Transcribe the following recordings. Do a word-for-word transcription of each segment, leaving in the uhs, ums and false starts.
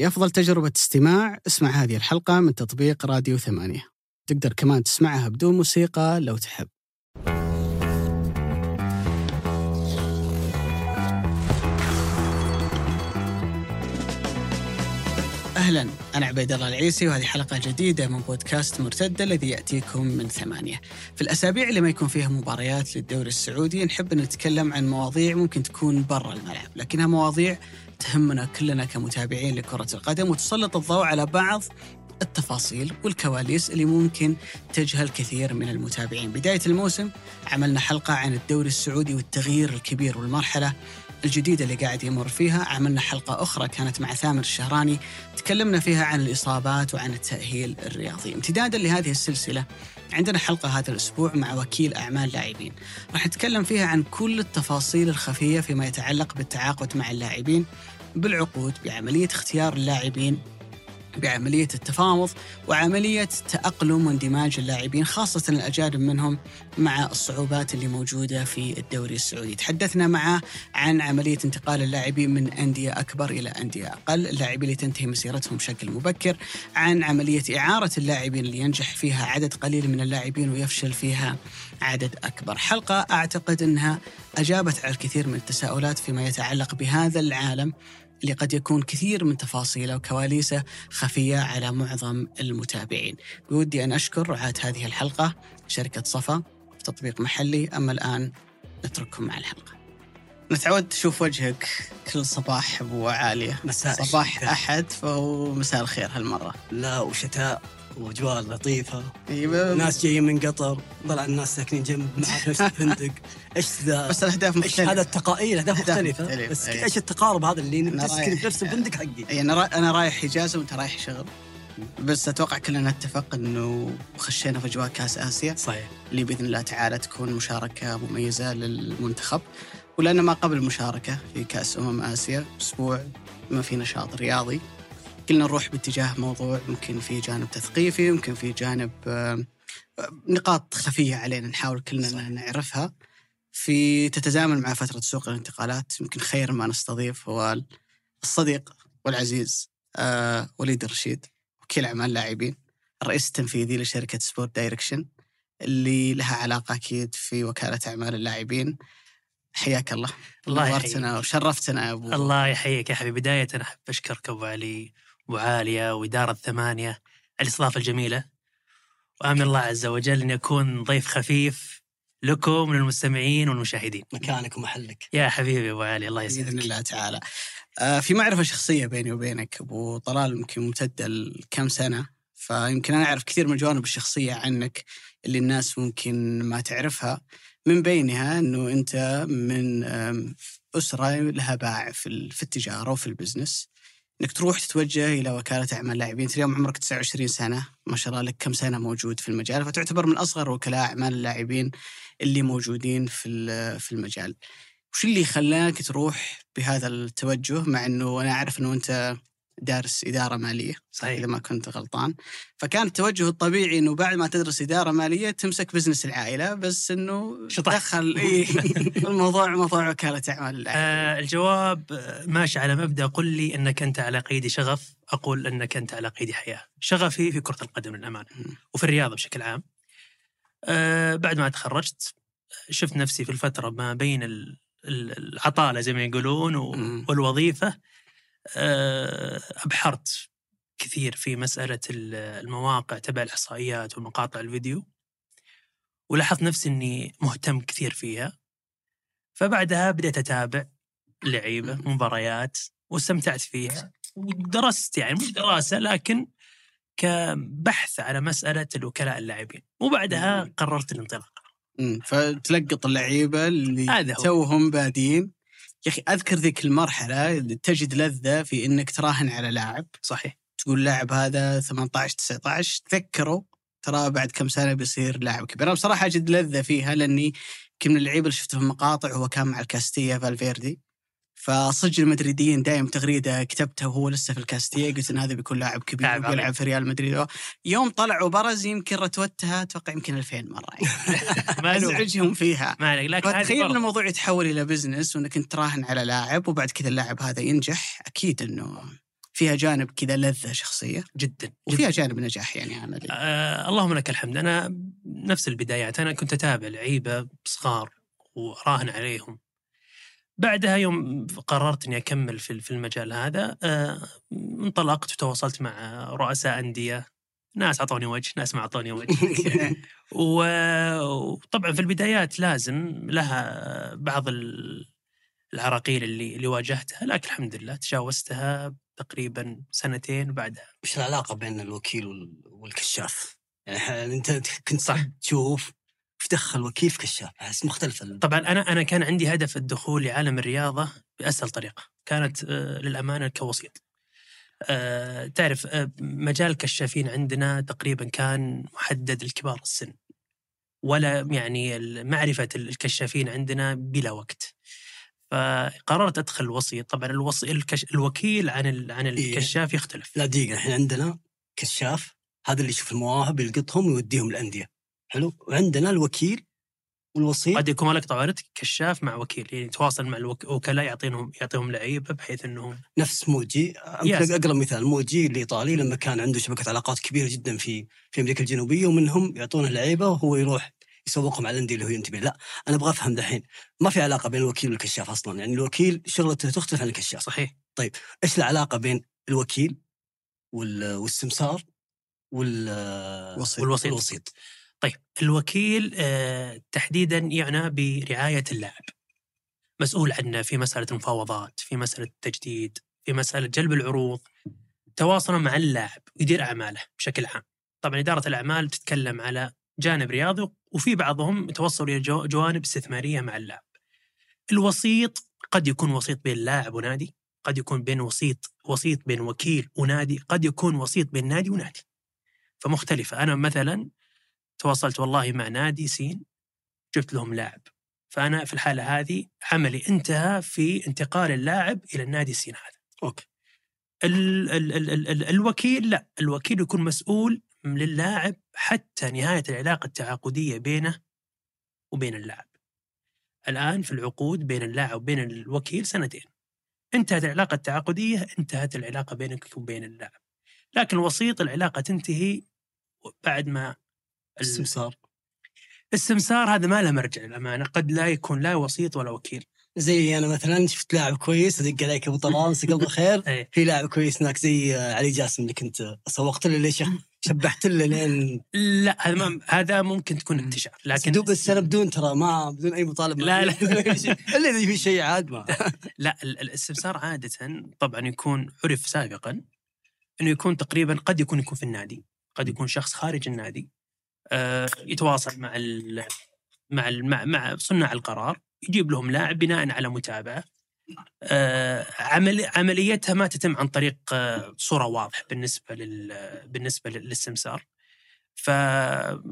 لأفضل تجربة استماع اسمع هذه الحلقة من تطبيق راديو ثمانية. تقدر كمان تسمعها بدون موسيقى لو تحب. أهلا، أنا عبيد الله العيسي وهذه حلقة جديدة من بودكاست مرتدة الذي يأتيكم من ثمانية. في الأسابيع اللي ما يكون فيها مباريات للدوري السعودي نحب أن نتكلم عن مواضيع ممكن تكون برا الملعب، لكنها مواضيع تهمنا كلنا كمتابعين لكرة القدم وتسلط الضوء على بعض التفاصيل والكواليس اللي ممكن تجهل كثير من المتابعين. بداية الموسم عملنا حلقة عن الدوري السعودي والتغيير الكبير والمرحلة الجديدة اللي قاعد يمر فيها. عملنا حلقة أخرى كانت مع ثامر الشهراني تكلمنا فيها عن الإصابات وعن التأهيل الرياضي. امتدادا لهذه السلسلة عندنا حلقة هذا الأسبوع مع وكيل أعمال لاعبين، راح نتكلم فيها عن كل التفاصيل الخفية فيما يتعلق بالتعاقد مع اللاعبين، بالعقود، بعملية اختيار اللاعبين، بعملية التفاوض، وعملية تأقلم واندماج اللاعبين خاصة الأجانب منهم مع الصعوبات اللي موجودة في الدوري السعودي. تحدثنا معه عن عملية انتقال اللاعبين من أندية أكبر إلى أندية أقل، اللاعبين اللي تنتهي مسيرتهم بشكل مبكر، عن عملية إعارة اللاعبين اللي ينجح فيها عدد قليل من اللاعبين ويفشل فيها عدد أكبر. حلقة أعتقد أنها أجابت على الكثير من التساؤلات فيما يتعلق بهذا العالم اللي قد يكون كثير من تفاصيله وكواليسه خفية على معظم المتابعين. بودي أن أشكر رعاة هذه الحلقة شركة صفا في تطبيق محلي. أما الآن نترككم مع الحلقة. نتعود تشوف وجهك كل صباح أبو عالية، مساء صباح الشتاء. أحد فهو مساء الخير هالمرة. لا وشتاء وأجواء لطيفة، أيوة. ناس جايين من قطر، طلع الناس ساكنين جنب مع نفس الفندق. إيش ذا؟ بس الأهداف إيش مختلفة. هذا التقائل أهداف مختلفة مختلف. بس أيه. إيش التقارب هذا اللي أنا نسكن رايح- بنفس الفندق حقي؟ أي أنا را... أنا رايح إجازة وأنت رايح شغل، بس أتوقع كلنا نتفق إنه خشينا في أجواء كأس آسيا صحيح. اللي بإذن الله تعالى تكون مشاركة مميزة للمنتخب، ولأن ما قبل المشاركة في كأس أمم آسيا أسبوع ما في نشاط رياضي، كلنا نروح باتجاه موضوع ممكن في جانب تثقيفي، ممكن في جانب آه، نقاط خفية علينا نحاول كلنا صحيح. نعرفها في تتزامن مع فترة سوق الانتقالات. يمكن خير ما نستضيف هو الصديق والعزيز آه، وليد الرشيد، وكيل أعمال لاعبين، الرئيس التنفيذي لشركة سبورت دايركشن اللي لها علاقة أكيد في وكالة أعمال اللاعبين. حياك الله. الله نورتنا يحييك. وشرفتنا يا أبو. الله يحييك يا حبيبي. بداية أنا أحب أشكرك أبو علي وعالية وإدارة ثمانية على الاستضافة الجميلة، وآمن الله عز وجل أن يكون ضيف خفيف لكم من المستمعين والمشاهدين. مكانك ومحلك يا حبيبي أبو علي، الله بإذن يسعدك. الله تعالى. آه، في معرفة شخصية بيني وبينك أبو طلال يمكن ممتدة لكم سنة، فيمكن أنا أعرف كثير من الجوانب الشخصية عنك اللي الناس ممكن ما تعرفها، من بينها أنه أنت من آم، أسرة لها باع في ال- في التجارة وفي البزنس، أنك تروح تتوجه إلى وكالة أعمال لاعبين. اليوم عمرك تسعة وعشرين سنة، ما شاء الله لك كم سنة موجود في المجال، فتعتبر من أصغر وكلاء أعمال اللاعبين اللي موجودين في ال- في المجال. وش اللي خلاك تروح بهذا التوجه، مع أنه أنا أعرف أنه أنت دارس إدارة مالية صحيح. إذا ما كنت غلطان، فكان التوجه الطبيعي أنه بعد ما تدرس إدارة مالية تمسك بزنس العائلة، بس أنه شطحت. دخل إيه الموضوع موضوع وكالة أعمال اللاعبين. آه الجواب آه، ماشي على مبدأ قل لي أنك أنت على قيد شغف، أقول أنك أنت على قيد حياة. شغفي في كرة القدم للأمانة وفي الرياضة بشكل عام. آه بعد ما تخرجت شفت نفسي في الفترة ما بين ال- ال- العطالة زي ما يقولون و- مم. والوظيفة. آه، أبحرت كثير في مسألة ال- المواقع تبع الإحصائيات والمقاطع الفيديو، ولاحظت نفسي أني مهتم كثير فيها. فبعدها بدأت أتابع لعيبة مباريات واستمتعت فيها، ودرست يعني مش دراسة لكن كبحث على مسألة الوكلاء اللاعبين، وبعدها قررت الانطلاق. مم. فتلقط اللعيبة اللي هذا هو. توهم بادين. يا أخي أذكر ذيك المرحلة اللي تجد لذة في إنك تراهن على لاعب، صحيح. تقول لاعب هذا ثمانية عشر تسعة عشر، تذكروا ترى بعد كم سنة بيصير لاعب كبير. أنا بصراحة أجد لذة فيها، لأني كم من اللعيبة اللي شفته في المقاطع هو كان مع الكاستية فالفيردي، فصج المدريديين دائم تغريدة كتبتها وهو لسه في الكاستية، قلت إن هذا بيكون لاعب كبير لاعب وبيلعب عظيم. في ريال مدريد. يوم طلع وبرز يمكن رتوتها أتوقع يمكن ألفين مرة ما له. أزعجهم فيها. ما عليك، لكن هذه فتخيل إن برضه. الموضوع يتحول إلى بزنس، وإنك أنت تراهن على لاعب وبعد كذا اللاعب هذا ينجح، أكيد إنه فيها جانب كذا لذة شخصية جدا وفيها جانب نجاح يعني عملي. آه اللهم لك الحمد. أنا نفس البدايات، أنا كنت أتابع لعيبة صغار وراهن عليهم. بعدها يوم قررت أني أكمل في المجال هذا، آه انطلقت وتواصلت مع رؤساء أندية، ناس أعطوني وجه، ناس ما أعطوني وجه. وطبعا في البدايات لازم لها بعض العراقيل اللي اللي واجهتها، لكن الحمد لله تجاوزتها تقريبا سنتين بعدها. وش العلاقة بين الوكيل والكشاف؟ يعني أنت كنت صح تشوف في دخل وكيل في كشاف، أحس مختلفة. طبعا أنا أنا كان عندي هدف الدخول لعالم الرياضة بأسهل طريقة، كانت للأمانة كوسيط. أه تعرف أه مجال الكشافين عندنا تقريبا كان محدد لكبار السن، ولا يعني معرفة الكشافين عندنا بلا وقت. فقررت أدخل وسيط. طبعا الوسيط الكش... الوكيل عن ال... عن الكشاف يختلف. لا دقيقة، الحين عندنا كشاف هذا اللي يشوف المواهب يلقطهم ويوديهم الأندية، حلو. وعندنا الوكيل والوسيط قد يكون لك طبعا كشاف مع وكيل، يعني يتواصل مع الوكلاء يعطيهم يعطيهم لعيبة بحيث أنهم نفس موجي. أقرب مثال موجي الإيطالي لما كان عنده شبكة علاقات كبيرة جدا في في أمريكا الجنوبية، ومنهم يعطونه لعيبة وهو يروح يسوقهم على الأندية اللي هو ينتمي. لا أنا أبغى أفهم دحين، ما في علاقة بين الوكيل والكشاف أصلا، يعني الوكيل شغلته تختلف عن الكشاف. صحيح. طيب إيش العلاقة بين الوكيل والسمسار والوسيط؟ والوسيط. والوسيط. طيب الوكيل آه تحديدا يعني برعاية اللاعب، مسؤول عنه في مسألة المفاوضات، في مسألة التجديد، في مسألة جلب العروض، تواصله مع اللاعب، يدير أعماله بشكل عام. طبعا إدارة الأعمال تتكلم على جانب رياضي، وفي بعضهم يتوصل إلى جوانب استثمارية مع اللاعب. الوسيط قد يكون وسيط بين لاعب ونادي، قد يكون بين وسيط وسيط بين وكيل ونادي، قد يكون وسيط بين نادي ونادي، فمختلفة. أنا مثلا تواصلت والله مع نادي سين، جبت لهم لاعب، فأنا في الحالة هذه عملي انتهى في انتقال اللاعب إلى النادي سين هذا. أوكي. ال ال ال ال ال الوكيل لا، الوكيل يكون مسؤول للاعب حتى نهاية العلاقة التعاقدية بينه وبين اللاعب. الآن في العقود بين اللاعب وبين الوكيل سنتين، انتهت العلاقة التعاقدية، انتهت العلاقة بينك وبين اللاعب. لكن الوسيط العلاقة تنتهي بعد ما السمسار السمسار هذا ما له مرجع للأمانة، قد لا يكون لا وسيط ولا وكيل. زي أنا مثلا شفت لاعب كويس أدق عليك أبو طلال قلبه خير في لاعب كويس هناك زي علي جاسم اللي كنت سوقت له، ليش شبحت له لين لا هذا ما هذا ممكن تكون انتشار، لكن بدون السنة بدون ترى ما بدون أي مطالبة. لا لا إلا إذا في شيء عاد ما لا الاستفسار عادة طبعا يكون عرف سابقا إنه يكون تقريبا قد يكون يكون في النادي، قد يكون شخص خارج النادي آه يتواصل مع ال مع ال مع, مع صناع القرار، يجيب لهم لاعب بناء على متابعة. آه عمل عمليتها ما تتم عن طريق آه صورة واضحة بالنسبة لل بالنسبة للسمسار، فلاعب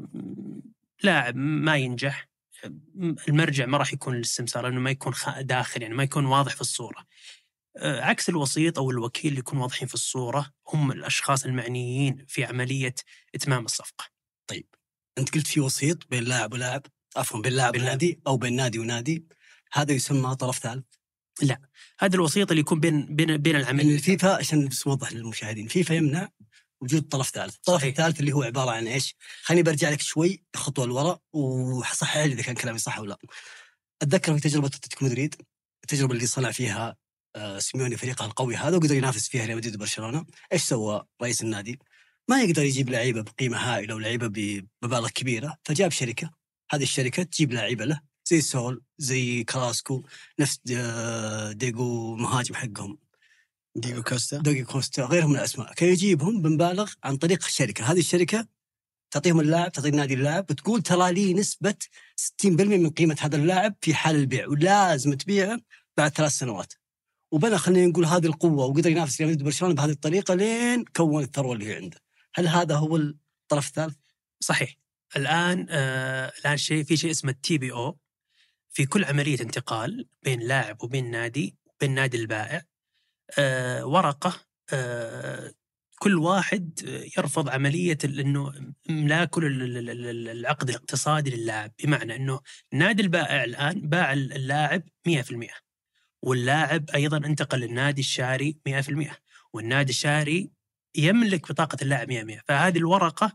ما ينجح المرجع ما راح يكون للسمسار لأنه ما يكون داخل، يعني ما يكون واضح في الصورة. آه عكس الوسيط أو الوكيل اللي يكون واضحين في الصورة، هم الأشخاص المعنيين في عملية إتمام الصفقة. طيب أنت قلت في وسيط بين لاعب ولاعب، عفوا بين لاعب ونادي أو بين نادي ونادي، هذا يسمى طرف ثالث؟ لا، هذا الوسيط اللي يكون بين بين بين العمل. يعني الفيفا عشان بس نوضح للمشاهدين، الفيفا يمنع وجود طرف ثالث. الطرف الثالث اللي هو عبارة عن إيش؟ خليني برجع لك شوي خطوة لورا وحصحح لي إذا كان كلامي صح ولا لا. أتذكر في تجربة أتلتيكو مدريد، التجربة اللي صنع فيها سيميوني فريقه القوي هذا وقدر ينافس فيها ريال مدريد وبرشلونة. إيش سوى رئيس النادي؟ ما يقدر يجيب لعيبة بقيمة هائلة ولعيبة بمبالغ كبيرة، فجاب شركة، هذه الشركة تجيب لعيبة له زي سول زي كراسكو، نفس ديغو مهاجم حقهم ديغو كوستا ديغو كوستا غيرهم من الأسماء، كان يجيبهم بمبالغ عن طريق الشركة. هذه الشركة تعطيهم اللاعب، تعطي النادي اللاعب وتقول ترى لي نسبة ستين بالمئة من قيمة هذا اللاعب في حال البيع، ولازم تبيعه بعد ثلاث سنوات. وبنى خلينا نقول هذه القوة وقدر ينافس ريال مدريد وبرشلونة بهذه الطريقة لين كون الثروة اللي هي عنده. هل هذا هو الطرف الثالث؟ صحيح. الآن آه الآن شيء في شيء اسمه التي بي أو في كل عملية انتقال بين لاعب وبين نادي وبين نادي البائع، آه ورقة آه كل واحد يرفض عملية إنه إملاك العقد الاقتصادي للاعب، بمعنى إنه نادي البائع الآن باع اللاعب مئة في المئة واللاعب أيضا انتقل للنادي الشاري مئة في المئة، والنادي الشاري يملك بطاقة اللاعب مئة بالمئة. فهذه الورقة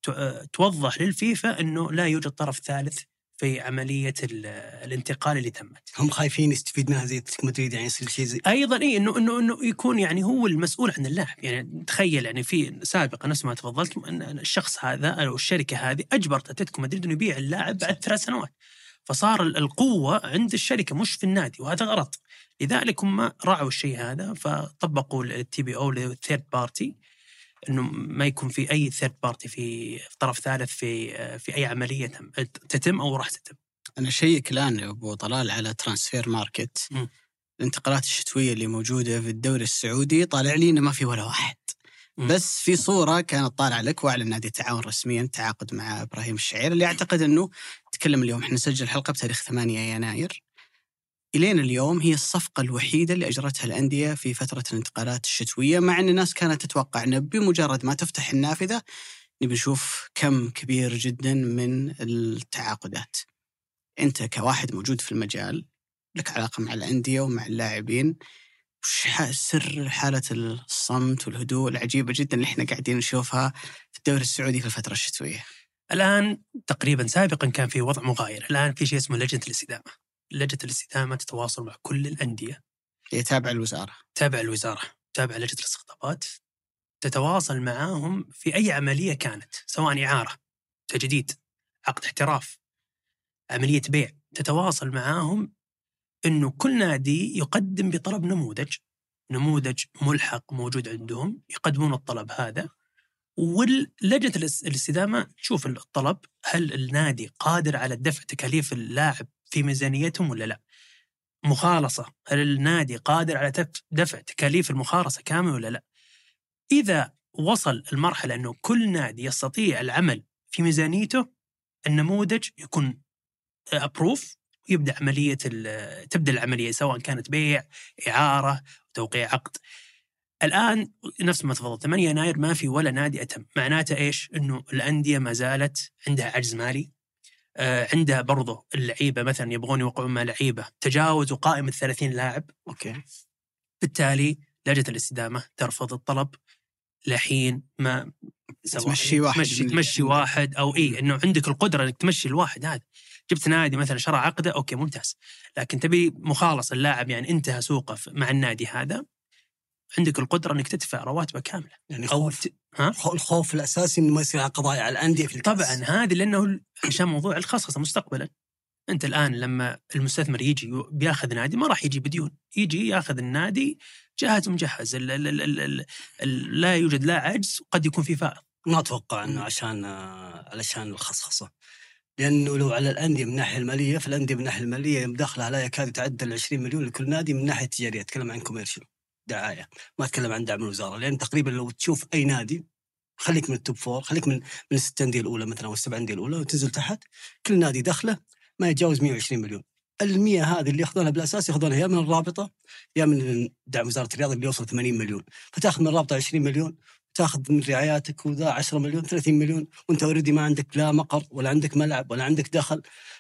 توضح للفيفا أنه لا يوجد طرف ثالث في عملية الانتقال اللي تمت. هم خايفين يستفيد منها زي أتلتيكو مدريد يعني يصير شيء زي أيضا إيه إنه إنه إنه يكون يعني هو المسؤول عن اللاعب. يعني تخيل يعني في سابقا نفس ما تفضلت أن الشخص هذا أو الشركة هذه أجبرت أتلتيكو مدريد إنه يبيع اللاعب بعد ثلاث سنوات، فصار القوة عند الشركة مش في النادي، وهذا غلط. لذلك هم راعوا الشيء هذا فطبقوا التي بي أو الثيرد بارتي، إنه ما يكون في أي ثيرد بارتي في طرف ثالث في في أي عملية تتم أو راح تتم. أنا شيك الآن أبو طلال على ترانسفير ماركت، م. الانتقالات الشتوية اللي موجودة في الدوري السعودي طالع لي إنه ما في ولا واحد، م. بس في صورة كانت طالعة لك وأعلن نادي التعاون رسميا تعاقد مع إبراهيم الشعير، اللي أعتقد أنه تكلم اليوم إحنا نسجل الحلقة بتاريخ ثمانية يناير، إلينا اليوم هي الصفقة الوحيدة اللي أجرتها الأندية في فترة الانتقالات الشتوية، مع أن الناس كانت تتوقع أنه بمجرد ما تفتح النافذة نبي نشوف كم كبير جدا من التعاقدات. أنت كواحد موجود في المجال لك علاقة مع الأندية ومع اللاعبين، وش سر حالة الصمت والهدوء العجيبة جدا اللي احنا قاعدين نشوفها في الدوري السعودي في الفترة الشتوية؟ الآن تقريبا سابقا كان في وضع مغاير، الآن في شيء اسمه لجنة الاستدامة. لجنة الاستدامة تتواصل مع كل الأندية، هي تابع الوزارة تابع الوزارة تابع لجنة الاستقطابات، تتواصل معاهم في أي عملية كانت، سواء إعارة، تجديد، عقد احتراف، عملية بيع، تتواصل معاهم إنه كل نادي يقدم بطلب نموذج نموذج ملحق موجود عندهم، يقدمون الطلب هذا، واللجنة الاستدامة تشوف الطلب هل النادي قادر على دفع تكاليف اللاعب في ميزانيتهم ولا لا، مخالصة هل النادي قادر على دفع تكاليف المخالصة كامل ولا لا. إذا وصل المرحلة أنه كل نادي يستطيع العمل في ميزانيته، النموذج يكون أبروف ويبدأ عملية تبدأ العملية، سواء كانت بيع، إعارة، توقيع عقد. الآن نفس ما تفضل ثمانية يناير ما في ولا نادي أتم، معناته إيش؟ إنه الأندية ما زالت عندها عجز مالي، آه عندها برضو اللعيبة مثلا يبغون يوقعون مع لعيبة تجاوزوا قائمة ثلاثين لاعب. أوكي. بالتالي لجنة الاستدامة ترفض الطلب لحين ما تمشي واحد تمشي, تمشي واحد أو إيه، إنه عندك القدرة إنك تمشي الواحد هذا. جبت نادي مثلا شرع عقده، أوكي ممتاز، لكن تبي مخالص اللاعب يعني انتهى سوقه مع النادي هذا، عندك القدرة إنك تدفع رواتبه كاملة. يعني خوف. ت... ها؟ الخوف الأساسي إنه ما يصير قضايا على الأندية في الكاس. طبعا هذه لأنه عشان موضوع الخصخصة مستقبلا. أنت الآن لما المستثمر يجي بياخذ نادي ما راح يجي بديون، يجي ياخذ النادي جاهز ومجهز، ال ال ال ال ال لا يوجد لا عجز، قد يكون في فائض. ما أتوقع إنه عشان علشان الخصخصة، لأنه لو على الأندية من الناحية المالية، فالأندية من الناحية المالية مداخلها لا يكاد يتعدى عشرين مليون لكل نادي من الناحية التجارية. أتكلم عن كوميرشل دعاية، ما أتكلم عن دعم الوزارة، لأن تقريبا لو تشوف أي نادي، خليك من التوب فور، خليك من من الست أندية الأولى مثلا أو السبع أندية الأولى وتنزل تحت، كل نادي دخله ما يتجاوز مئة وعشرين مليون. المية هذه اللي يأخذونها بالأساس يأخذونها يا من الرابطة يا من دعم وزارة الرياضة اللي يوصل ثمانين مليون، فتأخذ من الرابطة عشرين مليون، تأخذ من رعاياتك وذا عشرة مليون، ثلاثين مليون، وأنت أوريدي ما عندك لا مقر ولا عندك ملعب ولا عندك دخل.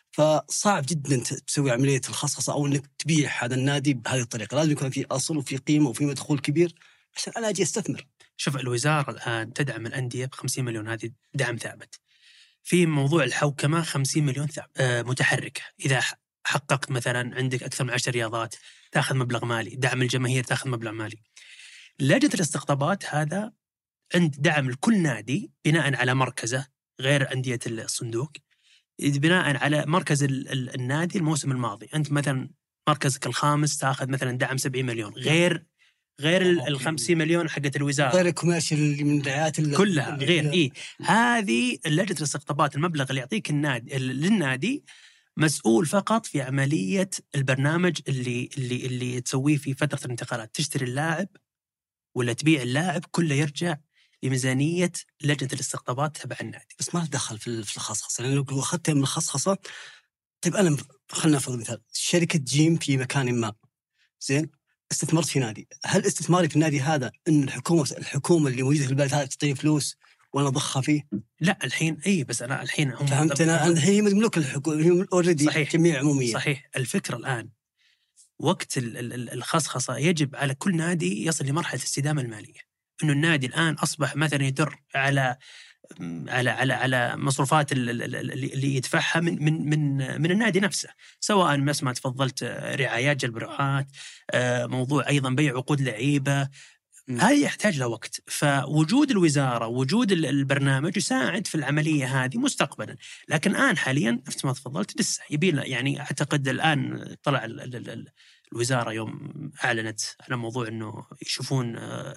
فصعب جدا تسوي عملية الخصخصة أو أنك تبيع هذا النادي بهذه الطريقة. لازم يكون في أصل وفي قيمة وفي مدخول كبير عشان أنا أجي أستثمر. شوف الوزارة الآن تدعم الأندية بخمسين مليون، هذه دعم ثابت. في موضوع الحوكمة خمسين مليون آه متحركة، إذا حققت مثلا عندك أكثر من عشر رياضات تأخذ مبلغ مالي، دعم الجماهير تأخذ مبلغ مالي. لجنة الاستقطابات هذا عند دعم لكل نادي بناء على مركزه، غير أندية الصندوق، بناء على مركز النادي الموسم الماضي. أنت مثلا مركزك الخامس تأخذ مثلا دعم سبعين مليون، غير غير الخمسين مليون حقت الوزارة، غير الكوميرشل اللي من دعايات كلها غير. إيه هذه لجنة الاستقطابات المبلغ اللي يعطيك النادي للنادي مسؤول فقط في عملية البرنامج اللي اللي اللي تسويه في فترة الانتقالات، تشتري اللاعب ولا تبيع اللاعب، كله يرجع لميزانية لجنة الاستقطابات تبع النادي. بس ما تدخل في الخصخصة، لأنه لو أخذت من الخصخصة، طيب أنا خلنا نفرض مثال شركة جيم في مكان ما، زين استثمرت في نادي، هل استثماري في النادي هذا إن الحكومة الحكومة اللي موجودة في البلد هذا تعطيني فلوس وأنا أضخها فيه؟ لا الحين أي بس أنا الحين هم فهمت. أنا الحين مملوك الحكومة أوريدي، صحيح، جميع عمومية. صحيح. الفكرة الآن وقت الخصخصة يجب على كل نادي يصل لمرحلة الاستدامة المالية. إنه النادي الآن أصبح مثلا يدر على على على على مصروفات اللي يدفعها من من من من النادي نفسه، سواء مثل ما تفضلت رعايات، جلب رعاة، موضوع أيضا بيع عقود لعيبة، هذا يحتاج له وقت. فوجود الوزارة وجود البرنامج يساعد في العملية هذه مستقبلا. لكن الآن حاليا مثل ما تفضلت لسه يبينا، يعني أعتقد الآن طلع الوزارة يوم أعلنت على موضوع أنه يشوفون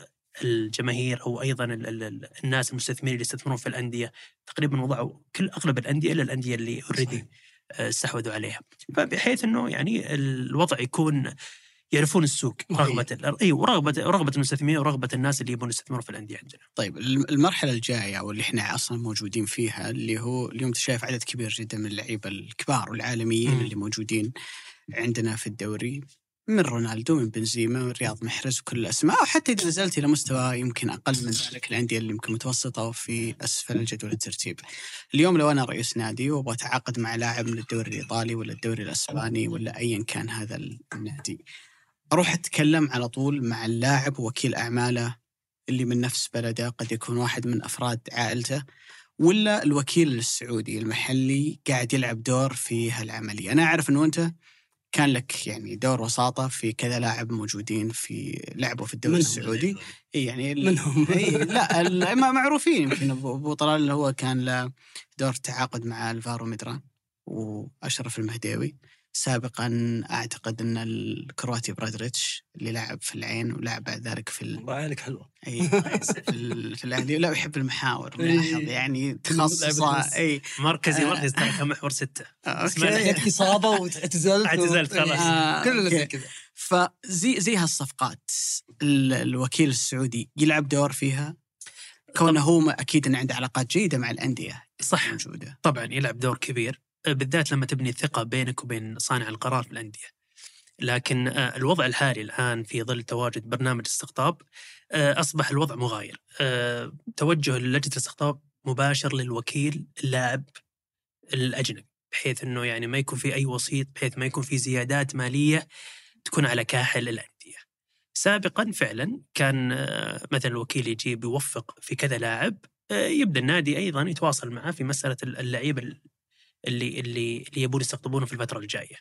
الجماهير أو أيضا الناس المستثمرين اللي يستثمرون في الأندية، تقريبا وضعوا كل أغلب الأندية إلا الأندية اللي أوريدي استحوذوا عليها، فبحيث أنه يعني الوضع يكون يعرفون السوق، رغبة أي ورغبة رغبة المستثمرين ورغبة الناس اللي يبون يستثمروا في الأندية عندنا. طيب المرحلة الجاية واللي إحنا أصلا موجودين فيها، اللي هو اليوم تشايف عدد كبير جدا من اللعيبة الكبار والعالميين م. اللي موجودين عندنا في الدوري، من رونالدو، من بنزيما، من رياض محرز، وكل الأسماء، وحتى إذا نزلت إلى مستوى يمكن أقل من ذلك الأندية اللي يمكن متوسطة وفي أسفل الجدول الترتيب. اليوم لو أنا رئيس نادي وأبغى أتعاقد مع لاعب من الدوري الإيطالي ولا الدوري الأسباني ولا أيا كان هذا النادي، أروح أتكلم على طول مع اللاعب ووكيل أعماله اللي من نفس بلده، قد يكون واحد من أفراد عائلته، ولا الوكيل السعودي المحلي قاعد يلعب دور في هالعملية. أنا أعرف أنه أنت كان لك يعني دور وساطة في كذا لاعب موجودين في لعبوا في الدوري السعودي، يعني منهم لا معروفين، يمكن أبو طلال اللي هو كان له دور تعاقد مع الفارو ميدران وأشرف المهديوي. سابقا أعتقد أن الكرواتي برادريتش اللي لعب في العين ولعب بعد ذلك في ال... بعينك حلوة أي في الأهلي، لا يحب المحاور يعني تخصص أي مركزي مركز ترى كمحور ستة اسمعني إصابة واعتزلت اعتزلت خلاص آه كل كذا. فزي زي هالصفقات الوكيل السعودي يلعب دور فيها، كونه هو أكيد أنه عنده علاقات جيدة مع الأندية صح موجودة، طبعا يلعب دور كبير، بالذات لما تبني ثقة بينك وبين صانع القرار في الأندية. لكن الوضع الحالي الآن في ظل تواجد برنامج استقطاب أصبح الوضع مغاير. توجه لجنة الاستقطاب مباشر للوكيل اللاعب الأجنبي، بحيث أنه يعني ما يكون في أي وسيط، بحيث ما يكون في زيادات مالية تكون على كاحل الأندية. سابقا فعلا كان مثلا الوكيل يجي بيوفق في كذا لاعب، يبدأ النادي أيضا يتواصل معه في مسألة اللعيبة اللي اللي اللي يبون يستقطبونه في الفترة الجاية.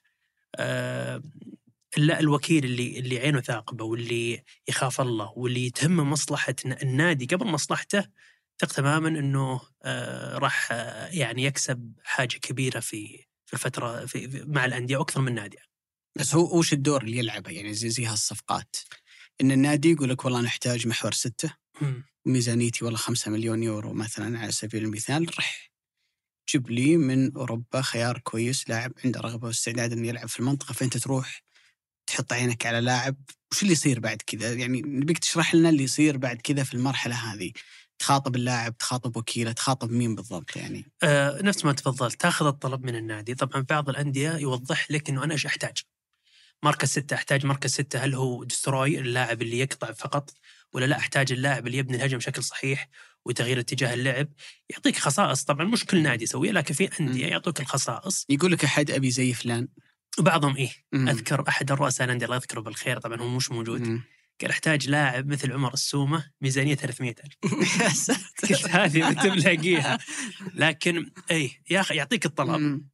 أه لا الوكيل اللي اللي عينه ثاقبة واللي يخاف الله واللي يتهم مصلحة النادي قبل مصلحته، ثق تماما إنه أه راح أه يعني يكسب حاجة كبيرة في في الفترة في, في مع الأندية أكثر من نادي. بس هو وش الدور اللي يلعبه يعني زي زي هالصفقات؟ إن النادي يقول لك والله نحتاج محور ستة وميزانيتي والله خمسة مليون يورو مثلا على سبيل المثال، رح جيب لي من أوروبا خيار كويس، لاعب عنده رغبة واستعداد أن يلعب في المنطقة، فأنت تروح تحط عينك على لاعب. وش اللي يصير بعد كذا؟ يعني نبيك تشرح لنا اللي يصير بعد كذا في المرحلة هذه، تخاطب اللاعب، تخاطب وكيله، تخاطب مين بالضبط يعني؟ آه نفس ما تفضلت، تاخذ الطلب من النادي. طبعا بعض الأندية يوضح لك إنه أنا إيش أحتاج، مركز ستة أحتاج مركز ستة، هل هو دستروي اللاعب اللي يقطع فقط، ولا لا أحتاج اللاعب اللي يبني الهجم بشكل صحيح وتغيير اتجاه اللعب؟ يعطيك خصائص. طبعا مش كل نادي يسويه، لكن في أندية يعطوك الخصائص. يقول لك أحد أبي زي فلان، وبعضهم إيه مم. أذكر أحد الرؤساء الأندية الله يذكره بالخير، طبعا هو مش موجود، مم. قال أحتاج لاعب مثل عمر السومة ميزانية ثلاثمائة ألف. قلت هذه بتلاقيها، لكن أي يا أخي يعطيك الطلب.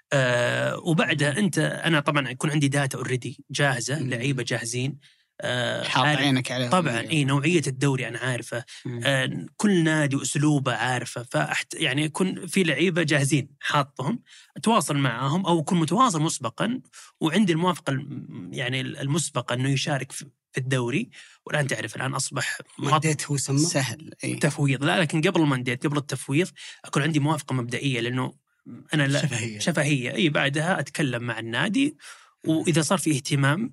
آه وبعدها أنت أنا طبعا يكون عندي داتا أوريدي جاهزة، لعيبة جاهزين، آه حاط عينك عليهم طبعا. اي نوعيه الدوري انا عارفه، آه كل نادي اسلوبه عارفه، فأحت يعني يكون في لعيبه جاهزين حاطهم، اتواصل معهم او اكون متواصل مسبقا وعندي الموافقه يعني المسبقه انه يشارك في الدوري. والان تعرف الان اصبح مديت هو سمى سهل أي. تفويض، لا لكن قبل ما نديت قبل التفويض اكون عندي موافقه مبدئيه، لانه انا لا شفهيه, شفهية. اي بعدها اتكلم مع النادي، وإذا صار في اهتمام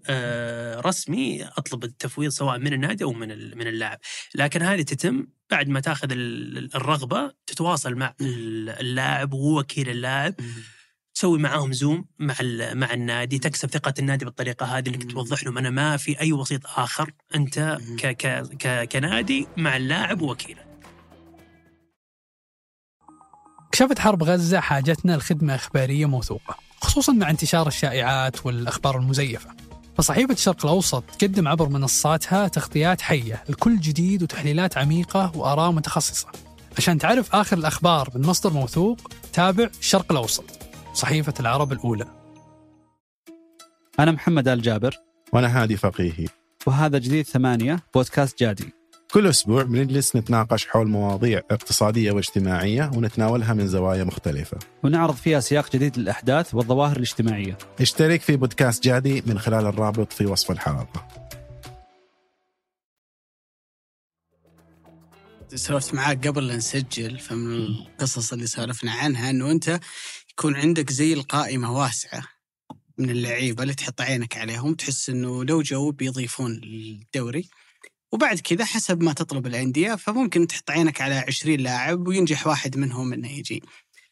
رسمي أطلب التفويض سواء من النادي أو من من اللاعب. لكن هذه تتم بعد ما تأخذ الرغبة، تتواصل مع اللاعب ووكيل اللاعب، تسوي معاهم زوم مع مع النادي، تكسب ثقة النادي بالطريقة هذه، اللي توضح لهم أنا ما في أي وسيط آخر، أنت ك ك ك كنادي مع اللاعب ووكيله. كشفت حرب غزة حاجتنا لخدمة إخبارية موثوقة، خصوصاً مع انتشار الشائعات والأخبار المزيفة. فصحيفة الشرق الأوسط تقدم عبر منصاتها تغطيات حية لكل جديد وتحليلات عميقة وآراء متخصصة. عشان تعرف آخر الأخبار من مصدر موثوق، تابع الشرق الأوسط، صحيفة العرب الأولى. أنا محمد آل جابر. وأنا هادي فقيهي. وهذا جديد ثمانية بودكاست جادي. كل أسبوع بنجلس نتناقش حول مواضيع اقتصادية واجتماعية ونتناولها من زوايا مختلفة، ونعرض فيها سياق جديد للأحداث والظواهر الاجتماعية. اشترك في بودكاست جادي من خلال الرابط في وصف الحلقة. سولفت معاك قبل لا نسجل، فمن القصص اللي سولفنا عنها أنه أنت يكون عندك زي القائمة واسعة من اللعيبة اللي تحط عينك عليهم، تحس أنه لو جو بيضيفون للدوري، وبعد كذا حسب ما تطلب الأندية فممكن تحط عينك على عشرين لاعب وينجح واحد منهم إنه يجي.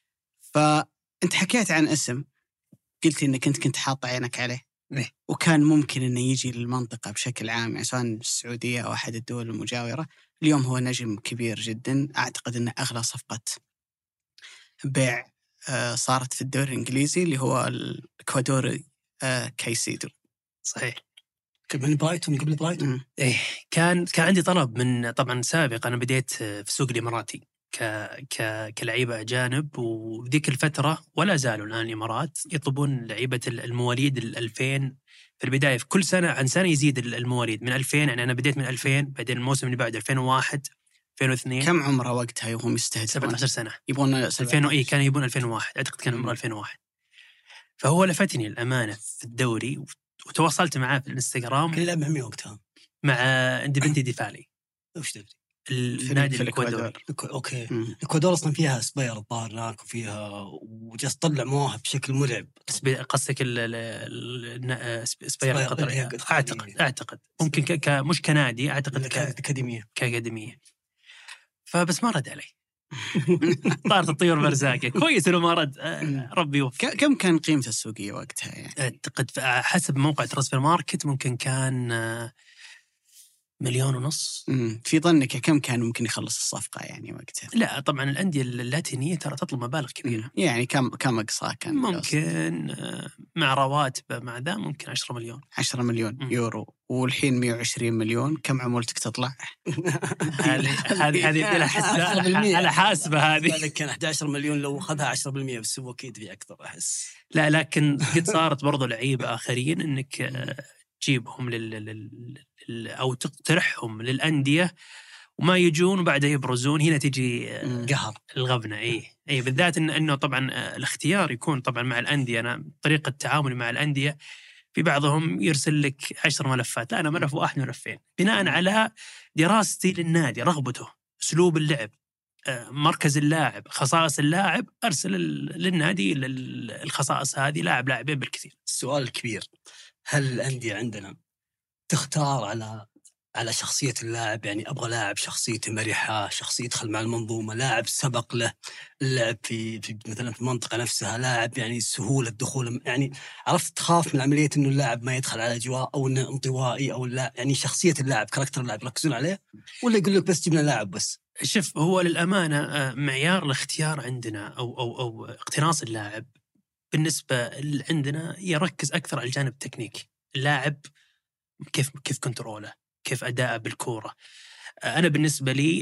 فأنت حكيت عن اسم قلت إنك أنت كنت حاط عينك عليه وكان ممكن إنه يجي للمنطقة بشكل عام، يعني سواء السعودية أو أحد الدول المجاورة. اليوم هو نجم كبير جدا، أعتقد أنه أغلى صفقة بيع صارت في الدوري الإنجليزي اللي هو الإكوادوري كايسيدو. صحيح. من برايتون قبل برايتون. إيه كان كان عندي طلب من طبعا سابق. أنا بديت في السوق الإماراتي ك ك كلعيبة أجانب، وذيك الفترة ولا زالوا الآن الإمارات يطلبون لعيبة المواليد الألفين في البداية. في كل سنة عن سنة يزيد المواليد من ألفين، يعني أنا بديت من ألفين، بعدين الموسم اللي بعد ألفين وواحد ألفين واثنين. كم عمره وقتها وهم يستهدفون؟ سبعة عشر سنة يبون ألفين إيه كانوا يبون ألفين وواحد، أعتقد كان عمره ألفين وواحد. فهو لفتني الأمانة في الدوري، وتواصلت معاه في الانستغرام. كان يلعب مع مين وقتها؟ مع اندبنتي ديفالي. وش تدري؟ النادي الإكوادور. أوكي. الإكوادور أصلاً فيها سباير الظاهر هناك، وفيها وجالس تطلع مواهب بشكل مرعب. قصدك ال سباير القطري؟ أعتقد أعتقد ممكن ك مش كنادي، أعتقد كأكاديمية كأكاديمية. فبس ما رد علي. طارت الطيور برزاقة. كويس إنه ما رد. ربي يوفق. كم كان قيمته السوقية وقتها يعني؟ أعتقد حسب موقع ترانسفير ماركت ممكن كان مليون ونص. مم. في ظنك كم كان ممكن يخلص الصفقة يعني وقتها؟ لا طبعا الأندية اللاتينية ترى تطلب مبالغ كبيرة. يعني كم كم أقصى كان؟ ممكن مع رواتب مع ذا ممكن عشرة مليون. عشرة مليون مم. يورو، والحين مية وعشرين مليون. كم عمولتك تطلع؟ هذه هذه هذه على حاسبة هذه. لكن كان أحد عشر مليون لو أخذها عشرة بالمية، بس هو أكيد في أكثر أحس. لا لكن قد صارت برضو لعيبة آخرين إنك تجيبهم لل أو تقترحهم للأندية وما يجون وبعدها يبرزون. هنا تجي قهر الغبنة. إيه إيه بالذات إن إنه طبعا الاختيار يكون طبعا مع الأندية. أنا طريقة تعاملي مع الأندية، في بعضهم يرسل لك عشر ملفات، لا أنا ملف واحد ملفين بناء على دراستي للنادي، رغبته، أسلوب اللعب، مركز اللاعب، خصائص اللاعب، أرسل للنادي الخصائص هذه لاعب لاعبين بالكثير. السؤال الكبير، هل الأندية عندنا تختار على على شخصية اللاعب؟ يعني أبغى لاعب شخصيته مرحة، شخصية يدخل مع المنظومة، لاعب سبق له اللعب في, في مثلا في المنطقة نفسها، لاعب يعني سهولة دخول، يعني عرفت تخاف من عملية إنه اللاعب ما يدخل على أجواء أو إنه انطوائي، أو لا يعني شخصية اللاعب، كاركتر اللاعب يركزون عليه، ولا يقول لك بس جبنا لاعب بس؟ شوف، هو للأمانة معيار الاختيار عندنا أو أو أو اقتناص اللاعب بالنسبة عندنا يركز أكثر على الجانب التكنيكي. اللاعب كيف كيف كنتروله، كيف أداءه بالكورة. أنا بالنسبة لي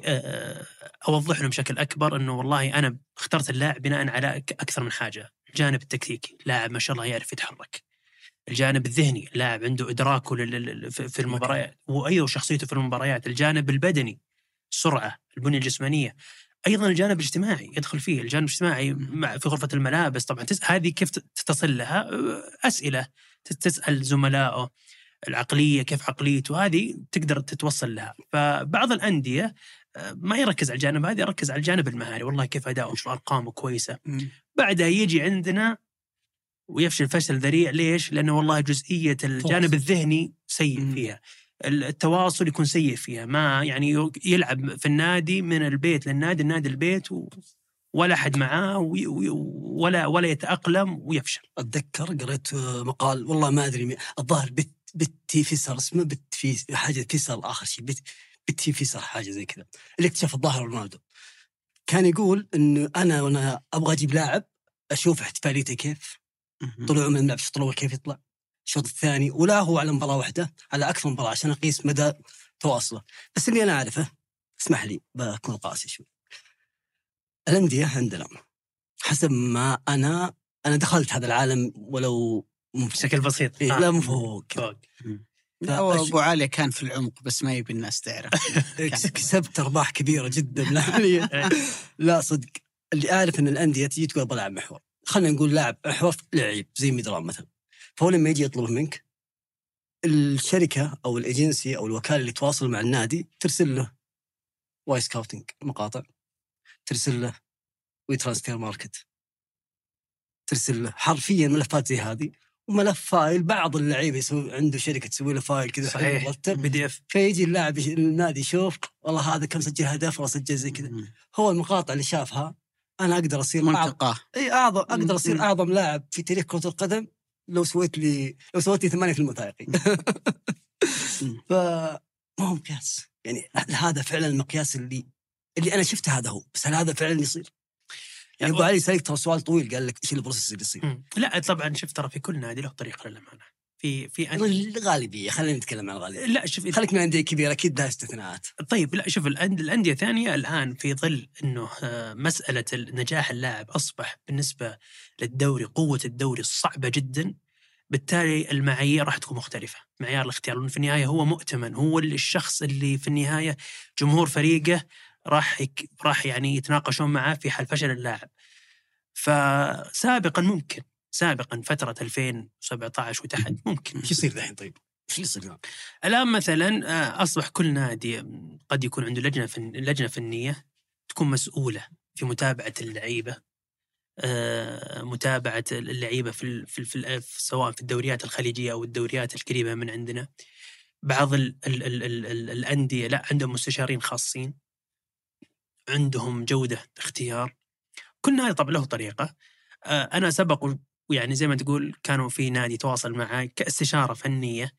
أوضح لهم بشكل أكبر أنه والله أنا اخترت اللاعب بناء على أكثر من حاجة. الجانب التكتيكي، لاعب ما شاء الله يعرف يتحرك. الجانب الذهني، لاعب عنده إدراكه في المباريات وأيضا شخصيته في المباريات. الجانب البدني، السرعة، البنية الجسمانية. أيضا الجانب الاجتماعي يدخل فيه. الجانب الاجتماعي في غرفة الملابس طبعا هذه كيف تتصل لها أسئلة، تسأل زملائه العقلية، كيف عقليته، هذه تقدر تتوصل لها. فبعض الأندية ما يركز على الجانب هذا، يركز على الجانب المهاري، والله كيف أداؤه، شو أرقامه كويسة. بعدها يجي عندنا ويفشل فشل ذريع. ليش؟ لأنه والله جزئية الجانب الذهني سيء فيها، التواصل يكون سيء فيها، ما يعني يلعب في النادي من البيت للنادي، النادي البيت، ولا حد معاه ولا ولا يتأقلم ويفشل. أتذكر قرأت مقال والله ما أدري الظاهر بت بتي فيسر اسمه بت في حاجة فيسر آخر شيء بت بتي فيسر حاجة زي كذا، اللي اكتشف الظاهر رونالدو. كان يقول إنه أنا وأنا أبغى أجيب لاعب أشوف احتفاليته كيف، طلوع من الملعب طلوع كيف يطلع، الشوط الثاني، ولا هو على مباراة واحدة، على أكثر مباراة عشان أقيس مدى تواصله. بس اللي أنا أعرفه، اسمح لي بكون قاسي شوي، الأندية عندنا حسب ما أنا أنا دخلت هذا العالم ولو بشكل بسيط. إيه آه. لا مو فوق. أو أبو علي كان في العمق بس ما يبي الناس تعرف. كسبت أرباح كبيرة جدا لا لا صدق. اللي أعرف إن الأندية تيجي تقول بلعب محور، خلينا نقول لاعب محور لعيب زي ميدران مثلا، فهو لما يجي يطلب منك الشركة أو الإيجنسي أو الوكالة اللي تواصل مع النادي ترسل له واي سكاوتينج مقاطع، ترسل له وي ترانسفير ماركت، ترسل له حرفيا ملفات زي هذه، وملف فايل بعض اللعيبه يسوي عنده شركه تسوي له فايل كذا صحيح بي دي اف، فيجي اللاعب النادي يشوف والله هذا كم سجل هدف ولا سجل زي كذا. هو المقاطع اللي شافها انا اقدر اصير منطقه اي اعظم اقدر اصير اعظم لاعب في تاريخ كره القدم لو سويت لي لو سويت لي ثمانية في المتايقي. ف ما هو مقياس يعني، هذا فعلا المقياس اللي اللي انا شفته هذا هو، بس هل هذا فعلا يصير؟ يعني ابو علي سالك ترى سؤال طويل، قال لك ايش البروسيس اللي يصير؟ لا طبعا شوف ترى في كل نادي له طريقه للامانه، في في أن... الغالبيه خلينا نتكلم عن الغالبيه. لا شوف خليك من انديه كبيره اكيد لها استثناءات. طيب لا شوف الأند... الانديه الثانيه الان في ظل انه مساله نجاح اللاعب اصبح بالنسبه للدوري قوه الدوري صعبه جدا، بالتالي المعايير راح تكون مختلفه، معيار الاختيار، لأنه في النهايه هو مؤتمن، هو اللي الشخص اللي في النهايه جمهور فريقه راح يك... راح يعني يتناقشون معه في حال فشل اللاعب. فسابقا ممكن سابقا فترة ألفين وسبعة عشر وتحت ممكن ايش يصير الحين؟ طيب ايش يصير الان؟ الان مثلا اصبح كل نادي قد يكون عنده لجنه فن... لجنه فنيه تكون مسؤوله في متابعه اللعيبه، آه متابعه اللعيبه في ال... في, ال... في, ال... في سواء في الدوريات الخليجيه او الدوريات القريبه من عندنا. بعض ال... ال... ال... ال... ال... الانديه لا عندهم مستشارين خاصين، عندهم جوده اختيار، كل نادي طبعا له طريقه. آه انا سبق ويعني زي ما تقول كانوا في نادي تواصل معي كاستشاره فنيه،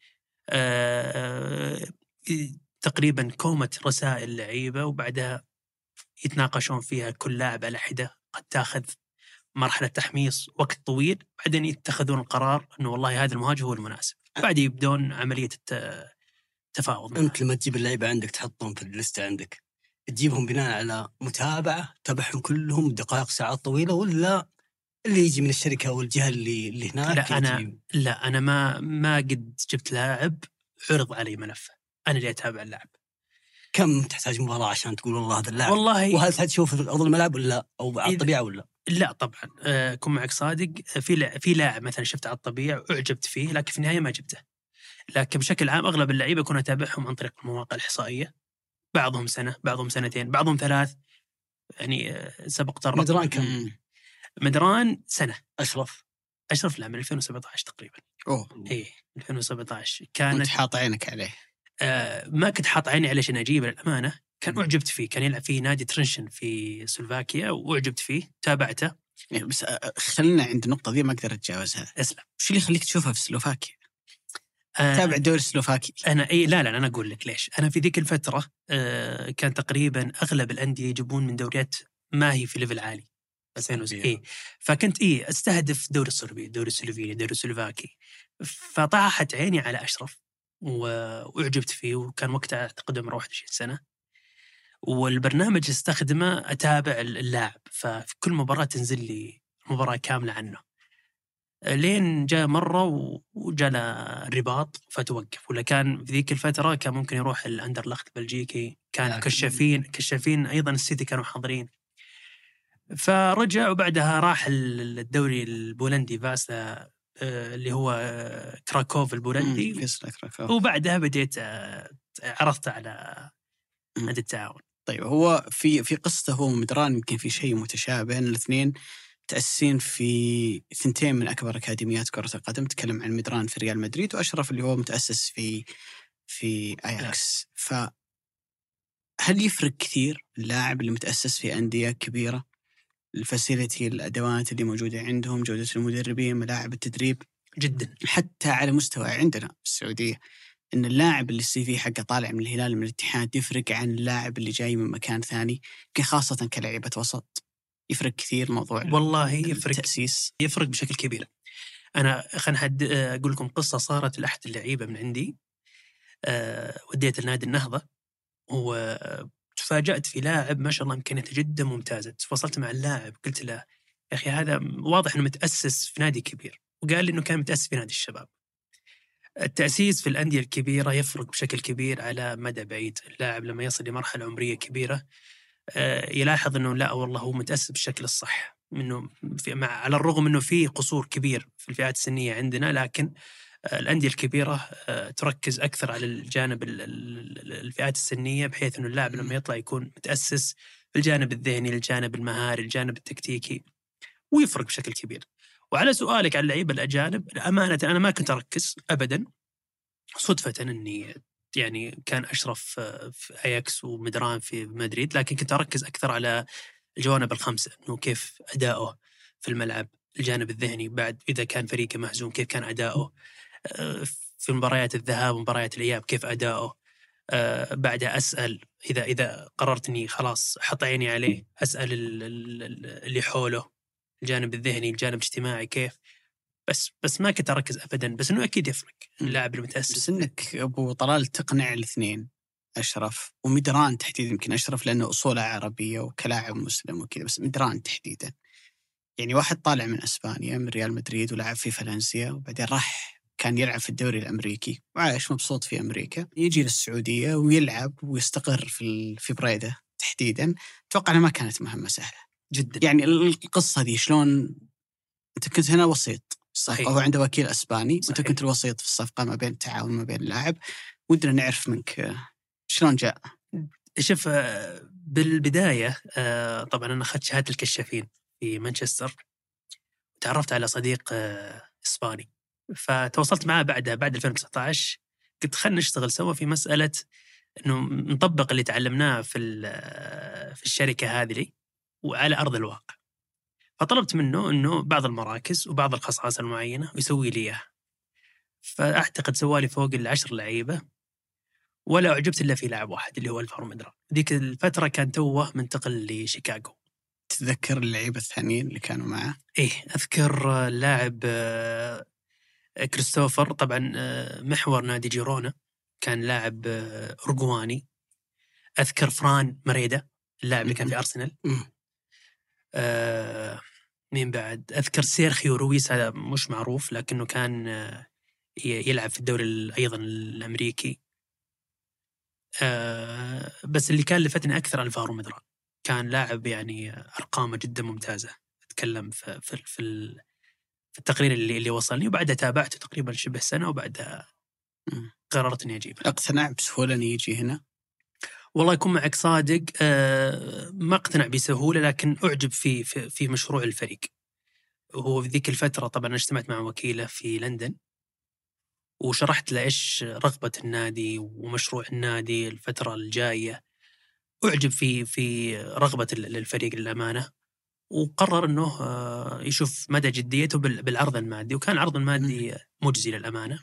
آه تقريبا كومة رسائل لعيبة، وبعدها يتناقشون فيها كل لاعب على حدة، قد تأخذ مرحلة تحميص وقت طويل، بعدين يتخذون القرار أنه والله هذا المهاجم هو المناسب، بعد يبدون عملية التفاوض. أنت لما تجيب اللعيبة عندك تحطهم في الليستة عندك، تجيبهم بناء على متابعة تبعهم كلهم دقائق ساعات طويلة، ولا اللي يجي من الشركة والجهة اللي اللي هناك؟ لا أنا لا أنا ما ما قد جبت لاعب عرض علي ملفه، أنا اللي أتابع اللاعب. كم تحتاج مباراة عشان تقول والله هذا اللاعب؟ والله وهل تشوف في أرض الملعب ولا أو على الطبيعة ولا؟ لا طبعا أكون معك صادق، في في لاعب مثلا شفته على الطبيعة وأعجبت فيه، لكن في النهاية ما جبته. لكن بشكل عام أغلب اللعيبة أكون أتابعهم عن طريق المواقع الإحصائية، بعضهم سنة بعضهم سنتين بعضهم ثلاث، يعني سبق طرق. مدران كم؟ مدران سنة. أشرف أشرف لا من ألفين وسبعة عشر تقريبا. أوه إيه ألفين وسبعة عشر كانت. كنت حاط عينك عليه؟ آه ما كنت حاط عيني عليه عشان أجيبه للأمانة، كان أعجبت فيه، كان يلعب في نادي ترنشن في سلوفاكيا وأعجبت فيه، تابعته. يعني بس خلينا عند النقطة دي ما أقدر أتجاوزها. أسلم. وش اللي يخليك تشوفها في سلوفاكيا؟ آه تابع الدوري السلوفاكي. أنا إيه لا لا أنا أقول لك ليش. أنا في ذيك الفترة آه كان تقريبا أغلب الأندية يجيبون من دوريات ما هي في ليفل عالي. إيه فكنت إيه أستهدف دوري الصربي، دوري السلوفيني، دوري السلوفاكي، فطاحت عيني على أشرف وأعجبت فيه، وكان وقتها أعتقد عمره واحد وعشرين سنة، والبرنامج اللي استخدمه أتابع اللاعب، ففي كل مباراة تنزل لي مباراة كاملة عنه، لين جاء مرة وجاء له رباط فتوقف. ولا كان في ذيك الفترة كان ممكن يروح الأندرلخت بلجيكي، كان كشافين كشافين أيضا السيتي كانوا حاضرين، فرجع وبعدها راح الدوري البولندي فاسا اللي هو كراكوف البولندي، وبعدها بديت عرضت على نادي التعاون. طيب هو في في قصته هو مدران يمكن في شيء متشابه، الاثنين متأسسين في ثنتين من أكبر أكاديميات كرة القدم، تكلم عن مدران في ريال مدريد وأشرف اللي هو متأسس في في أياكس. فهل يفرق كثير اللاعب اللي متأسس في أندية كبيرة، الفاسيلتي، الأدوات اللي موجودة عندهم، جودة المدربين، ملاعب التدريب؟ جدا. حتى على مستوى عندنا في السعودية إن اللاعب اللي السي في حقه طالع من الهلال من الاتحاد يفرق عن اللاعب اللي جاي من مكان ثاني، خاصة كلاعبة وسط. يفرق كثير موضوع والله يفرق التأسيس، يفرق بشكل كبير. أنا خلنا حد أقول لكم قصة صارت لأحد اللعيبة من عندي. أه وديت النادي النهضة وتفاجأت في لاعب ما شاء الله إمكانياته جدا ممتازة. تواصلت مع اللاعب قلت له يا أخي هذا واضح أنه متأسس في نادي كبير، وقال لي أنه كان متأسس في نادي الشباب. التأسيس في الأندية الكبيرة يفرق بشكل كبير على مدى بعيد. اللاعب لما يصل لمرحلة عمرية كبيرة يلاحظ أنه لا والله هو متأسس بالشكل الصح، منه في مع على الرغم أنه في قصور كبير في الفئات السنية عندنا، لكن الأندية الكبيرة تركز أكثر على الجانب الفئات السنية، بحيث أنه اللاعب لما يطلع يكون متأسس في الجانب الذهني، الجانب المهاري، الجانب التكتيكي، ويفرق بشكل كبير. وعلى سؤالك عن اللعيبة الأجانب، أمانة أنا ما كنت أركز أبدا، صدفة أني يعني كان أشرف في أياكس ومدران في مدريد، لكن كنت أركز أكثر على الجوانب الخمسة، أنه كيف أداؤه في الملعب، الجانب الذهني بعد إذا كان فريقه مهزوم كيف كان أداؤه في مباريات الذهاب ومباريات الإياب، كيف أداؤه. بعدها أسأل إذا إذا قررت إني خلاص حط عيني عليه، أسأل اللي حوله، الجانب الذهني، الجانب الاجتماعي كيف. بس بس ما كنت أركز أبدا، بس إنه أكيد يفرق اللاعب المتأسس. بس إنك أبو طلال تقنع الاثنين، أشرف ومدران تحديدا، يمكن أشرف لأنه أصوله عربية وكلاعب مسلم وكذا، بس مدران تحديدا يعني واحد طالع من أسبانيا من ريال مدريد ولعب في فالنسيا، وبعدين راح كان يلعب في الدوري الأمريكي وعايش مبسوط في أمريكا، يجي للسعودية ويلعب ويستقر في في بريدة تحديدا. أتوقع أنها ما كانت مهمة سهلة جدا. يعني القصة دي شلون أنت كنت هنا وسيط صحيح، هو عنده وكيل أسباني صحيح. وأنت كنت الوسيط في الصفقة ما بين التعاون ما بين اللاعب، ودنا نعرف منك شلون جاء. شوف بالبداية طبعا أنا أخذت شهادة الكشافين في مانشستر، تعرفت على صديق إسباني فتواصلت معه بعدها بعد ألفين وتسعة عشر، قلت خلنا نشتغل سوا في مسألة إنه نطبق اللي تعلمناه في في الشركة هذه وعلى أرض الواقع. فطلبت منه إنه بعض المراكز وبعض الخصائص المعينة يسوي لي إياها، فأعتقد سوالي فوق العشر لعيبة ولا أعجبت إلا في لاعب واحد اللي هو الفارو مدران. ذيك الفترة كان توه منتقل لشيكاغو. تتذكر اللعيبة الثانيين اللي كانوا معه؟ إيه أذكر لاعب كريستوفر، طبعا محور نادي جيرونا، كان لاعب أرجواني. أذكر فران مريدا اللاعب اللي كان في أرسنال. آه مين بعد؟ أذكر سيرخيو رويس، هذا مش معروف لكنه كان يلعب في الدوري أيضا الأمريكي. آه بس اللي كان لفتني أكثر الفارو مدران، كان لاعب يعني أرقامه جدا ممتازة. أتكلم في في في, في التقرير اللي اللي وصلني، وبعدها تابعته تقريبا شبه سنة، وبعدها قررت إني أجيبه. اقتنع بسهولة إني يجي هنا؟ والله يكون معك صادق آه ما اقتنع بسهولة، لكن أعجب في في, في مشروع الفريق. وهو في ذيك الفترة طبعا اجتمعت مع وكيله في لندن وشرحت له إيش رغبة النادي ومشروع النادي الفترة الجاية. أعجب في في رغبة الفريق للأمانة، وقرر أنه يشوف مدى جديته بالعرض المادي، وكان العرض المادي مجزي للأمانة.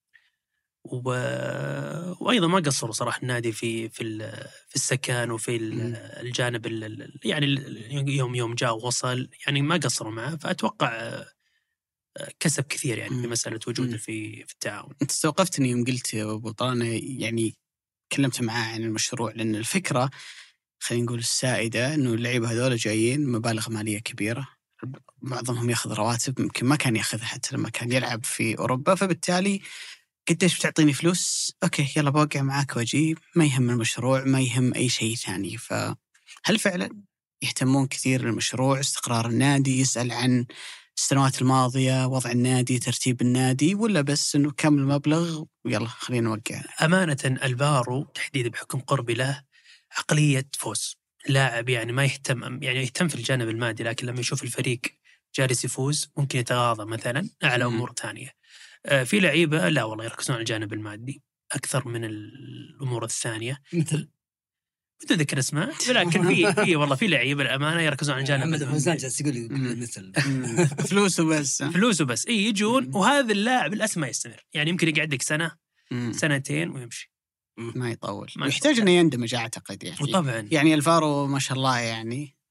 وأيضا ما قصروا صراحة النادي في في في السكن وفي الجانب يعني يوم يوم جاء ووصل، يعني ما قصروا معه. فأتوقع كسب كثير يعني في مسألة وجوده في في التعاون. أنت استوقفتني يوم قلت يا أبو طلال يعني كلمت معاه عن المشروع، لأن الفكرة خلينا نقول السائدة إنه اللعيبة هذول جايين مبالغ مالية كبيرة، معظمهم يأخذ رواتب يمكن ما كان يأخذها حتى لما كان يلعب في أوروبا، فبالتالي قديش بتعطيني فلوس؟ أوكي يلا بوقع معاك وأجيب، ما يهم المشروع ما يهم أي شيء ثاني. فهل فعلا يهتمون كثير للمشروع، استقرار النادي، يسأل عن السنوات الماضية، وضع النادي، ترتيب النادي، ولا بس إنه كم المبلغ ويلا خلينا نوقع؟ أمانة الفارو تحديدا بحكم قربي له عقلية فوز. لاعب يعني ما يهتم يعني يهتم في الجانب المادي، لكن لما يشوف الفريق جالس يفوز ممكن يتغاضى مثلا على أمور ثانية. آه في لعيبة لا والله يركزون على الجانب المادي أكثر من الأمور الثانية، مثل بدون ذكر اسماء، ولكن في في والله في لعيبة الأمانة يركزون على الجانب محمد حسان جالس يقول مثل فلوسه بس فلوسه بس إيه يجون. وهذا اللاعب الأسمى ما يستمر، يعني يمكن يقعد لك سنة سنتين ويمشي، ما يطول، يحتاج انه يندمج اعتقد يعني. وطبعا يعني الفارو ما شاء الله يعني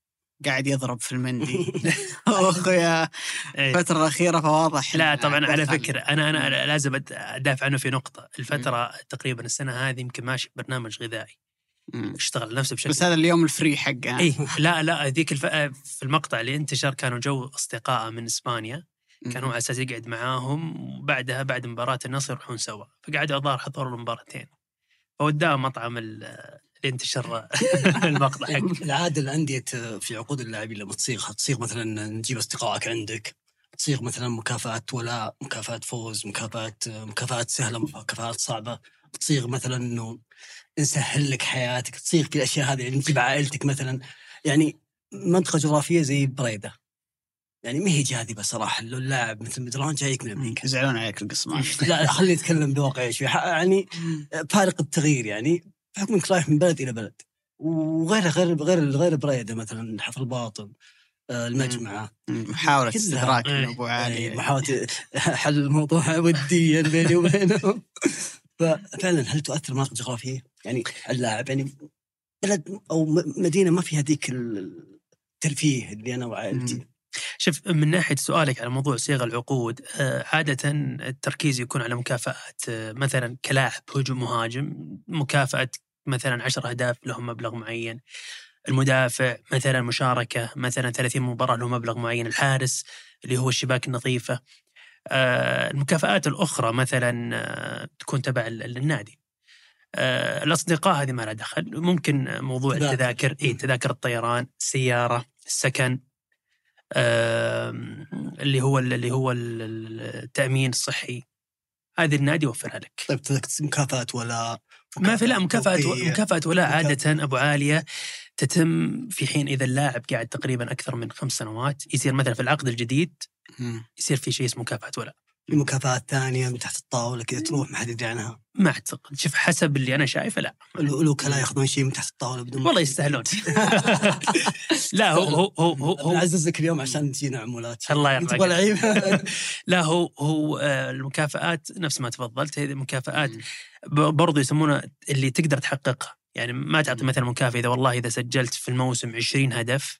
قاعد يضرب في المندي أخويا الفترة الأخيرة فواضح. لا طبعا على فكرة أنا أنا لازم أدافع عنه في نقطة. الفترة تقريبا السنة هذه يمكن ماشي برنامج غذائي اشتغل نفسه بشكل، بس هذا اليوم الفري حقه. إيه لا لا ذيك الف... في المقطع اللي انتشر كانوا جو أصدقاء من إسبانيا، كانوا على أساس يقعد معاهم، وبعدها بعد مباراة النصر يروحون سوا، فقعدوا أظهر حضروا المباراتين، فوداه مطعم اللي انتشر المقطع حق. العادة الأندية في عقود اللاعبين لما تصيغ تصيغ مثلا نجيب أصدقائك عندك، تصيغ مثلا مكافآت ولا مكافآت فوز، مكافآت مكافآت سهلة مكافآت صعبة، تصيغ مثلا إنه نسهل لك حياتك، تصيغ في الأشياء هذه يعني نجيب عائلتك مثلا. يعني منطقة جغرافية زي بريدة يعني ما هي جاذبة صراحة، لو اللاعب مثل مدران جايك من أمريكا يزعلون عليك القسمان. لا خلي يتكلم بواقع شوي، يعني فارق التغيير يعني بحكم انك رايح من بلد الى بلد، وغير غير غير غير بريدة مثلا حفر الباطن، المجمعة، محاولة استدراك من ابو علي، محاولة حل الموضوع وديا بيني وبينهم. ففعلا هل تؤثر المناطق الجغرافية يعني اللاعب؟ يعني بلد او مدينة ما فيها ذيك الترفيه اللي انا وعائلتي. شوف من ناحية سؤالك على موضوع صيغ العقود، عادة التركيز يكون على مكافآت، مثلا كلاعب هجوم مهاجم مكافأة مثلا عشر أهداف لهم مبلغ معين، المدافع مثلا مشاركة مثلا ثلاثين مباراة لهم مبلغ معين، الحارس اللي هو الشباك النظيفة. المكافآت الأخرى مثلا تكون تبع النادي. الأصدقاء هذه ما لها دخل، ممكن موضوع التذاكر، إيه تذاكر الطيران، السيارة، السكن، اللي هو اللي هو التأمين الصحي، هذه النادي يوفرها لك. طيب مكافآت ولا ما في لا مكافآت مكافآت ولا عادة أبو عالية تتم في حين إذا اللاعب قاعد تقريبا أكثر من خمس سنوات، يصير مثلا في العقد الجديد يصير في شيء اسمه مكافأة ولا مكافآت ثانية من تحت الطاولة كذا تروح ما حد يدري عنها. ما أعتقد، شوف حسب اللي أنا شايفه لا الوكلاء ياخذون شيء من تحت الطاولة بدون والله يستاهلون. لا هو هو هو هو, هو نعززك اليوم عشان تجينا عمولات. الله يرضى تبغى لعيب. لا هو هو المكافآت نفس ما تفضلت، هذه مكافآت برضو يسمونها اللي تقدر تحققها. يعني ما تعطي مثلا مكافأة إذا والله إذا سجلت في الموسم عشرين هدف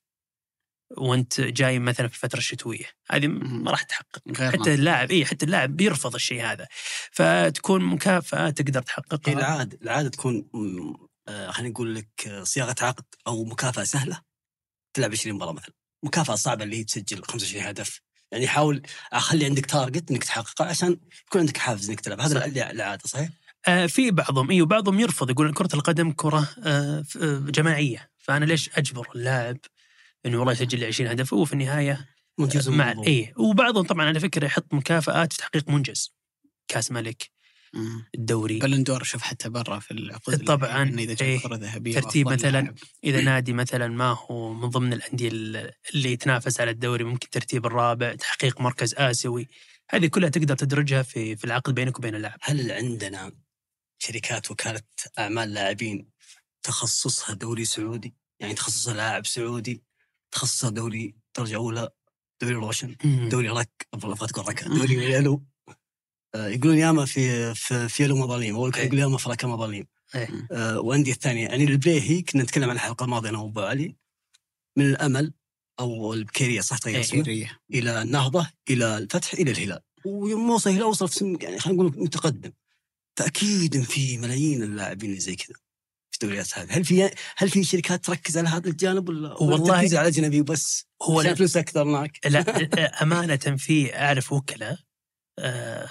وانت جاي مثلا في الفترة الشتوية، هذه ما راح تحقق. حتى اللاعب إيه حتى اللاعب بيرفض الشيء هذا، فتكون مكافأة تقدر تحققها. العادة العادة تكون آه خلينا نقول لك صياغة عقد أو مكافأة سهلة، تلعب عشرين مباراة مثلا، مكافأة صعبة اللي هي تسجل خمسة وعشرين هدف. يعني حاول أخلي عندك تارجت إنك تحققه عشان يكون عندك حافز إنك تلعب. هذا العادة صحيح. آه في بعضهم إيه وبعضهم يرفض، يقول كرة القدم كرة آه جماعية، فأنا ليش أجبر اللاعب إنه والله يسجل لي عشرين هدف وفي النهاية منجز مع الموضوع. إيه. وبعضهم طبعا على فكرة يحط مكافآت في تحقيق منجز، كاس ملك، الدوري، بلندور. شوف حتى برا في العقود طبعا إذا جاب كرة ذهبية ترتيب مثلا لاعب. إذا نادي مثلا ما هو من ضمن الأندية اللي يتنافس على الدوري ممكن ترتيب الرابع، تحقيق مركز آسيوي، هذه كلها تقدر تدرجها في في العقد بينك وبين اللاعب. هل عندنا شركات وكالة أعمال لاعبين تخصصها دوري سعودي؟ يعني تخصصها لاعب سعودي، تخصصها دوري درجة أولى، دوري روشن، دوري رك، أبغى أقول رك، دوري يالو. آه يقولون ياما في في في يالو مظاليم، أول يقول ياما في ركا مظاليم. آه وأندية الثانية يعني البليهي كنا نتكلم عن الحلقة الماضية أنا وأبو علي، من الأمل أو البكيرية صح تغير اسمه إلى النهضة إلى الفتح إلى الهلال، ويوم وصل الهلال وصل في سن يعني خلينا نقول متقدم. فأكيد في ملايين اللاعبين اللي زي كذا في الدوريات هذه. هل في هل في شركات تركز على هذا الجانب ولا والله تركز على الأجنبي بس؟ هو عشان فلوس أكثر معك. لا أمانة في أعرف وكلاء آه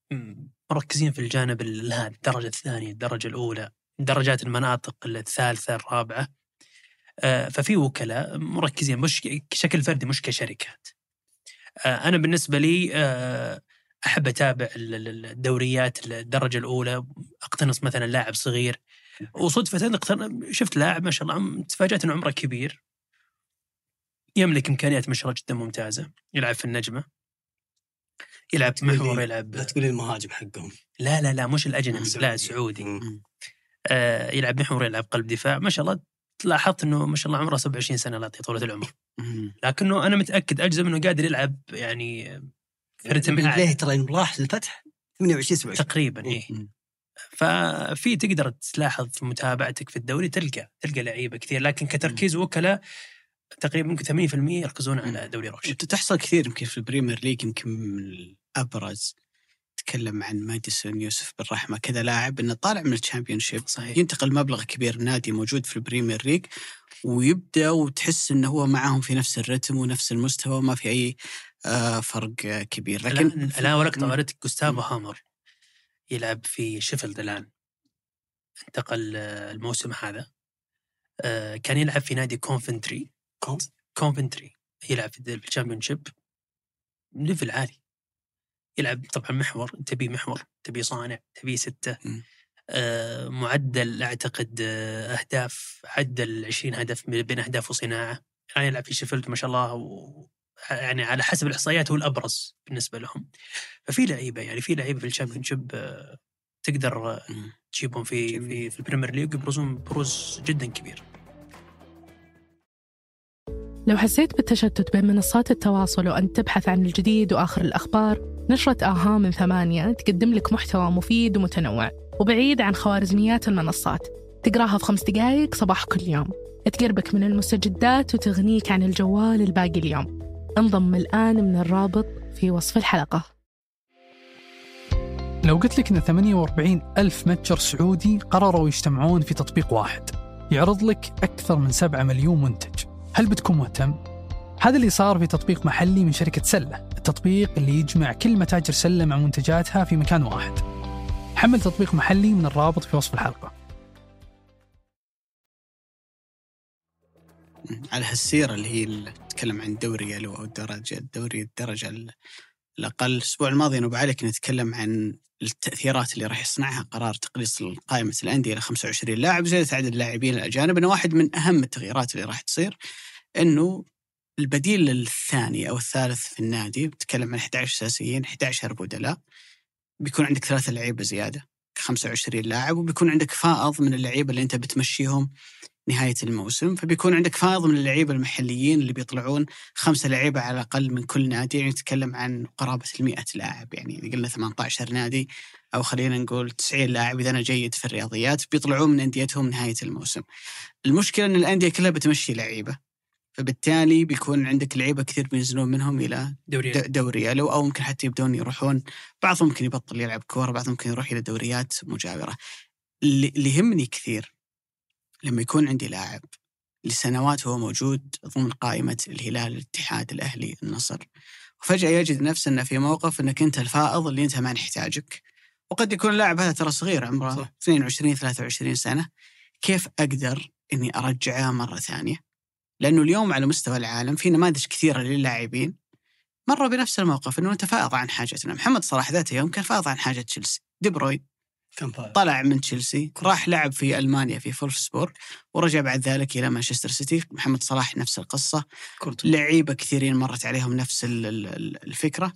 مركزين في الجانب هذا، الدرجة الثانية، الدرجة الأولى، درجات المناطق الثالثة الرابعة. آه ففي وكلاء مركزين مش كشكل فردي مش كشركات. آه أنا بالنسبة لي آه أحب أتابع الدوريات الدرجة الأولى، أقتنص مثلا لاعب صغير، وصدفة شفت لاعب ما شاء الله تفاجأت أنه عمره كبير، يملك إمكانيات مشروع جدا ممتازة، يلعب في النجمة، يلعب محور، يلعب لا تقولي المهاجم حقهم، لا لا لا مش الأجنبي، لا سعودي. آه يلعب محور، يلعب قلب دفاع، ما شاء الله. لاحظت أنه ما شاء الله عمره سبعة وعشرين سنة، لا طولة العمر، لكنه أنا متأكد أجزم أنه قادر يلعب يعني رتم أعلى. ترى راح للفتح ثمانية وعشرين سبعة وعشرين تقريبا. إيه ففي تقدر تلاحظ في متابعتك في الدوري تلقى تلقى لعيبة كثير، لكن كتركيز وكلاء تقريبا ممكن ثمانين بالمئة يركزون على دوري روشن. تحصل كثير يمكن في البريمير ليج، يمكن من الأبرز تكلم عن ماديسون يوسف بالرحمة كذا لاعب إنه طالع من الشامبيونشيب صحيح. ينتقل مبلغ كبير نادي موجود في البريمير ليج ويبدأ وتحس إنه هو معهم في نفس الرتم ونفس المستوى وما في أي آه فرق كبير. لكن الآن الآن ولك طارت جوستافو هامر يلعب في شيفيلد الآن، انتقل الموسم هذا، آه كان يلعب في نادي كونفنتري كونفنتري يلعب في الشامبيونشيب ليفل عالي، يلعب طبعا محور، تبي محور تبي صانع تبي ستة، آه معدل أعتقد آه أهداف عدل عشرين هدف بين أهداف وصناعة، يعني يلعب في شيفيلد ما شاء الله، و يعني على حسب الإحصائيات هو الأبرز بالنسبة لهم. ففي لعيبة يعني في لعيبة في الشامبيونشيب آه تقدر آه تجيبهم في في في البريمير ليج يبرزون بروز جدا كبير. لو حسيت بالتشتت بين منصات التواصل وأنت تبحث عن الجديد وآخر الأخبار، نشرة آها من ثمانية تقدم لك محتوى مفيد ومتنوع وبعيد عن خوارزميات المنصات، تقراها في خمس دقايق صباح كل يوم، تقربك من المستجدات وتغنيك عن الجوال الباقي اليوم. انضم الآن من الرابط في وصف الحلقة. لو قلت لك إن ثمانية وأربعين ألف متجر سعودي قرروا يجتمعون في تطبيق واحد يعرض لك أكثر من سبعة مليون منتج، هل بتكون مهتم؟ هذا اللي صار في تطبيق محلي من شركة سلة، التطبيق اللي يجمع كل متاجر سلة مع منتجاتها في مكان واحد. حمل تطبيق محلي من الرابط في وصف الحلقة. على هالسيرة اللي هي اللي تتكلم عن دوري يلو أو الدرجة الدوري الدرجة الأقل، الأسبوع الماضي أنا وبعلك نتكلم عن التأثيرات اللي راح يصنعها قرار تقليص قائمة الأندية إلى خمسة وعشرين لاعب زيادة عدد اللاعبين الأجانب. إنه واحد من أهم التغييرات اللي راح تصير إنه البديل الثاني أو الثالث في النادي، بتكلم عن أحد عشر أساسيين أحد عشر بدلاء، بيكون عندك ثلاثة لعيبة زيادة خمسة وعشرين لاعب، وبيكون عندك فائض من اللعيبة اللي أنت بتمشيهم نهاية الموسم، فبيكون عندك فائض من اللعيبة المحليين اللي بيطلعون خمسة لعيبة على الأقل من كل نادي، يعني نتكلم عن قرابة المئة لاعب، يعني قلنا ثمانية عشر نادي أو خلينا نقول تسعين لاعب إذا أنا جيد في الرياضيات بيطلعون من أنديتهم نهاية الموسم. المشكلة أن الأندية كلها بتمشي لعيبة، فبالتالي بيكون عندك لعيبة كثير بينزلون منهم إلى دوري يلو، أو ممكن حتى يبدون يروحون، بعضهم ممكن يبطل يلعب كورة، بعضهم ممكن يروح إلى دوريات مجاورة. اللي يهمني كثير لما يكون عندي لاعب لسنوات هو موجود ضمن قائمة الهلال، الاتحاد، الأهلي، النصر، وفجأة يجد نفسه أنه في موقف أنك أنت الفائض اللي أنت ما نحتاجك، وقد يكون اللاعب هذا ترى صغير عمره صح. اثنين وعشرين ثلاثة وعشرين سنة، كيف أقدر أني أرجعه مرة ثانية؟ لأنه اليوم على مستوى العالم في نماذج كثيرة للاعبين مرة بنفس الموقف، أنه أنت فائض عن حاجتنا. محمد صلاح ذات يوم كان فائض عن حاجة تشيلسي، دي بروين طلع من تشيلسي راح لعب في ألمانيا في فولفسبورغ ورجع بعد ذلك إلى مانشستر سيتي. محمد صلاح نفس القصة، لعيبة كثيرين مرت عليهم نفس الفكرة.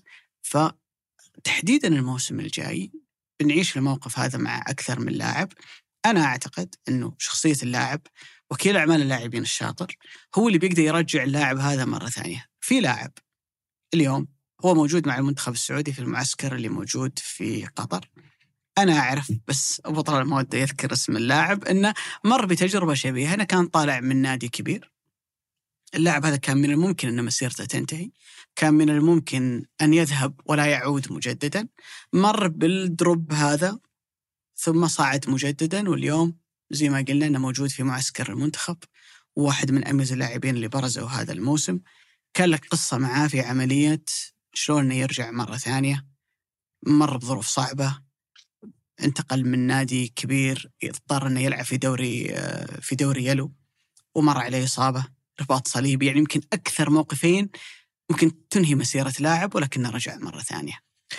فتحديدا الموسم الجاي بنعيش الموقف هذا مع أكثر من لاعب. أنا أعتقد أنه شخصية اللاعب وكيل أعمال اللاعبين الشاطر هو اللي بيقدر يرجع اللاعب هذا مرة ثانية. في لاعب اليوم هو موجود مع المنتخب السعودي في المعسكر اللي موجود في قطر، أنا أعرف بس أبو طلال المودة يذكر اسم اللاعب، أنه مر بتجربة شبيهة. أنا كان طالع من نادي كبير، اللاعب هذا كان من الممكن أن مسيرته تنتهي، كان من الممكن أن يذهب ولا يعود مجددا، مر بالدروب هذا ثم صعد مجددا، واليوم زي ما قلنا أنه موجود في معسكر المنتخب، وواحد من أميز اللاعبين اللي برزوا هذا الموسم. كان لك قصة معاه في عملية شلون يرجع مرة ثانية، مر بظروف صعبة، انتقل من نادي كبير اضطر انه يلعب في دوري في دوري يلو، ومر عليه إصابة رباط صليبي، يعني يمكن أكثر موقفين ممكن تنهي مسيرة لاعب، ولكنه رجع مرة ثانية.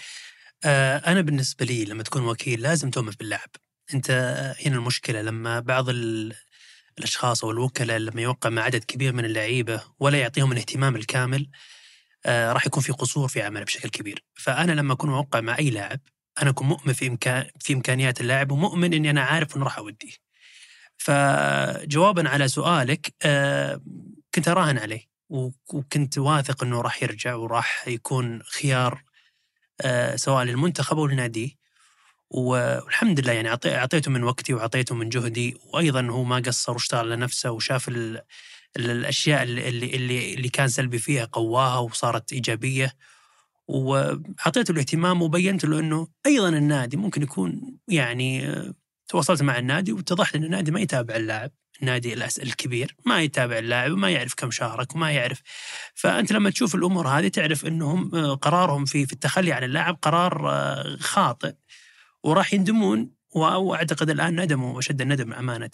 أنا بالنسبة لي لما تكون وكيل لازم تؤمن باللاعب. أنت هنا المشكلة لما بعض الأشخاص أو الوكلاء لما يوقع مع عدد كبير من اللعيبة ولا يعطيهم الاهتمام الكامل، راح يكون في قصور في عمله بشكل كبير. فأنا لما أكون موقع مع أي لاعب أنا أكون مؤمن في إمكان في إمكانيات اللاعب، ومؤمن إني أنا عارف إنه راح أوديه. فجوابا على سؤالك، آه كنت أراهن عليه، وكنت واثق إنه راح يرجع وراح يكون خيار آه سواء للمنتخب أو للنادي. والحمد لله يعني أعطيته من وقتي وأعطيته من جهدي، وأيضا هو ما قصر واشتغل على نفسه وشاف الأشياء اللي اللي اللي كان سلبي فيها قواها وصارت إيجابية، وأعطيته الاهتمام وبينت له إنه أيضا النادي ممكن يكون يعني تواصلت مع النادي واتضح أن النادي ما يتابع اللاعب، النادي الكبير ما يتابع اللاعب وما يعرف كم شارك وما يعرف. فأنت لما تشوف الأمور هذه تعرف أنهم قرارهم في في التخلي عن اللاعب قرار خاطئ وراح يندمون، وأعتقد الآن ندموا وشد الندم أمانة،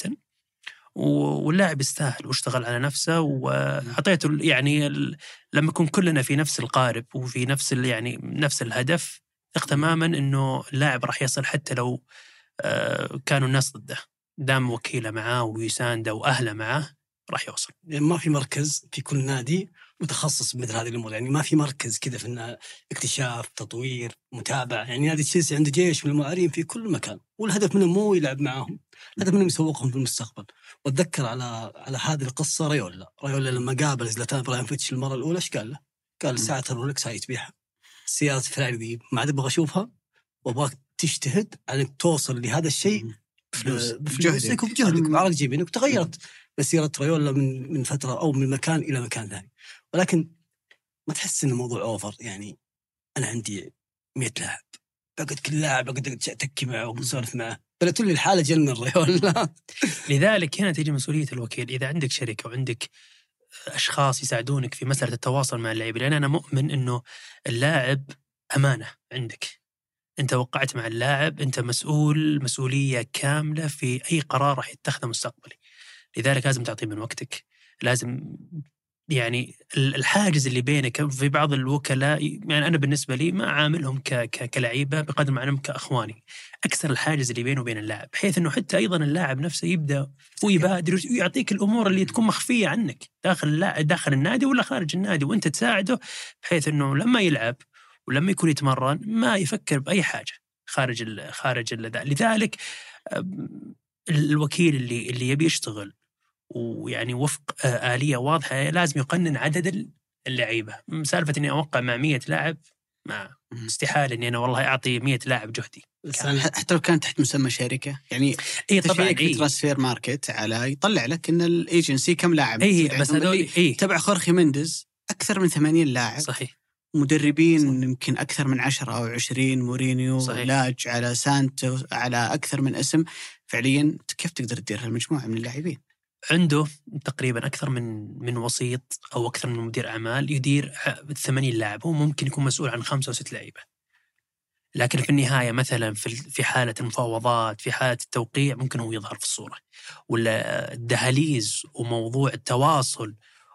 واللاعب يستاهل واشتغل على نفسه وعطيته يعني لما يكون كلنا في نفس القارب وفي نفس يعني نفس الهدف ثق تماما أنه اللاعب راح يصل حتى لو كانوا الناس ضده، دام وكيله معاه ويسانده وأهله معاه راح يوصل. يعني ما في مركز في كل نادي متخصص بمثل هذه الأمور، يعني ما في مركز كذا في اكتشاف تطوير متابعة. يعني نادي تشيلسي عنده جيش من المعارين في كل مكان، والهدف منهم مو يلعب معاهم، الهدف منهم يسوقهم في المستقبل. واتذكر على على هذه القصة ريولا ريولا لما قابل زلاتان إبراهيموفيتش المرة الأولى ايش قال له؟ قال ساعة الرولكس هاي تبيعها، سيارة فيراري دي ما عاد ابغى اشوفها، وابغاك تجتهد على انك توصل لهذا الشيء بجهدك وبجهدك وبعرق جيبينك. وتغيرت مسيرة ريولا من من فترة أو من مكان إلى مكان ثاني. ولكن ما تحس إن الموضوع أوفر؟ يعني أنا عندي مئة لاعب، بقعد كل لاعب بقعد أتكي معه وبنسولف معه، بلتوا لي الحالة جل من ريولا. لذلك هنا تيجي مسؤولية الوكيل. إذا عندك شركة وعندك أشخاص يساعدونك في مسألة التواصل مع اللاعبين، لأن أنا مؤمن إنه اللاعب أمانة عندك، أنت وقعت مع اللاعب، أنت مسؤول مسؤولية كاملة في أي قرار راح يتخذه مستقبلي. لذلك لازم تعطيه من وقتك، لازم يعني الحاجز اللي بينك في بعض الوكلاء، يعني أنا بالنسبة لي ما عاملهم ك ك كلعيبة بقدر ما أعلم كأخواني، أكثر الحاجز اللي بينه وبين اللاعب، بحيث إنه حتى أيضا اللاعب نفسه يبدأ ويبادر ويعطيك الأمور اللي تكون مخفية عنك داخل اللاعب داخل النادي ولا خارج النادي، وأنت تساعده بحيث إنه لما يلعب ولما يكون يتمرن ما يفكر بأي حاجة خارج ال خارج ال لذلك الوكيل اللي اللي يبي يشتغل ويعني وفق آلية واضحة لازم يقنن عدد اللعيبة. مسالفة إني أوقع مع مية لاعب ما استحالة إني أنا والله أعطي مية لاعب جهدي، حتى لو كانت تحت مسمى شركة. يعني إيه طبعا إيه ترانسفير ماركت على يطلع لك إن الإيجنسي كم لاعب. إيه بس هذول إيه تبع خورخي مندز أكثر من ثمانين لاعب صحيح، مدربين يمكن أكثر من عشرة أو عشرين، مورينيو صحيح. لاج على سانتو على أكثر من اسم. فعليا كيف تقدر تدير هالمجموعة من اللاعبين؟ عنده تقريبا أكثر من من وسيط أو أكثر من مدير أعمال يدير ثمانين لاعب، هو ممكن يكون مسؤول عن خمسة أو ست لعيبة. لكن في النهاية مثلا في في حالة المفاوضات، في حالة التوقيع، ممكن هو يظهر في الصورة، ولا الدهاليز وموضوع التواصل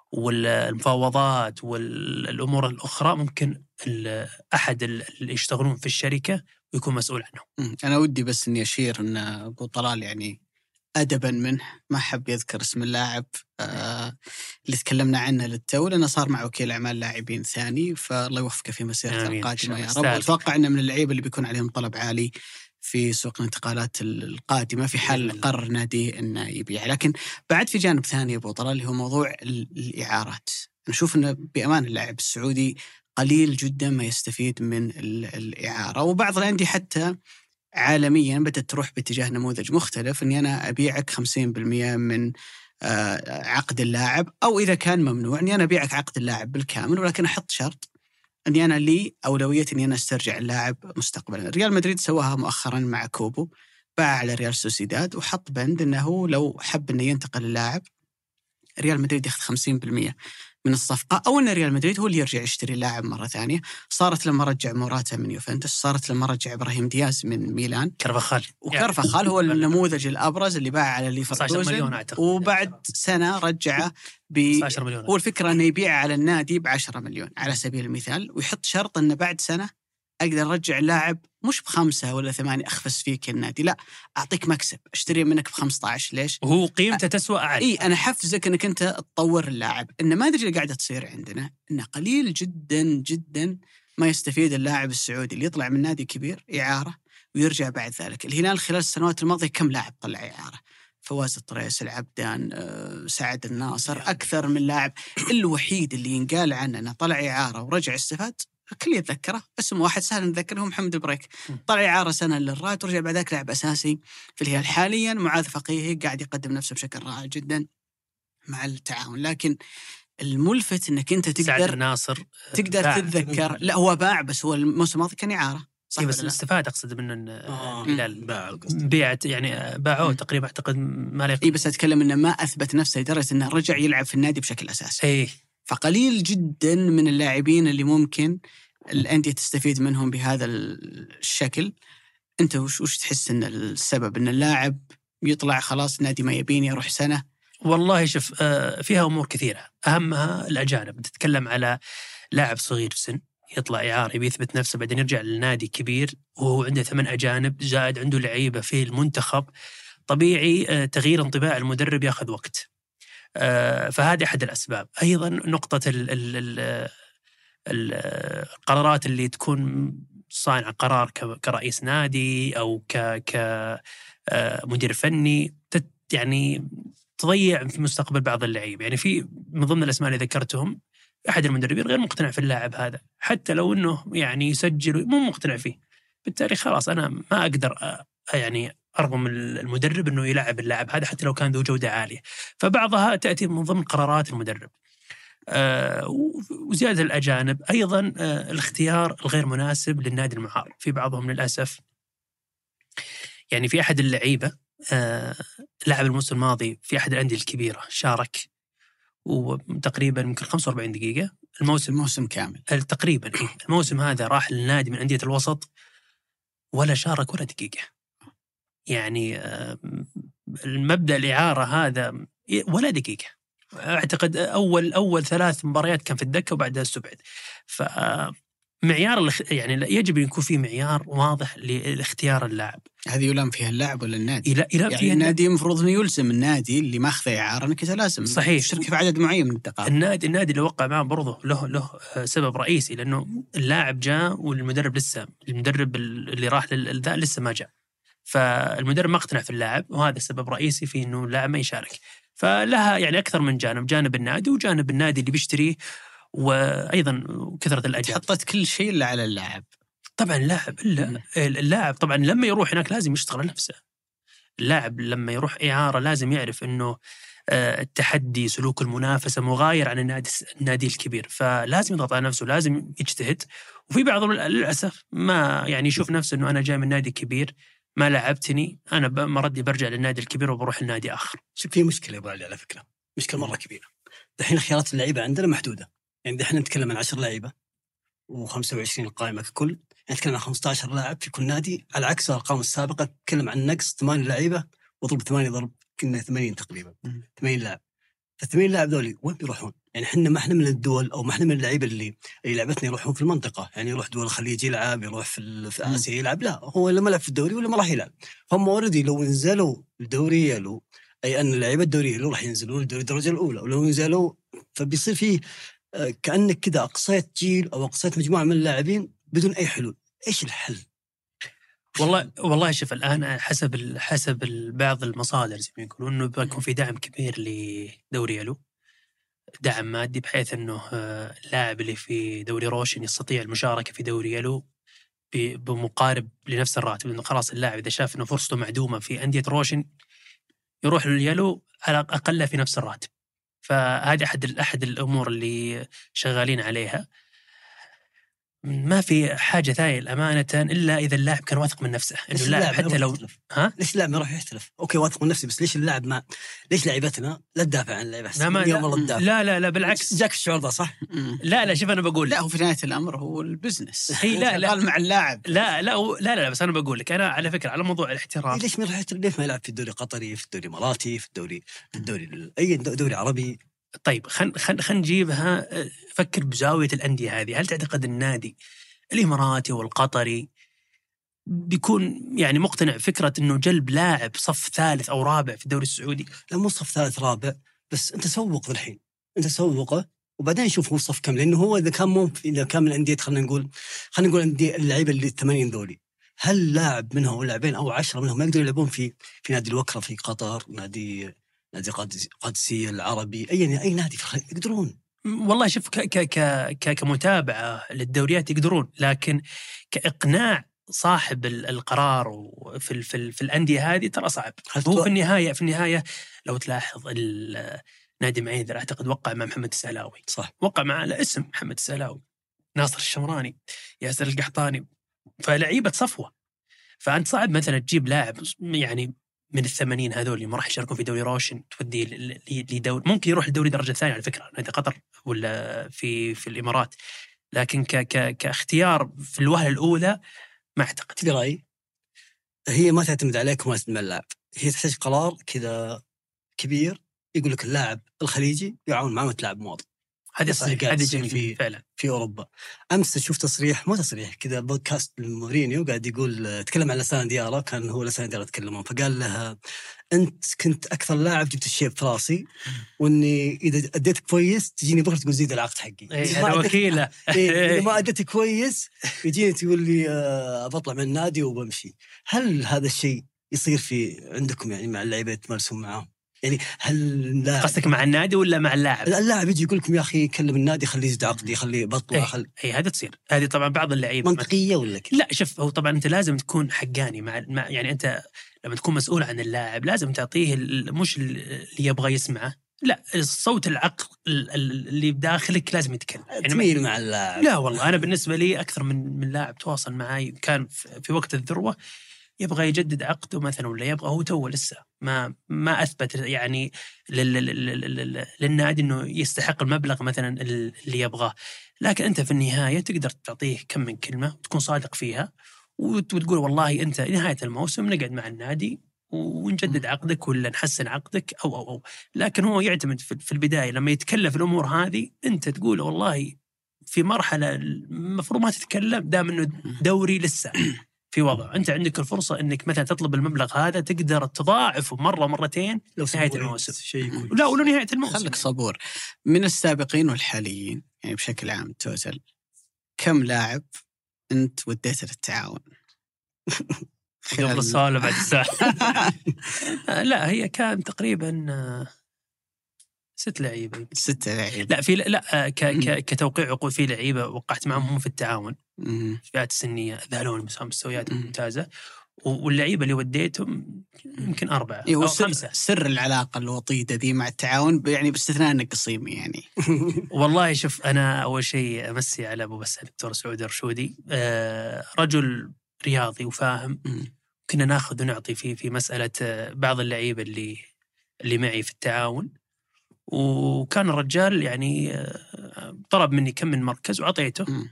والمفاوضات والأمور الأخرى ممكن أحد اللي يشتغلون في الشركة ويكون مسؤول عنه. أنا ودي بس إني أشير أن أبو طلال يعني أدبا منه ما حب يذكر اسم اللاعب آه اللي تكلمنا عنه للتو، لأنه صار مع وكيل أعمال لاعبين ثاني، فالله يوفقه في مسيرته القادمة يا رب. أتوقع أنه من اللعيبة اللي بيكون عليهم طلب عالي في سوق الانتقالات القادمة في حال قرر نادي أنه يبيع. لكن بعد في جانب ثاني أبو طلال اللي هو موضوع الإعارات. نشوف أنه بأمان اللاعب السعودي قليل جدا ما يستفيد من الإعارة، وبعض الأندية حتى عالميا بدأت تروح باتجاه نموذج مختلف، أني أنا أبيعك خمسين بالمئة من عقد اللاعب، أو إذا كان ممنوع أني أنا أبيعك عقد اللاعب بالكامل، ولكن أحط شرط أني أنا لي أولوية أني أنا أسترجع اللاعب مستقبلا. ريال مدريد سواها مؤخرا مع كوبو، باع على ريال سوسيداد وحط بند أنه لو حب أنه ينتقل اللاعب ريال مدريد يأخذ خمسين بالمئة من الصفقة، أو أن ريال مدريد هو اللي يرجع يشتري اللاعب مرة ثانية. صارت لما رجع موراتا من يوفنتوس، صارت لما رجع إبراهيم دياز من ميلان، كارفاخال وكارفاخال هو النموذج الأبرز اللي باع على ليفركوزن، وبعد سنة رجعه ب هو الفكرة أنه يبيع على النادي بعشرة مليون على سبيل المثال، ويحط شرط أنه بعد سنة أقدر أرجع اللاعب مش بخمسة ولا ثمانية أخفس فيك النادي، لا أعطيك مكسب، أشتري منك بخمسة عشر. ليش؟ وهو قيمته تسوى أعلى. إيه أنا حفزك أنك أنت تطور اللاعب. إن ما أدري اللي قاعدة تصير عندنا إنه قليل جدا جدا ما يستفيد اللاعب السعودي اللي يطلع من نادي كبير إعارة ويرجع بعد ذلك. الهلال خلال السنوات الماضية كم لاعب طلع إعارة؟ فواز الطريس، العبدان، أه، سعد الناصر، أكثر من لاعب. الوحيد اللي ينقال عنه أنه طلع إعارة ورجع استفاد كل يتذكره اسم واحد سهل نتذكره، هو محمد البريك، طلع إعارة سنة للرائد ورجع بعد ذاك لاعب أساسي في الهلال. حاليا معاذ فقيهي قاعد يقدم نفسه بشكل رائع جدا مع التعاون، لكن الملفت انك انت تقدر ناصر تقدر باع. تتذكر لا هو باع، بس هو الموسم الماضي كان إعارة صح، بس استفاد اقصد منه ان آه. الهلال باع بيعت يعني باعوه تقريبا اعتقد ما لي اي، بس اتكلم انه ما اثبت نفسه لدرجه انه رجع يلعب في النادي بشكل اساسي. اي، فقليل جدا من اللاعبين اللي ممكن الانديه تستفيد منهم بهذا الشكل. انت وش وش تحس ان السبب ان اللاعب يطلع خلاص نادي ما يبيني اروح سنه؟ والله شوف، فيها امور كثيره، اهمها الاجانب. تتكلم على لاعب صغير في سن يطلع إعارة بيثبت نفسه، بعدين يرجع للنادي كبير وهو عنده ثمان أجانب زائد عنده لعيبة في المنتخب، طبيعي تغيير انطباع المدرب ياخذ وقت. فهذه أحد الأسباب. أيضا نقطة ال ال ال القرارات اللي تكون صانع قرار كرئيس نادي أو كمدير فني يعني تضيع في مستقبل بعض اللعيبة. يعني في من ضمن الأسماء اللي ذكرتهم أحد المدربين غير مقتنع في اللاعب هذا، حتى لو أنه يعني يسجل مو مقتنع فيه، بالتالي خلاص أنا ما أقدر يعني أرغم المدرب أنه يلعب اللاعب هذا حتى لو كان ذو جودة عالية. فبعضها تأتي من ضمن قرارات المدرب. آه وزيادة الأجانب أيضا، آه الاختيار الغير مناسب للنادي المعار. في بعضهم للأسف يعني في أحد اللعيبة آه لعب الموسم الماضي في أحد الأندية الكبيرة، شارك وتقريبا يمكن خمسة وأربعين دقيقة الموسم الموسم كامل تقريبا. الموسم هذا راح للنادي من أندية الوسط ولا شارك ولا دقيقة. يعني المبدأ الإعارة هذا ولا دقيقة. أعتقد أول أول ثلاث مباريات كان في الدكة وبعدها استبعد. فمعيار يعني يجب أن يكون في معيار واضح لاختيار اللاعب. هذه يلام فيها اللاعب ولا النادي؟ يلام يعني فيها النادي المفروض أنه يلزم النادي اللي ما أخذ إعارة أنك لازم صحيح تشترك في عدد معين من الدقائق. النادي النادي اللي وقع معه برضه له له سبب رئيسي، لأنه اللاعب جاء والمدرب لسه المدرب اللي راح للذا لسه ما جاء، فالمدرب ما اقتنع في اللاعب، وهذا السبب رئيسي في إنه اللاعب ما يشارك. فلها يعني أكثر من جانب، جانب النادي وجانب النادي اللي بيشتريه، وأيضا كثرة الأجانب. حطت كل شيء إلا على اللاعب. طبعا اللاعب إلا اللاعب طبعا لما يروح هناك لازم يشتغل على نفسه. اللاعب لما يروح إعارة لازم يعرف إنه التحدي سلوك المنافسة مغاير عن النادي النادي الكبير، فلازم يضغط على نفسه، لازم يجتهد. وفي بعضهم للأسف ما يعني يشوف نفسه إنه أنا جاي من نادي كبير ما لعبتني، أنا مردي برجع للنادي الكبير وبروح النادي آخر. في مشكلة يبغى على فكرة، مشكلة مرة كبيرة. دحين خيارات اللعيبة عندنا محدودة، يعني دحين نتكلم عن عشر لعيبة وخمسة وعشرين القائمة ككل، يعني نتكلم عن خمسة عشر لاعب في كل نادي، على عكس الأرقام السابقة نتكلم عن نقص ثمان لعيبة وضرب ثمانية ضرب كنا ثمانين تقريبا، ثمانين لاعب. فالثمانين لاعب ذولي وين بيروحون؟ يعني إحنا ما إحنا من الدول أو ما إحنا من اللعيبة اللي اللي لعبتنا يروحون في المنطقة، يعني يروح دول الخليج يلعب، يروح في في آسيا يلعب، لا هو لما لعب في الدوري ولا ما راح يلعب. فهم وردي لو نزلوا الدوري يلو، أي أن اللعيبة الدوري لو راح ينزلون الدوري الدرجة الأولى، ولو نزلوا فبيصير فيه كأنك كده أقصيت جيل أو أقصيت مجموعة من اللاعبين بدون أي حلول. إيش الحل؟ والله والله شوف الآن حسب حسب بعض المصادر زي ما يقولون إنه بيكون في دعم كبير لدوري يلو، دعم مادي، بحيث إنه اللاعب اللي في دوري روشن يستطيع المشاركة في دوري يلو بمقارب لنفس الراتب، لأنه خلاص اللاعب إذا شاف إنه فرصته معدومة في أندية روشن يروح لليلو على أقل في نفس الراتب. فهذه أحد أحد الأمور اللي شغالين عليها. ما في حاجة ثانية الأمانة إلا إذا اللاعب كان واثق من نفسه إنه اللاعب حتى لو ها ليش اللاعب ما راح يحترف؟ أوكي واثق من نفسه، بس ليش اللاعب ما ليش لعيبتنا لا تدافع عن اللعيبة؟ لا, لا, لا لا لا بالعكس جاك الشعور ده صح؟ لا لا شوف أنا بقول لا هو في نهاية الأمر هو البزنس هي لا لا مع اللاعب لا لا لا لا بس أنا بقول لك أنا على فكرة على موضوع الاحتراف ليش ما راح يحترف؟ ليش ما يلعب في الدوري القطري، في الدوري الإماراتي، في الدوري في الدوري أي دوري عربي؟ طيب خل خل خل نجيبها. فكر بزاوية الأندية هذه. هل تعتقد النادي الإماراتي والقطري بيكون يعني مقتنع فكرة إنه جلب لاعب صف ثالث أو رابع في الدوري السعودي؟ لا مو صف ثالث رابع، بس أنت سوق الحين، أنت سوقه وبعدين شوف هو صف كم، لأنه هو إذا كان مو إذا كان من الأندية خلينا نقول خلينا نقول أندية اللعيبة اللي الثمانين ذولي، هل لاعب منهم أو لاعبين أو عشرة منهم ما يقدروا يلعبون في في نادي الوكرة في قطر، نادي نادي قادسية العربي، أي أي نادي في يقدرون؟ والله شوف ك ك ك كمتابعة للدوريات يقدرون، لكن كإقناع صاحب القرار وفي ال في, ال في الأندية هذه ترى صعب. هو في النهاية في النهاية لو تلاحظ نادي معيذر أعتقد وقع مع محمد السهلاوي، صح، وقع مع على اسم محمد السهلاوي، ناصر الشمراني، ياسر القحطاني، فلعيبة صفوة. فأنت صعب مثلا تجيب لاعب يعني من الثمانين هذول اللي ما راح يشاركون في دوري روشن توديه لدوري، ممكن يروح لدوري درجة ثانية على فكرة، نادي قطر ولا في في الإمارات، لكن ك ك كاختيار في الوهلة الأولى ما أعتقد. في رأيي هي ما تعتمد عليك وما تعتمد على اللاعب، هي تحتاج قرار كذا كبير يقول لك اللاعب الخليجي يعاون معه لاعب مواطن. هذا صحيح، هذا جميل في فعلا في أوروبا. أمس شوف تصريح مو تصريح كذا بودكاست مورينيو قاعد يقول، تكلم عن لسان ديارة، كان هو لسان ديارة تكلمون، فقال لها أنت كنت أكثر لاعب جبت الشيب في راسي، وإني إذا أديت كويس تجيني بكرة تقول زيد العقد حقي. إيه هذا وكيله. إيه ما أديت كويس يجيني تقول لي أه بطلع من النادي وبمشي. هل هذا الشيء يصير في عندكم يعني مع اللعيبة يتمارسون معهم؟ يعني هل قصدك مع النادي ولا مع اللاعب؟ اللاعب يجي يقول لكم يا أخي كلم النادي خليه يزيد عقدي خليه بطلع أي, خل... أي هذا تصير، هذه طبعا بعض اللعيبة منطقية ولا كده؟ لا شوف، هو طبعا أنت لازم تكون حقاني مع, مع يعني أنت لما تكون مسؤول عن اللاعب لازم تعطيه مش اللي يبغى يسمعه، لا الصوت العقل اللي بداخلك لازم يتكلم. يعني تميل مع اللاعب؟ لا والله أنا بالنسبة لي أكثر من من لاعب تواصل معي كان في وقت الذروة يبغى يجدد عقده مثلا، ولا يبغى هو تو لسه ما ما أثبت يعني للنادي إنه يستحق المبلغ مثلا اللي يبغاه، لكن أنت في النهاية تقدر تعطيه كم من كلمة وتكون صادق فيها وتقول والله أنت نهاية الموسم نقعد مع النادي ونجدد عقدك ولا نحسن عقدك أو أو أو لكن هو يعتمد في البداية لما يتكلف الأمور هذه أنت تقول والله في مرحلة المفروض ما تتكلم دام إنه دوري لسه في وضع، أنت عندك الفرصة أنك مثلا تطلب المبلغ هذا تقدر تضاعفه مرة مرتين لو نهاية الموسم شيء لا ولو نهاية الموسم. خلك صبور. من السابقين والحاليين يعني بشكل عام توتل كم لاعب أنت وديت للتعاون؟ قبل السؤال بعد الساعة. لا هي كان تقريبا ست لعيبة ست لعيبة لا في لا ك ك كتوقيع عقود في لعيبة وقعت معهم هم في التعاون في فئات السنية ذالون مستويات ممتازة، واللعيبة اللي وديتهم يمكن أربعة أو أو سر خمسة. سر العلاقة الوطيدة ذي مع التعاون يعني باستثناء أنك قصيمي يعني. والله شوف أنا أول شيء أمسي على أبو بسام دكتور سعود الرشودي، آه رجل رياضي وفاهم. كنا ناخذ ونعطي في في مسألة بعض اللعيبة اللي اللي معي في التعاون، وكان الرجال يعني طلب مني كم من مركز وعطيته م.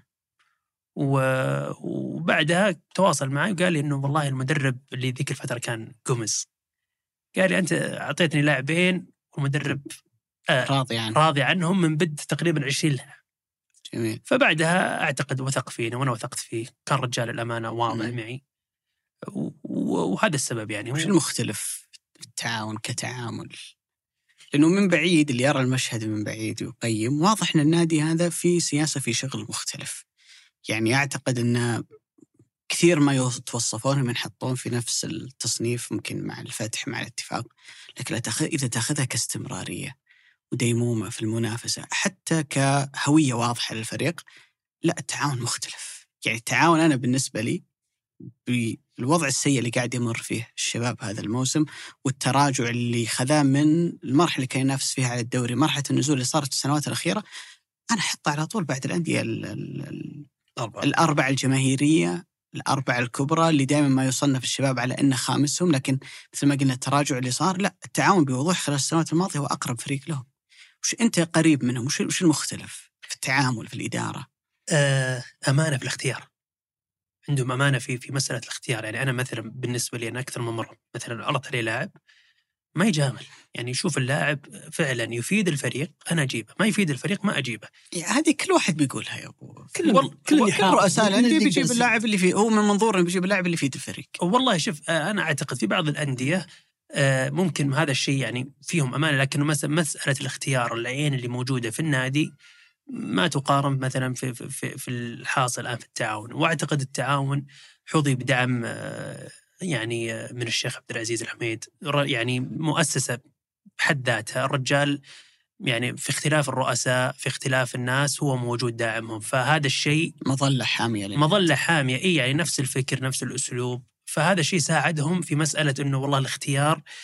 وبعدها تواصل معي وقال لي إنه والله المدرب اللي ذيك الفترة كان قمز، قال لي أنت أعطيتني لاعبين والمدرب آه راضي عنه راضي عنهم من بد تقريبا عشرين لاعب. جميل. فبعدها أعتقد وثق فيني وأنا وثقت فيه، كان رجال الأمانة واضح م. معي، وهذا السبب. يعني وش المختلف في التعاون كتعامل؟ لأنه من بعيد اللي يرى المشهد من بعيد ويقيم واضح أن النادي هذا في سياسة في شغل مختلف. يعني أعتقد أن كثير ما يتوصفون من حطون في نفس التصنيف ممكن مع الفتح مع الاتفاق، لكن إذا تأخذها كاستمرارية وديمومة في المنافسة حتى كهوية واضحة للفريق، لا التعاون مختلف. يعني التعاون أنا بالنسبة لي بالوضع السيء اللي قاعد يمر فيه الشباب هذا الموسم والتراجع اللي خذاه من المرحلة اللي كان ينافس فيها على الدوري، مرحلة النزول اللي صارت في السنوات الأخيرة، أنا حطها على طول بعد الأندية الأربع الجماهيرية الأربع الكبرى اللي دائما ما يصنف الشباب على أنه خامسهم، لكن مثل ما قلنا التراجع اللي صار، لا التعاون بوضوح خلال السنوات الماضية هو أقرب فريق لهم. وش أنت قريب منهم؟ وش وش المختلف في التعامل في الإدارة؟ آه أمانة في الاختيار، عندهم أمانة في في مسألة الاختيار. يعني أنا مثلا بالنسبة لي أنا أكثر من مرة مثلا عرضت عليه لاعب ما يجامل، يعني يشوف اللاعب فعلا يفيد الفريق أنا أجيبه، ما يفيد الفريق ما أجيبه. هذه كل واحد بيقولها يا أبو، كل وال... كل رؤساء الأندية بيجيب اللاعب اللي فيه، هو من منظور إنه بيجيب اللاعب اللي يفيد الفريق. والله شوف أنا أعتقد في بعض الأندية ممكن هذا الشيء يعني فيهم أمانة، لكن مثلا مسألة الاختيار العين اللي موجودة في النادي ما تقارن مثلا في في في الحاصل الآن في التعاون. وأعتقد التعاون حظي بدعم يعني من الشيخ عبد العزيز الحميد، يعني مؤسسة بحد ذاتها. الرجال يعني في اختلاف الرؤساء في اختلاف الناس هو موجود داعمهم، فهذا الشيء مظلة حامية لنا. مظلة حامية إيه، يعني نفس الفكر نفس الأسلوب، فهذا الشيء ساعدهم في مسألة إنه والله الاختيار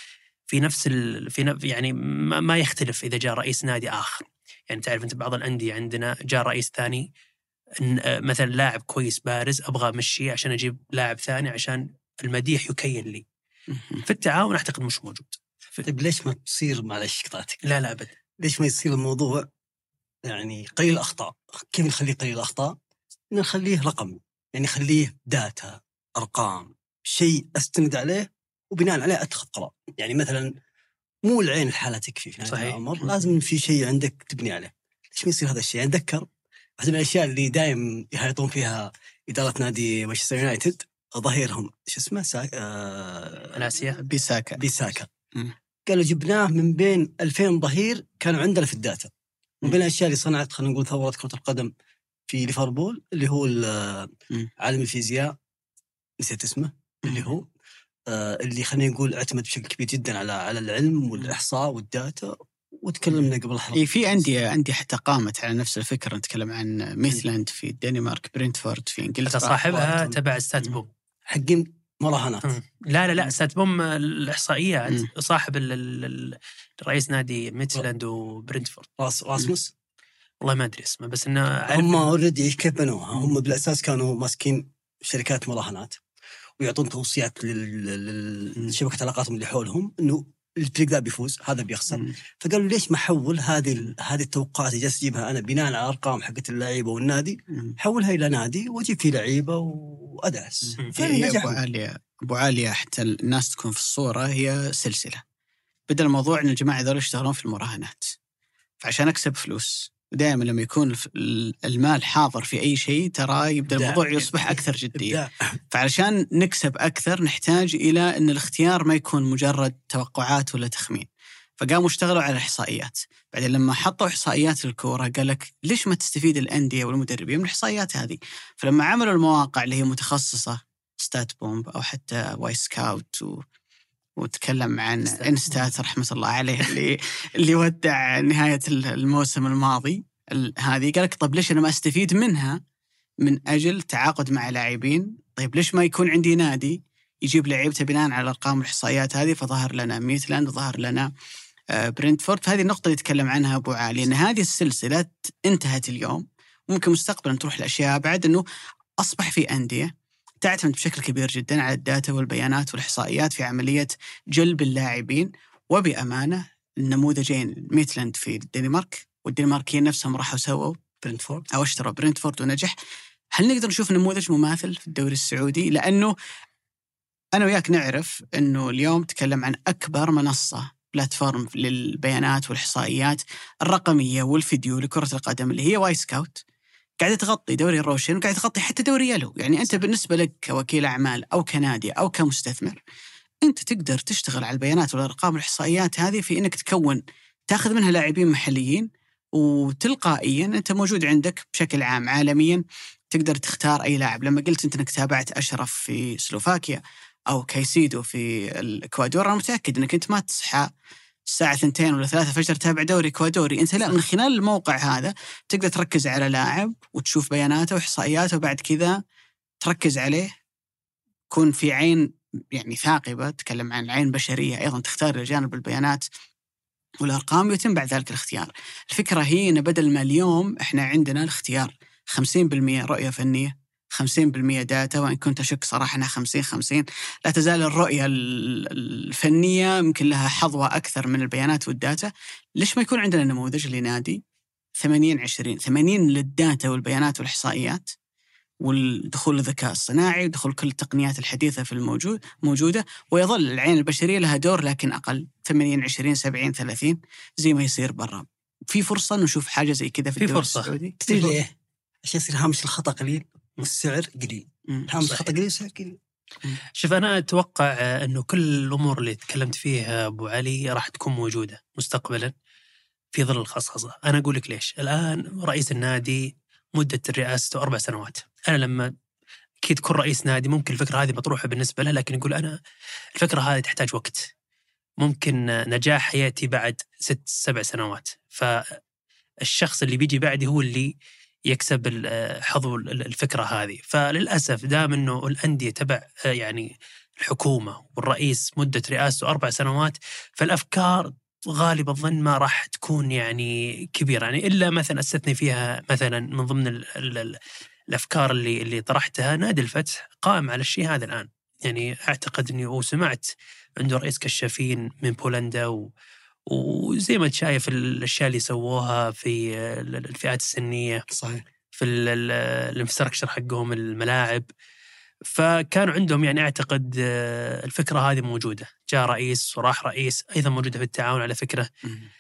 في نفس ال... في نف... يعني ما... ما يختلف إذا جاء رئيس نادي آخر. يعني تعرف أنت بعض الأندية عندنا جاء رئيس ثاني مثلا لاعب كويس بارز أبغى أمشيه عشان أجيب لاعب ثاني عشان المديح يكين لي. في التعاون أعتقد مش موجود. طيب ليش ما تصير معلش قطعتك؟ لا لا أبدا. ليش ما يصير الموضوع يعني قليل الأخطاء؟ كيف نخليه قليل الأخطاء؟ نخليه رقم، يعني خليه داتا، أرقام، شيء أستند عليه وبناء عليه أتخذ قرار. يعني مثلا مو العين الحالة تكفي في هذا الأمر، لازم في شيء عندك تبني عليه. ليش ما يصير هذا الشيء؟ يعني أتذكر واحدة من الأشياء اللي دائم يهايطون فيها إدارة نادي مانشستر يونايتد ظهيرهم شو اسمه سا... آه... الاسيا بيساكا بيساكا قالوا جبناه من بين ألفين ظهير كانوا عندنا في الداتا. من بين الأشياء اللي صنعت خلينا نقول ثورة كرة القدم في ليفربول اللي هو عالم الفيزياء نسيت اسمه اللي هو آه اللي خلينا نقول اعتمد بشكل كبير جدا على على العلم والإحصاء والداتا. وتكلمنا قبل الحلقة إيه في أندية أندية حتى قامت على نفس الفكرة. نتكلم عن ميثلاند في الدنمارك، برينتفورد في إنجلترا، صاحبها تبع ستات بوم حقين مراهنات. لا لا لا ستات بوم الإحصائيات مم. صاحب الرئيس نادي ميثلاند وبرينتفورد راس راسموس والله ما أدري اسمه، بس إنه هم أوريدي كيف بنوها. هم بالأساس كانوا ماسكين شركات مراهنات ويعطون توصيات للشبكة علاقاتهم اللي حولهم إنه الفريق ذا بيفوز هذا بيخسر. مم. فقالوا ليش ما حول هذه هذه التوقعات اللي جالس اجيبها انا بناء على ارقام حقت اللعيبه والنادي، مم. حولها الى نادي واجيب فيه لعيبه وادعس. ابو عاليه ابو عاليه حتى الناس تكون في الصوره هي سلسله. بدل الموضوع ان الجماعه ذول يشتغلون في المراهنات فعشان اكسب فلوس، ودائما لما يكون المال حاضر في أي شيء ترى يبدأ الموضوع يصبح أكثر جدية. فعشان نكسب أكثر نحتاج إلى أن الاختيار ما يكون مجرد توقعات ولا تخمين. فقاموا اشتغلوا على إحصائيات. بعدين لما حطوا إحصائيات الكورة قال لك ليش ما تستفيد الأندية والمدربين من الإحصائيات هذه؟ فلما عملوا المواقع اللي هي متخصصة ستات بومب أو حتى واي سكاوت و... وتكلم عن إنستات رحمة الله عليه اللي اللي ودع نهاية الموسم الماضي هذه، قالك طيب ليش أنا ما أستفيد منها من أجل تعاقد مع لاعبين؟ طيب ليش ما يكون عندي نادي يجيب لعيبته بناء على الأرقام والإحصائيات هذه؟ فظهر لنا ميثلاند وظهر لنا برينتفورد. فهذه النقطة اللي يتكلم عنها أبو عالي، أن هذه السلسلة انتهت اليوم، ممكن مستقبلا تروح لأشياء بعد، أنه أصبح في أندية تعتمد بشكل كبير جدا على الداتا والبيانات والإحصائيات في عملية جلب اللاعبين. وبأمانة النموذجين ميثلاند في الدنمارك والدنماركيين نفسهم راحوا سووا برينتفورد أو اشتروا برينتفورد ونجح. هل نقدر نشوف نموذج مماثل في الدوري السعودي؟ لأنه أنا وياك نعرف أنه اليوم تكلم عن أكبر منصة بلاتفورم للبيانات والإحصائيات الرقمية والفيديو لكرة القدم اللي هي واي سكاوت، قاعدة تغطي دوري الروشن وقاعدة تغطي حتى دوري يلو. يعني أنت بالنسبة لك كوكيل أعمال أو كنادي أو كمستثمر، أنت تقدر تشتغل على البيانات والأرقام والإحصائيات هذه في إنك تكون تأخذ منها لاعبين محليين، وتلقائيا أنت موجود عندك بشكل عام عالميا تقدر تختار أي لاعب. لما قلت أنت أنك تابعت أشرف في سلوفاكيا أو كايسيدو في الإكوادور، أنا متأكد أنك أنت ما تصحى الساعة ثنتين ولا ثلاثة فجر تابع دوري إكوادوري. أنت لا، من خلال الموقع هذا تقدر تركز على لاعب وتشوف بياناته وإحصائياته، وبعد كذا تركز عليه، يكون في عين يعني ثاقبة، تكلم عن العين بشرية أيضا تختار جانب البيانات والأرقام، ويتم بعد ذلك الاختيار. الفكرة هي أن بدل ما اليوم إحنا عندنا الاختيار خمسين بالمئة رؤية فنية خمسين بالمئة داتا، وإن كنت أشك صراحة أنها خمسين خمسين، لا تزال الرؤية الفنية يمكن لها حظوة أكثر من البيانات والداتا. ليش ما يكون عندنا نموذج لنادي ثمانين عشرين ثمانين للداتا والبيانات والإحصائيات والدخول الذكاء الصناعي ودخول كل التقنيات الحديثة في الموجود موجودة، ويظل العين البشرية لها دور لكن أقل، ثمانين عشرين سبعين ثلاثين زي ما يصير برا. في فرصة نشوف حاجة زي كذا في, في الدوري السعودي؟ تدري ليه؟ عشان يصير هامش الخطأ قليل والسعر قليل. هامش الخطأ قليل والسعر قليل. شوف أنا أتوقع أنه كل الأمور اللي تكلمت فيها أبو علي راح تكون موجودة مستقبلا في ظل الخصخصة. أنا أقول لك ليش. الآن رئيس النادي مدة الرئاسة أربع سنوات. أنا لما أكيد كل رئيس نادي ممكن الفكرة هذه مطروحة بالنسبة له، لكن يقول أنا الفكرة هذه تحتاج وقت، ممكن نجاح يأتي بعد ست سبع سنوات. فالشخص اللي بيجي بعدي هو اللي يكسب حظو الفكرة هذه. فللأسف دام أنه الأندية تبع يعني الحكومة والرئيس مدة رئاسته أربع سنوات، فالأفكار غالب الظن ما راح تكون يعني كبيرة، يعني إلا مثلا أستثني فيها مثلا من ضمن ال ال ال الأفكار اللي اللي طرحتها نادي الفتح قائم على الشيء هذا الآن. يعني أعتقد أني وسمعت عنده رئيس كشافين من بولندا و وزي ما تشايف الأشياء اللي سووها في الفئات السنية صحيح في الانفراستراكشر حقهم الملاعب، فكانوا عندهم يعني أعتقد الفكرة هذه موجودة. جاء رئيس وراح رئيس أيضا موجودة في التعاون على فكرة.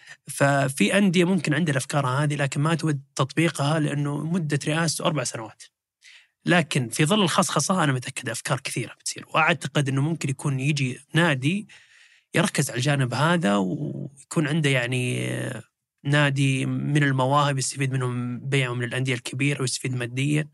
ففي أندية ممكن عندها الأفكار هذه لكن ما تود تطبيقها لأنه مدة رئاسته أربع سنوات. لكن في ظل الخصخصة أنا متأكد أفكار كثيرة بتصير، وأعتقد أنه ممكن يكون يجي نادي يركز على الجانب هذا ويكون عنده يعني نادي من المواهب يستفيد منهم بيعهم للأندية الكبيرة ويستفيد ماديا.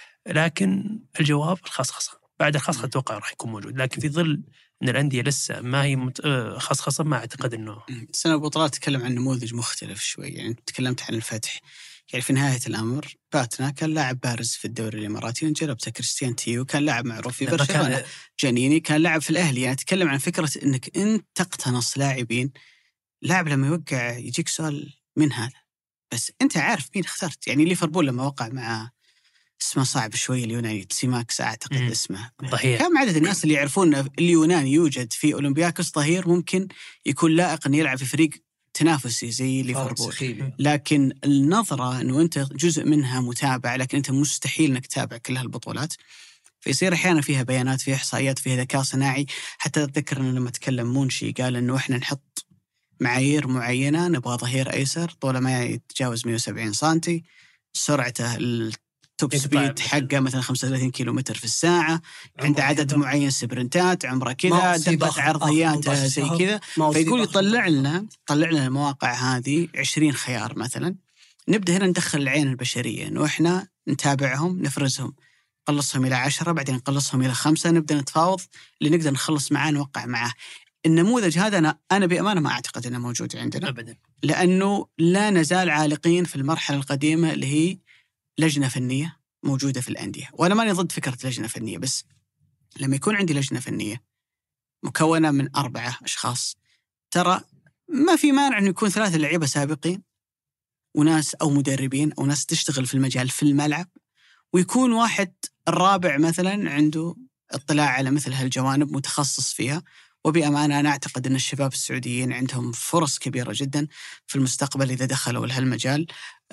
لكن الجواب الخصخصة. بعد الخصخصة أتوقع راح يكون موجود، لكن في ظل أن الأندية لسه ما هي مت... خصخصة ما أعتقد أنه. سنة أبو طلال تكلم عن نموذج مختلف شوي. يعني تكلمت عن الفتح، يعني في نهاية الأمر باتنا كان لاعب بارز في الدوري الإماراتي وانجلبته كريستيان تيو، كان لاعب معروف في برشلونة. كان... جانيني كان لاعب في الأهلي. يعني تكلم عن فكرة أنك أنت تقتنص لاعبين. لاعب لما يوقع يجيك سؤال من هذا، بس أنت عارف مين اخترت. يعني ليفربول لما وقع مع اسمه صعب شوي اليوناني تسيماكس أعتقد مم. اسمه ضحية. كم عدد الناس اللي يعرفون اليوناني يوجد في أولمبياكوس ظهير ممكن يكون لائق أن يلعب في فريق تنافسي زي ليفربول، لكن النظرة أنه أنت جزء منها متابع لكن أنت مستحيل أنك تتابع كل هالبطولات، فيصير أحيانا فيها بيانات فيها إحصائيات فيها ذكاء صناعي. حتى أتذكر أنه لما تكلم مونشي قال أنه إحنا نحط معايير معينة، نبغى ظهير أيسر طوله ما يتجاوز مئة وسبعين سنتي، سرعته التوب سبيد حقه مثلا خمسة وثلاثين كيلومتر في الساعة، عنده عدد معين سبرنتات، عمره كذا، دقة عرضيات زي كذا. فيقول يطلع لنا طلع لنا المواقع هذه عشرين خيار مثلا. نبدأ هنا ندخل العين البشرية إنه إحنا نتابعهم نفرزهم، نقلصهم إلى عشرة بعدين نقلصهم إلى خمسة، نبدأ نتفاوض اللي نقدر نخلص معاه نوقع معاه. النموذج هذا أنا أنا بأمانة ما أعتقد أنه موجود عندنا أبدا، لأنه لا نزال عالقين في المرحلة القديمة اللي هي لجنة فنية موجودة في الأندية. وأنا ماني ضد فكرة لجنة فنية، بس لما يكون عندي لجنة فنية مكونة من أربعة أشخاص، ترى ما في مانع أن يكون ثلاثة لعيبة سابقين وناس أو مدربين أو ناس تشتغل في المجال في الملعب، ويكون واحد الرابع مثلا عنده اطلاع على مثل هالجوانب متخصص فيها. وبأمانة أنا أعتقد أن الشباب السعوديين عندهم فرص كبيرة جدا في المستقبل إذا دخلوا لهالمجال،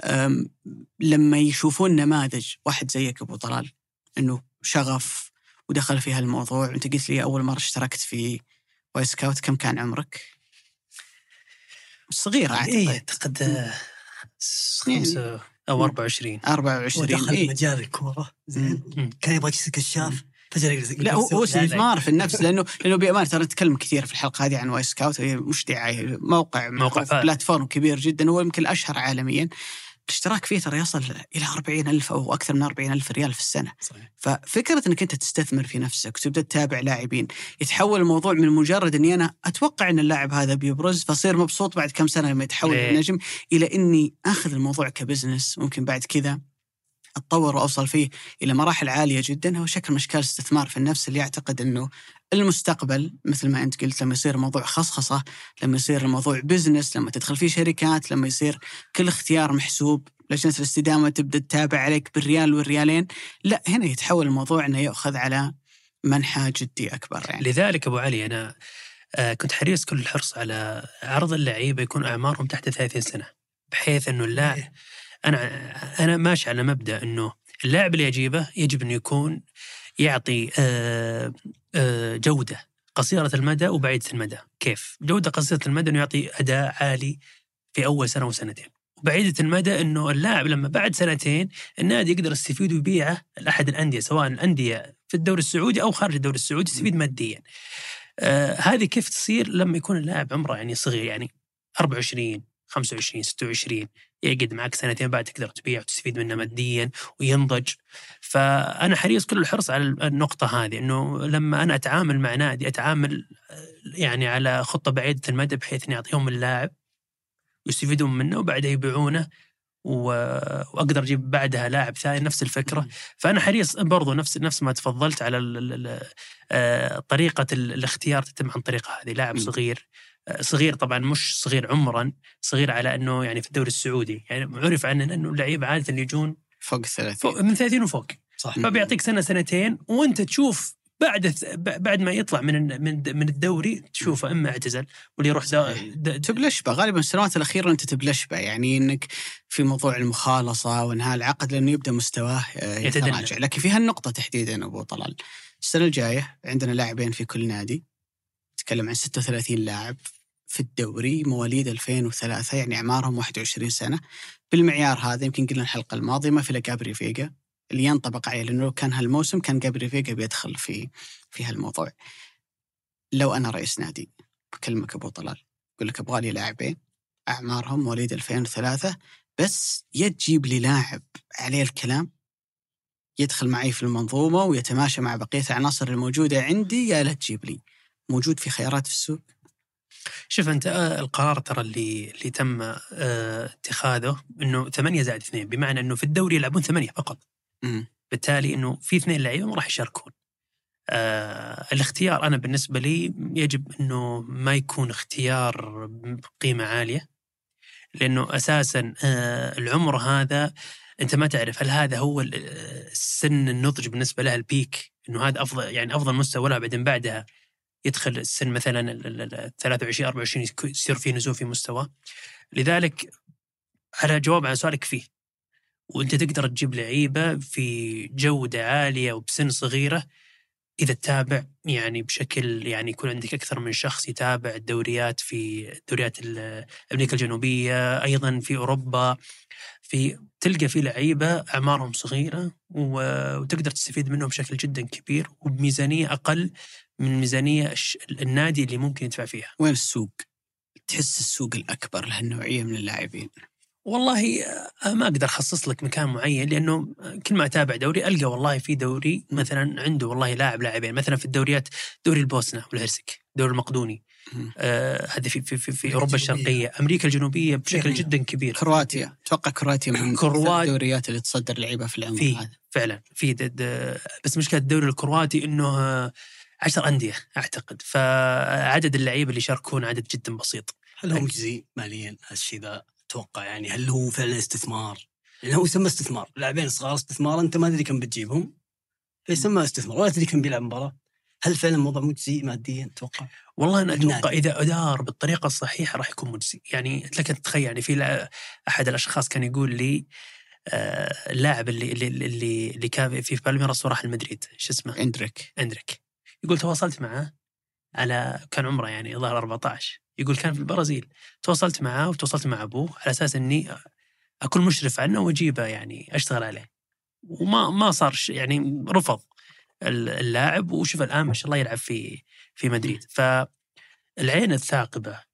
لما يشوفون نماذج واحد زيك أبو طلال أنه شغف ودخل في هالموضوع. أنت قلت لي أول مرة اشتركت في واي سكاوت كم كان عمرك؟ صغير أعتقد. إيه أعتقد خمسة أو أربعة وعشرين. أربعة وعشرين. ودخل إيه؟ مجال الكورة زين، كان يبغى يصير كشاف. لا هو استثمار في النفس، لأنه لأنه بأمانة ترى نتكلم كثير في الحلقة هذه عن واي سكاوت، هي مش دعاية، موقع موقع بلاتفورم كبير جدا، هو يمكن الأشهر عالميا. الاشتراك فيه ترى يصل إلى أربعين ألف أو أكثر من أربعين ألف ريال في السنة. صحيح. ففكرة أنك أنت تستثمر في نفسك وتبدأ تتابع لاعبين، يتحول الموضوع من مجرد أني أنا أتوقع أن اللاعب هذا بيبرز فصير مبسوط بعد كم سنة لما يتحول لنجم، إلى أني أخذ الموضوع كبزنس ممكن بعد كذا أتطور وأوصل فيه إلى مراحل عالية جدا. هو شكل من أشكال استثمار في النفس اللي أعتقد أنه المستقبل مثل ما أنت قلت، لما يصير الموضوع خصخصة، لما يصير الموضوع بزنس، لما تدخل فيه شركات، لما يصير كل اختيار محسوب، لجنة الاستدامة تبدأ تتابع عليك بالريال والريالين، لا هنا يتحول الموضوع أنه يأخذ على منحى جدي أكبر يعني. لذلك أبو علي أنا كنت حريص كل الحرص على عرض اللعيبة يكون أعمارهم تحت ثلاثين سنة، بحيث أنه اللاعب أنا أنا ماشي على مبدأ إنه اللاعب اللي يجيبه يجب إنه يكون يعطي آآ آآ جودة قصيرة المدى وبعيدة المدى. كيف جودة قصيرة المدى؟ إنه يعطي أداء عالي في أول سنة وسنتين، وبعيدة المدى إنه اللاعب لما بعد سنتين النادي يقدر يستفيد ويبيعه لأحد الأندية، سواء الأندية في الدوري السعودي أو خارج الدوري السعودي، يستفيد ماديا. هذه كيف تصير لما يكون اللاعب عمره يعني صغير، يعني أربعة وعشرين خمسة وعشرين ستة وعشرين، يقعد معك سنتين بعد تقدر تبيع وتستفيد منه ماديا وينضج. فأنا حريص كل الحرص على النقطة هذه، إنه لما أنا أتعامل مع نادي أتعامل يعني على خطة بعيدة المدى، بحيث أن يعطيهم اللاعب ويستفيدون منه وبعدها يبيعونه وأقدر أجيب بعدها لاعب ثاني نفس الفكرة. فأنا حريص برضو نفس نفس ما تفضلت على ال ال طريقة الاختيار تتم عن طريقة هذه. لاعب صغير صغير طبعا مش صغير عمرا، صغير على أنه يعني في الدوري السعودي يعني عرف عننا أنه اللعيبة عادة اللي يجون فوق الثلاثين، من ثلاثين وفوق، صح. فبيعطيك سنة سنتين وأنت تشوف بعد بعد ما يطلع من من من الدوري تشوفه اما اعتزل واللي يروح تبلشبه. غالبا السنوات الاخيره انت تبلشبه، يعني انك في موضوع المخالصه وانهاء العقد لانه يبدا مستواه يتراجع. لكن في هالنقطه تحديدا ابو طلال، السنه الجايه عندنا لاعبين في كل نادي، تكلم عن ستة وثلاثين لاعب في الدوري مواليد ألفين وثلاثة، يعني اعمارهم واحد وعشرين سنه. بالمعيار هذا يمكن قلنا الحلقه الماضيه ما في الا جابري فيجا اللي ينطبق عليه، لأنه كان هالموسم كان جابري فيجا بيدخل في في هالموضوع. لو أنا رئيس نادي بكلمك أبو طلال أقول لك أبغى لي لاعبين أعمارهم مواليد ألفين وثلاثة، بس يتجيب لي لاعب عليه الكلام يدخل معي في المنظومة ويتماشى مع بقية العناصر الموجودة عندي، يا لا تجيب لي موجود في خيارات في السوق. شوف أنت القرار ترى اللي اللي تم اتخاذه إنه ثمانية زائد اثنين، بمعنى إنه في الدوري يلعبون ثمانية فقط. م. بالتالي إنه في اثنين لاعبين ما راح يشاركون. آه الاختيار أنا بالنسبة لي يجب إنه ما يكون اختيار بقيمة عالية، لأنه أساساً آه العمر هذا أنت ما تعرف هل هذا هو السن النضج بالنسبة له البيك، إنه هذا أفضل يعني أفضل مستوى له، بعدين بعدها يدخل السن مثلاً ثلاثة وعشرين أربعة وعشرين يصير فيه نزول في مستوى. لذلك على جواب على سؤالك فيه، وأنت تقدر تجيب لعيبة في جودة عالية وبسن صغيرة إذا تتابع يعني بشكل يعني يكون عندك أكثر من شخص يتابع الدوريات في دوريات أمريكا الجنوبية، أيضا في أوروبا، في تلقى في لعيبة أعمارهم صغيرة وتقدر تستفيد منهم بشكل جدا كبير وبميزانية أقل من ميزانية النادي اللي ممكن يدفع فيها. وين السوق؟ تحس السوق الأكبر لهالنوعية من اللاعبين؟ والله ما أقدر أخصص لك مكان معين، لأنه كل ما أتابع دوري ألقى والله في دوري مثلا عنده والله لاعب لاعبين، مثلا في الدوريات دوري البوسنة والهرسك، دوري المقدوني، آه هذا في في في, في أوروبا الشرقية، أمريكا الجنوبية بشكل جدا كبير. كرواتيا، أتوقع كرواتيا من كروات... الدوريات اللي تصدر لعيبة في العمر في هذا فعلا في دد... بس مشكلة الدوري الكرواتي إنه عشر أندية أعتقد، فعدد اللعيبة اللي يشاركون عدد جدا بسيط. هل هو مجزي ماليا هالشيء ذا؟ أتوقع يعني هل هو فعلا استثمار؟ لأنه هو يسمى استثمار، لاعبين صغار استثمار، أنت ما تدري كم بتجيبهم فيسمى استثمار، ولا تدري كم بيلعب مباراة. هل فعلا الموضوع مجزي ماديا أتوقع؟ والله أنا أتوقع إذا أدار بالطريقة الصحيحة راح يكون مجزي. يعني لك تتخيل يعني في أحد الأشخاص كان يقول لي آه اللاعب اللي اللي اللي اللي كان في بالميراس وراح المدريد، شو اسمه؟ إندريك. إندريك يقول تواصلت معه على كان عمره يعني ظهر أربعة عشر، يقول كان في البرازيل، تواصلت معه وتواصلت مع أبوه على أساس إني أكون مشرف عنه وأجيبه يعني أشتغل عليه، وما ما صار يعني رفض اللاعب، وشوف الآن ما شاء الله يلعب في في مدريد. فالعين الثاقبة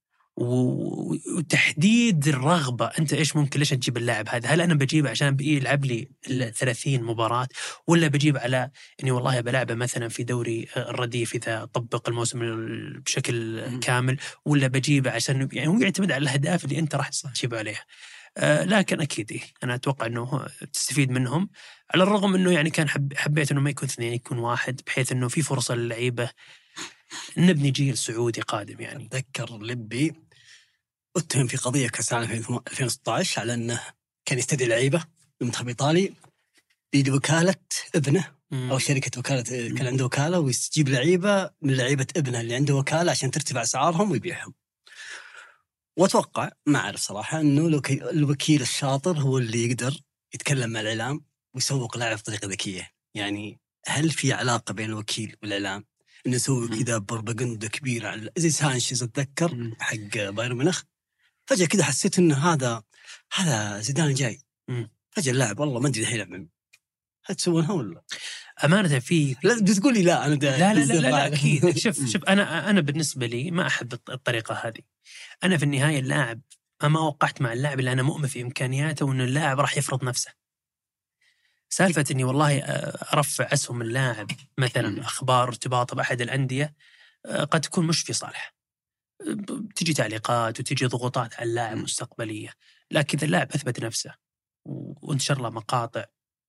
وتحديد الرغبة، أنت إيش ممكن ليش تجيب اللاعب هذا؟ هل أنا بجيبه عشان يلعب لي ثلاثين مباراة، ولا بجيب على إني والله بلعبه مثلا في دوري الرديف إذا طبق الموسم بشكل كامل، ولا بجيبه عشان يعني هو يعتمد على الأهداف اللي أنت راح تجيب عليها. آه لكن أكيد إيه أنا أتوقع أنه تستفيد منهم، على الرغم أنه يعني كان حب حبيت أنه ما يكون اثنين يكون واحد، بحيث أنه في فرصة للعيبة نبني جيل سعودي قادم. يعني أتذكر لبي اتهم في قضية كأس العالم ألفين وستة عشر على أنه كان يستدعي لعيبة المنتخب الإيطالي بوكالة ابنه مم. أو شركة وكالة، كان عنده وكالة ويستجيب لعيبة من لعيبة ابنه اللي عنده وكالة عشان ترتفع أسعارهم ويبيعهم. وأتوقع ما أعرف صراحة أنه الوكيل الشاطر هو اللي يقدر يتكلم مع الإعلام ويسوق لاعب بطريقة ذكية. يعني هل في علاقة بين الوكيل والإعلام إنه يسوي كذا بروباغندا كبيرة على زي سانشيز أتذكر مم. حق بايرن ميونخ، فجأة كذا حسيت إنه هذا هذا زيدان جاي، مم. فجأة اللاعب والله ما أدري هيلعب من هتسوونها ولا أمانة في لا بتقولي لا أنا لا لا لا, لا, لا أكيد. شوف شوف أنا أنا بالنسبة لي ما أحب الطريقة هذه. أنا في النهاية اللاعب أما وقعت مع اللاعب اللي أنا مؤمن في إمكانياته وإنه اللاعب راح يفرض نفسه. سالفة إني والله أرفع أسهم اللاعب مثلا أخبار ارتباطه بأحد الأندية قد تكون مش في صالح، تجي تعليقات وتجي ضغوطات على اللاعب مستقبلية، لكن إذا اللاعب أثبت نفسه وانتشر له مقاطع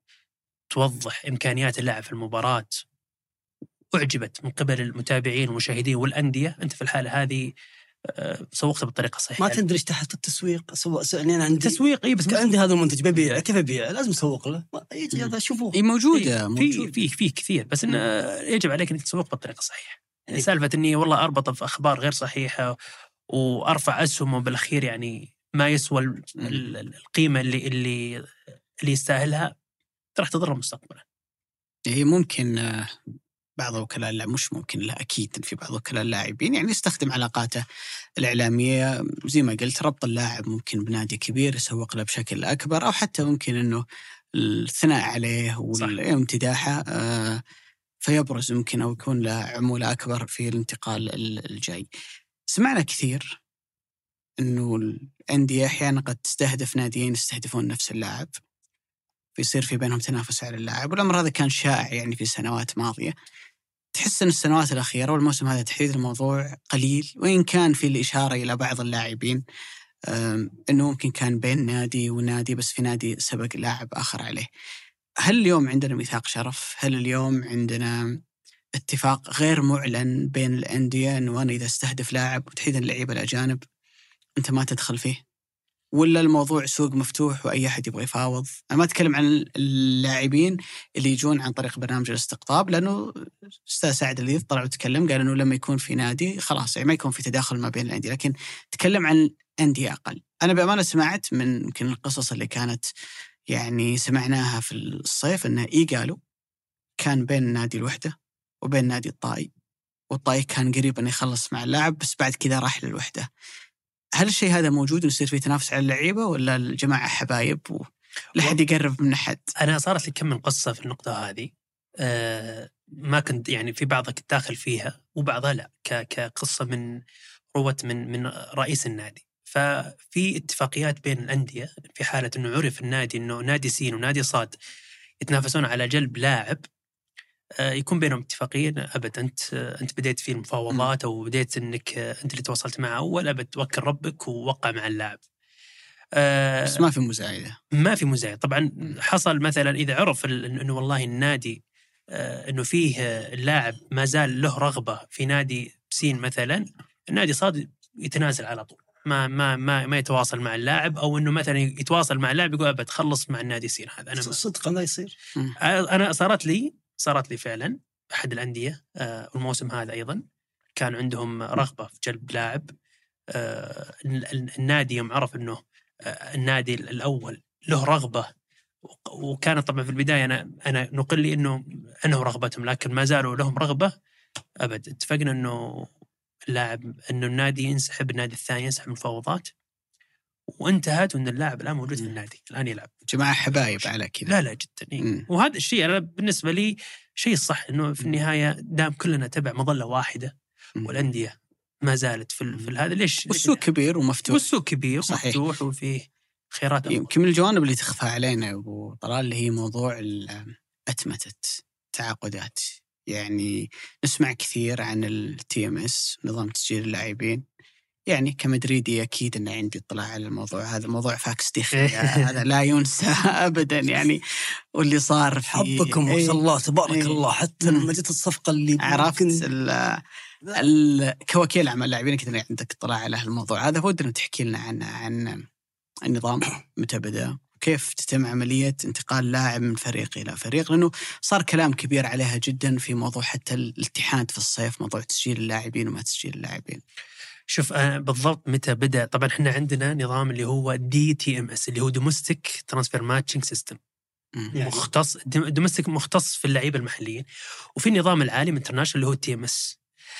توضح إمكانيات اللاعب في المباراة، أعجبت من قبل المتابعين والمشاهدين والأندية، أنت في الحالة هذه سوقت بالطريقة الصحيحة. ما تدري تحت التسويق سو... يعني أنا عندي تسويق إيه، بس عندي هذا المنتج ببيع، كيف أبيع؟ لازم أسوق له، يجي هذا شوفوه. إيه موجودة في في في, في كثير، بس إنه يجب عليك إنك تسوق بالطريقة الصحيحة. يعني سالفة إني والله أربط في أخبار غير صحيحة وأرفع أسهمه بالأخير يعني ما يسوى القيمة اللي اللي اللي يستاهلها، راح تضر مستقبلا. هي ممكن بعض وكلاء لا مش ممكن لا أكيد في بعض وكلاء اللاعبين يعني يستخدم علاقاته الإعلامية زي ما قلت، ربط اللاعب ممكن بنادي كبير يسوق له بشكل أكبر، أو حتى ممكن إنه الثناء عليه والامتداحه آه فيبرز ممكن أو يكون له عمولة أكبر في الانتقال الجاي. سمعنا كثير إنه الأندية أحيانا قد تستهدف ناديين يستهدفون نفس اللاعب، فيصير في بينهم تنافس على اللاعب، والأمر هذا كان شائع يعني في سنوات ماضية. تحس أن السنوات الأخيرة والموسم هذا تحديد الموضوع قليل، وإن كان في الإشارة إلى بعض اللاعبين أنه ممكن كان بين نادي ونادي، بس في نادي سبق لاعب آخر عليه. هل اليوم عندنا ميثاق شرف؟ هل اليوم عندنا اتفاق غير معلن بين الأندية أنه أنا إذا استهدف لاعب وتحديدا اللعيبة الأجانب أنت ما تدخل فيه، ولا الموضوع سوق مفتوح وأي أحد يبغى يفاوض؟ أنا ما أتكلم عن اللاعبين اللي يجون عن طريق برنامج الاستقطاب، لأنه أستاذ سعد اللي طلع وتكلم قال أنه لما يكون في نادي خلاص يعني ما يكون في تداخل ما بين الأندية، لكن تكلم عن أندية أقل. أنا بأمانة سمعت من يمكن القصص اللي كانت يعني سمعناها في الصيف أنه إيه قالوا كان بين نادي الوحدة وبين نادي الطائي، والطائي كان قريب أن يخلص مع اللاعب بس بعد كذا راح للوحدة. هل الشيء هذا موجود ويصير فيه تنافس على اللعيبة، ولا الجماعة حبايب ولحد يقرب من أحد؟ أنا صارت لي كم من قصة في النقطة هذه، أه ما كنت يعني في بعضها كنت داخل فيها وبعضها لا، كقصة من روة من من رئيس النادي. ففي اتفاقيات بين الأندية في حالة إنه عرف النادي إنه نادي سين ونادي صاد يتنافسون على جلب لاعب، يكون بينهم اتفاقية أبد أنت أنت بديت في المفاوضات أو بديت إنك أنت اللي تواصلت معه أول، أبد توكل ربك ووقع مع اللاعب. بس ما في مزايدة، ما في مزايدة طبعا. حصل مثلا إذا عرف إنه والله النادي إنه فيه اللاعب ما زال له رغبة في نادي سين مثلا، النادي صاد يتنازل على طول، ما ما ما ما يتواصل مع اللاعب، أو إنه مثلا يتواصل مع اللاعب يقول أبد خلص مع النادي سين هذا. أنا صدقا لا يصير. أنا صارت لي صارت لي فعلا أحد الأندية آه الموسم هذا أيضا كان عندهم رغبة في جلب لاعب. آه النادي يوم عرف أنه آه النادي الأول له رغبة، وكانت طبعا في البداية أنا أنا نقل لي أنه أنه رغبتهم، لكن ما زالوا لهم رغبة أبد. اتفقنا أنه اللاعب أنه النادي ينسحب، النادي الثاني ينسحب مفاوضات، وانتهت وأن اللاعب الآن موجود في النادي الآن يلعب. جماعة حبايب على كذا. لا لا جدا إيه. وهذا الشيء أنا بالنسبة لي شيء الصح، إنه في النهاية دام كلنا تبع مظلة واحدة والأندية ما زالت في, في هذا ليش؟ والسوق كبير ومفتوح. والسوق كبير ومفتوح وفيه خيارات. يمكن من الجوانب اللي تخفى علينا أبو طلال اللي هي موضوع أتمتة التعاقدات. يعني نسمع كثير عن التي ام اس، نظام تسجيل اللاعبين. يعني كمدريدي أكيد أن عندي اطلاع على الموضوع هذا، موضوع فاكس ديخي هذا لا ينسى أبدا يعني. واللي صار في حبكم ما شاء الله تبارك ايه الله، حتى لما جت الصفقة اللي عرفت ال ال كوكيل عمل لاعبين كذا عندك اطلاع على الموضوع هذا. ودنا تحكي لنا عن عن النظام متى بدأ وكيف تتم عملية انتقال لاعب من فريق إلى فريق، لأنه صار كلام كبير عليها جدا في موضوع حتى الاتحاد في الصيف، موضوع تسجيل اللاعبين وما تسجيل اللاعبين. شوف أنا بالضبط متى بدأ. طبعا احنا عندنا نظام اللي هو دي تي ام اس اللي هو دومستيك ترانسفير ماتشنج سيستم، مختص دومستيك مختص في اللعيبه المحليين، وفي النظام العالي انترناشونال اللي هو تي ام اس.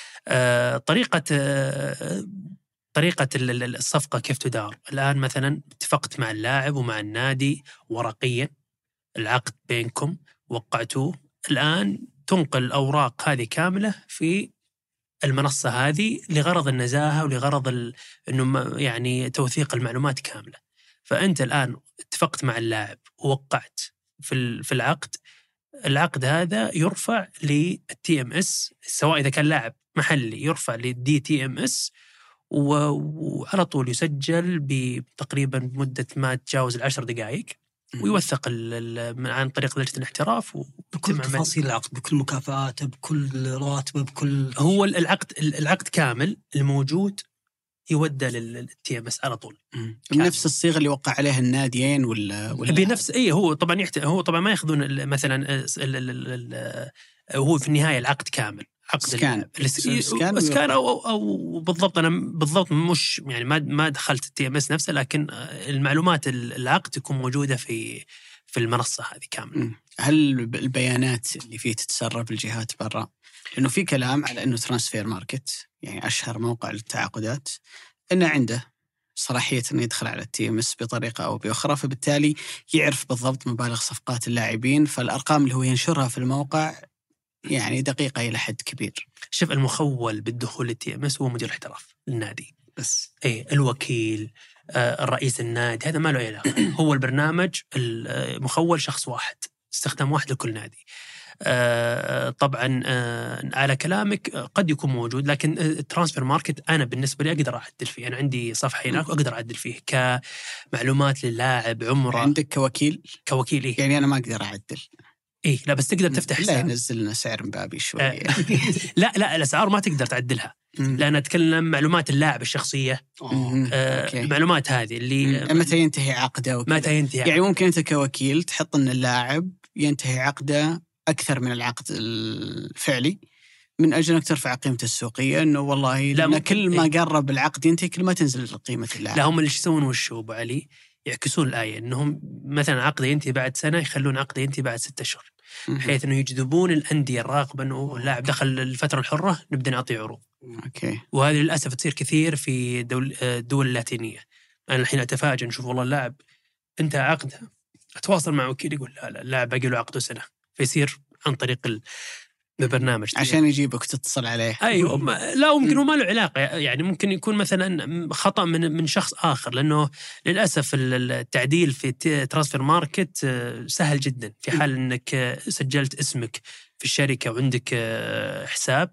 آه طريقه آه طريقه الصفقه كيف تدار الان. مثلا اتفقت مع اللاعب ومع النادي ورقيا، العقد بينكم وقعتوه، الان تنقل الاوراق هذه كامله في المنصة هذه لغرض النزاهة ولغرض ال... إنه يعني توثيق المعلومات كاملة. فأنت الآن اتفقت مع اللاعب ووقعت في ال... في العقد، العقد هذا يرفع للتي ام اس، سواء إذا كان لاعب محلي يرفع للدي تي ام اس، و... وعلى طول يسجل بتقريبا بمدة ما تجاوز العشر دقائق. ويوثق ال عن طريق لجنة الاحتراف بكل تفاصيل العقد، بكل مكافآته، بكل رواتبه، بكل هو العقد العقد كامل الموجود يودى للتي ام اس على طول بنفس الصيغه اللي وقع عليها الناديين ولا ولا بنفس اي هو طبعا يحت... هو طبعا ما ياخذون مثلا ال... ال... ال... هو في النهايه العقد كامل عقد سكان السكان سكان او او, أو بالضبط انا بالضبط مش يعني ما ما دخلت التي ام اس نفسه، لكن المعلومات العقد تكون موجوده في في المنصه هذه كامله. هل البيانات اللي فيه تتسرب الجهات برا؟ لانه في كلام على انه ترانسفير ماركت يعني اشهر موقع للتعاقدات انه عنده صلاحيه انه يدخل على التي ام اس بطريقه او باخرى، فبالتالي يعرف بالضبط مبالغ صفقات اللاعبين، فالارقام اللي هو ينشرها في الموقع يعني دقيقة إلى حد كبير. شوف المخول بالدخول للتي ام اس هو مدير الاحتراف النادي بس. إيه الوكيل آه الرئيس النادي هذا ما له علاقة. هو البرنامج المخول شخص واحد، استخدام واحد لكل نادي. آه طبعا آه على كلامك قد يكون موجود، لكن الترانسفير ماركت أنا بالنسبة لي أقدر أعدل فيه. أنا عندي صفحة هناك وأقدر أعدل فيه كمعلومات للاعب عمره. عندك كوكيل؟ كوكيل إيه؟ يعني أنا ما أقدر أعدل. إيه لا بس تقدر تفتح لا ينزل لنا سعر مبابي شوي. آه لا لا الأسعار ما تقدر تعدلها، لأن أتكلم معلومات اللاعب الشخصية. آه المعلومات هذه اللي متى ينتهي عقده وكذا. متى ينتهي يعني ممكن أنت كوكيل تحط أن اللاعب ينتهي عقده أكثر من العقد الفعلي من أجل أنك ترفع قيمته السوقية، إنه والله لأن كل ما إيه؟ قرب العقد ينتهي كل ما تنزل قيمة اللاعب. لا هم اللي يسوون وشو أبو علي يعكسون الآية، إنهم مثلا عقده ينتهي بعد سنة يخلون عقده ينتهي بعد ستة أشهر، بحيث إنه يجذبون الأندية الراغبة إنه اللاعب دخل الفترة الحرة نبدأ نعطيه عروض. أوكي. وهذه للأسف تصير كثير في دول الدول اللاتينية. أنا الحين أتفاجأ نشوف والله اللاعب انتهى عقده، أتواصل مع وكيل يقول لا لا اللاعب باقي له عقده سنة، فيصير عن طريق البرنامج عشان يجيبك تتصل عليه. أيوة لا ممكن وما له علاقة، يعني ممكن يكون مثلا خطأ من من شخص آخر، لأنه للأسف التعديل في ترانسفير ماركت سهل جدا في حال أنك سجلت اسمك في الشركة وعندك حساب.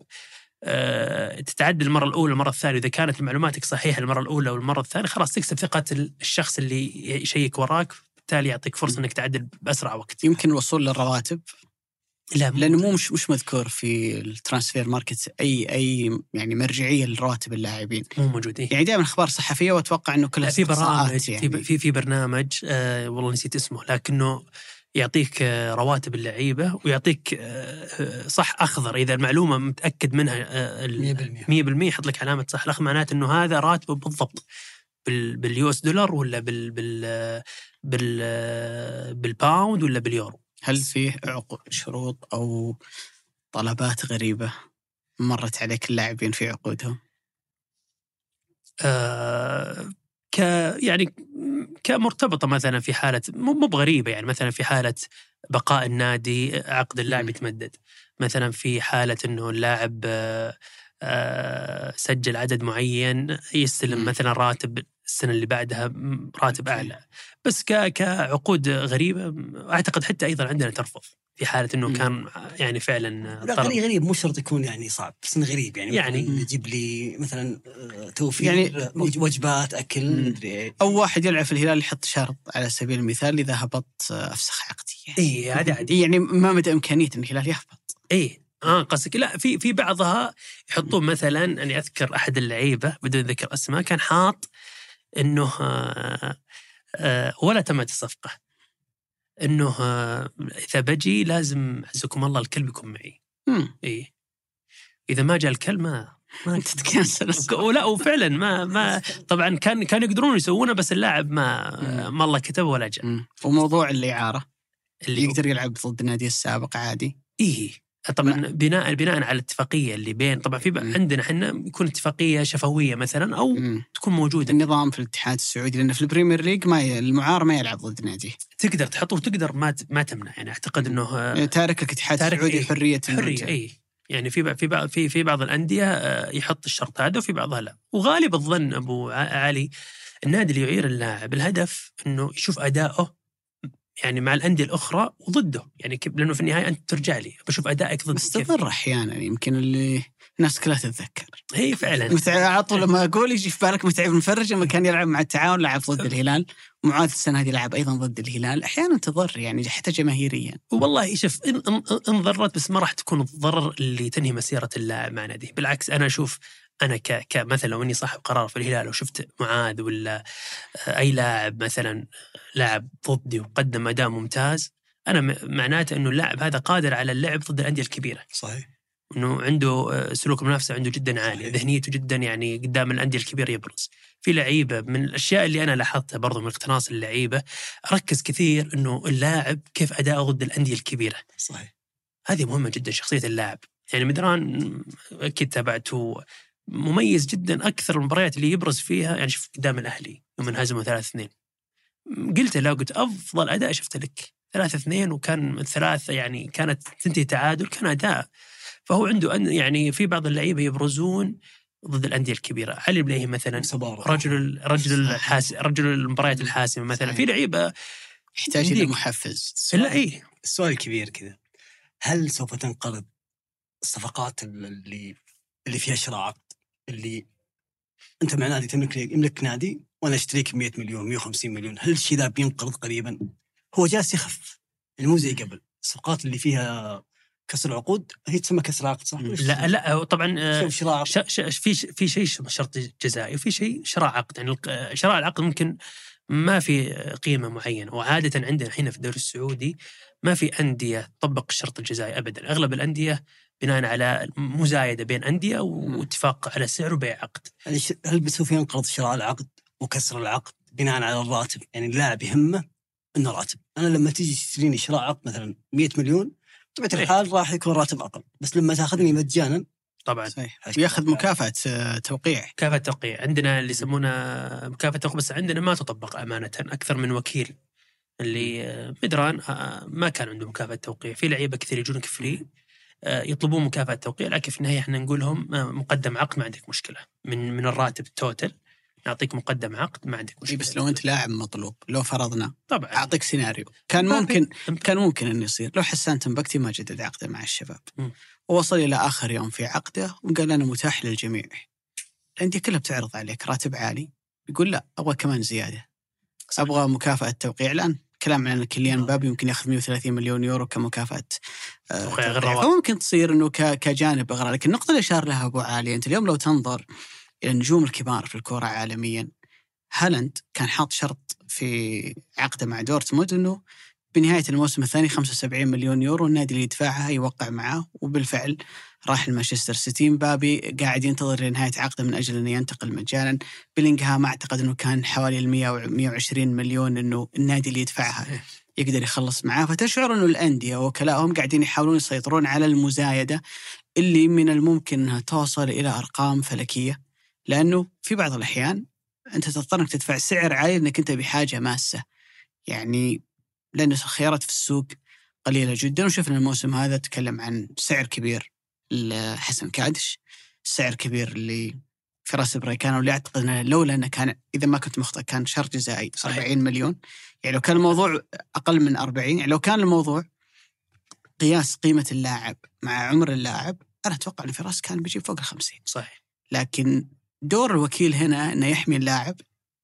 تتعدل المرة الأولى المرة الثانية، إذا كانت معلوماتك صحيحة المرة الأولى والمرة الثانية خلاص تكسب ثقة الشخص اللي يشيك وراك، بالتالي يعطيك فرصة أنك تعدل بأسرع وقت. يمكن الوصول للرواتب لا لأنه مو مش مش مذكور في الترانسفير ماركت أي أي يعني مرجعية لرواتب اللاعبين، مو موجودين. يعني دائما أخبار صحفية وأتوقع إنه كلها في برامج يعني. في في برنامج آه والله نسيت اسمه، لكنه يعطيك آه رواتب اللعيبة ويعطيك آه صح أخضر إذا المعلومة متأكد منها آه مية بالمية يحط لك علامة صح الأخضر، معناته إنه هذا راتبه بالضبط بال باليو اس دولار ولا بال بال بال بالباوند ولا باليورو. هل فيه شروط أو طلبات غريبة مرت عليك اللاعبين في عقودهم؟ آه ك يعني كمرتبطة مثلا في حالة مو بغريبة، يعني مثلا في حالة بقاء النادي عقد اللاعب يتمدد، مثلا في حالة إنه اللاعب آه آه سجل عدد معين يستلم م. مثلا راتب السنة اللي بعدها راتب أعلى. بس كعقود غريبة أعتقد حتى أيضا عندنا ترفض في حالة إنه م. كان يعني فعلا لا غريب, غريب مو شرط يكون يعني صعب، بس إنه غريب يعني, يعني يجيب لي مثلا توفير يعني وجبات أكل أو واحد يلعب في الهلال يحط شرط على سبيل المثال إذا هبط أفسخ عقدي. إيه هذا عادي، يعني ما مدى إمكانية إن الهلال يهبط. إيه آه قصدك لا في في بعضها يحطون مثلا أني أذكر أحد اللعيبة بدون ذكر أسماء كان حاط إنه آه آه ولا تمت الصفقة إنه آه إذا بجي لازم عزكم الله الكلب يكون معي. إيه إذا ما جاء الكلب ما ما تتكنسل. ولا وفعلا ما ما طبعا كان كانوا يقدرون يسوونه، بس اللاعب ما ما الله كتب ولا جاء. وموضوع الإعارة اللي يقدر يلعب ضد النادي السابق عادي. إيه طبعا ما. بناء بناء على الاتفاقيه اللي بين طبعا في م. عندنا احنا يكون اتفاقيه شفويه مثلا او م. تكون موجوده النظام في الاتحاد السعودي، لان في البريمير ليج ما المعار ما يلعب ضد نادي، تقدر تحطه وتقدر ما ما تمنع. يعني اعتقد انه يعني تارك الاتحاد السعودي إيه؟ حريه حريه اي يعني في في بعض في في بعض الانديه يحط الشرط هذا وفي بعضها لا. وغالب الظن ابو علي النادي اللي يعير اللاعب الهدف انه يشوف اداؤه يعني مع الأندية الأخرى وضده، يعني لأنه في النهاية أنت ترجع لي بشوف أدائك ضد. بس تضر أحيانا يمكن اللي الناس كلها تتذكر. هي فعلا متع... عطوا لما أقول يجي في بالك متعب المفرج لما كان يلعب مع التعاون لعب ضد الهلال معاذ السنة هذه لعب أيضا ضد الهلال، أحيانا تضر يعني حتى جماهيريا. والله شوف إن, إن, إن ضرت بس ما راح تكون الضرر اللي تنهي مسيرة اللاعب مع ناديه. بالعكس أنا أشوف أنا ك كمثلا لو إني صاحب قرار في الهلال وشفت معاذ ولا أي لاعب مثلا لاعب ضدي وقدم أداء ممتاز، أنا معناته إنه اللاعب هذا قادر على اللعب ضد الأندية الكبيرة. صحيح. إنه عنده سلوك المنافسة عنده جدا عالي، ذهنيته جدا يعني قدام الأندية الكبيرة يبرز. في لعيبة من الأشياء اللي أنا لاحظتها برضو من اقتناص اللعيبة، ركز كثير إنه اللاعب كيف أداءه ضد الأندية الكبيرة. صحيح. هذه مهمة جدا شخصية اللاعب. يعني مدران أكيد تابعته، مميز جدا أكثر المباريات اللي يبرز فيها. يعني شوف قدام الأهلي يوم انهزموا ثلاثة اثنين، قلت له قلت أفضل أداء شفته لك ثلاثة اثنين، وكان الثلاثة يعني كانت تنتهي تعادل، كان أداء. فهو عنده أن يعني في بعض اللعيبة يبرزون ضد الأندية الكبيرة. علي بليهي مثلا رجل رجل الحاس رجل المباريات الحاسمة مثلا. صحيح. في لعيبة يحتاج إلى محفز. لا إيه السؤال الكبير كذا، هل سوف تنقرض الصفقات اللي اللي فيها شراء عقد، اللي أنت مع نادي تملك يملك نادي وأنا أشتريك مئة مليون مئة وخمسين مليون، هل الشيء ذا بينقرض قريبا؟ هو جالس يخف يعني مو زي قبل. الصفقات اللي فيها كسر عقود هي تسمى كسر عقد صح؟ لا لا طبعا شراء ش ش في في شيء شرط جزائي وفي شيء شراء عقد. يعني شراء العقد ممكن ما في قيمة معينة، وعادة عندنا هنا في الدوري السعودي ما في أندية تطبق الشرط الجزائي أبدا. أغلب الأندية بناء على مزايدة بين أندية واتفاق على سعر وبيع عقد. يعني هل بسوف ينقرض شراء العقد وكسر العقد بناء على الراتب؟ يعني اللاعب يهمه إنه راتب. أنا لما تيجي تشتريني شراء عقد مثلا مئة مليون طبعا الحال راح يكون راتب أقل، بس لما تأخذني مجانا طبعا ياخذ مكافأة توقيع. مكافأة توقيع عندنا اللي يسمونها مكافأة توقيع، بس عندنا ما تطبق أمانة. أكثر من وكيل اللي مدران ما كان عنده مكافأة توقيع. في لعيبة كثير يجونك فري يطلبون مكافأة توقيع، لكن في النهاية احنا نقول لهم مقدم عقد ما عندك مشكلة، من من الراتب التوتل نعطيك مقدم عقد ما عندك مشكلة. بس لو أنت لاعب مطلوب، لو فرضنا طبعا أعطيك سيناريو كان ممكن كان ممكن إنه يصير لو حسان تنبكتي ما جدد عقده مع الشباب م. ووصل إلى آخر يوم في عقده وقال أنا متاح للجميع، الأندية كلها بتعرض عليك راتب عالي، يقول لا أبغى كمان زيادة، أبغى مكافأة توقيع. الآن كلام عن كيليان مبابي يمكن يأخذ مئة وثلاثين مليون يورو كمكافأة توقيع، فممكن تصير إنه كجانب أغراء. لكن النقطة اللي أشار لها أبو علي، أنت اليوم لو تنظر إلى النجوم الكبار في الكرة عالميا، هالاند كان حاط شرط في عقده مع دورتموند إنه بنهاية الموسم الثاني خمسة وسبعين مليون يورو النادي اللي يدفعها يوقع معاه، وبالفعل راح المانشستر سيتي. مبابي قاعد ينتظر لنهاية عقده من أجل أن ينتقل مجانا. بيلينغهام أعتقد أنه كان حوالي المئة وعشرين مليون أنه النادي اللي يدفعها يقدر يخلص معاه. فتشعر أنه الأندية وكلاهم قاعدين يحاولون يسيطرون على المزايدة اللي من الممكن أنها توصل إلى أرقام فلكية، لأنه في بعض الأحيان أنت تضطر أنك تدفع سعر عالي أنك أنت بحاجة ماسة، يعني لأن الخيارات في السوق قليلة جدا. وشفنا الموسم هذا تكلم عن سعر كبير لحسن كادش، سعر كبير لفراس بريكان، واللي أعتقد أنه لولا أنه كان إذا ما كنت مخطئ كان شرط جزائي أربعين مليون. يعني لو كان الموضوع أقل من أربعين، يعني لو كان الموضوع قياس قيمة اللاعب مع عمر اللاعب، أنا أتوقع أن فراس كان بيجيب فوق الخمسين. صحيح. لكن دور الوكيل هنا أنه يحمي اللاعب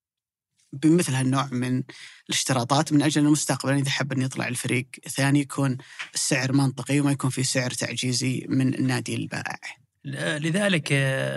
بمثل هالنوع من الاشتراطات من أجل المستقبل إذا حب أن يطلع الفريق ثاني يكون السعر منطقي وما يكون في سعر تعجيزي من النادي البائع. لذلك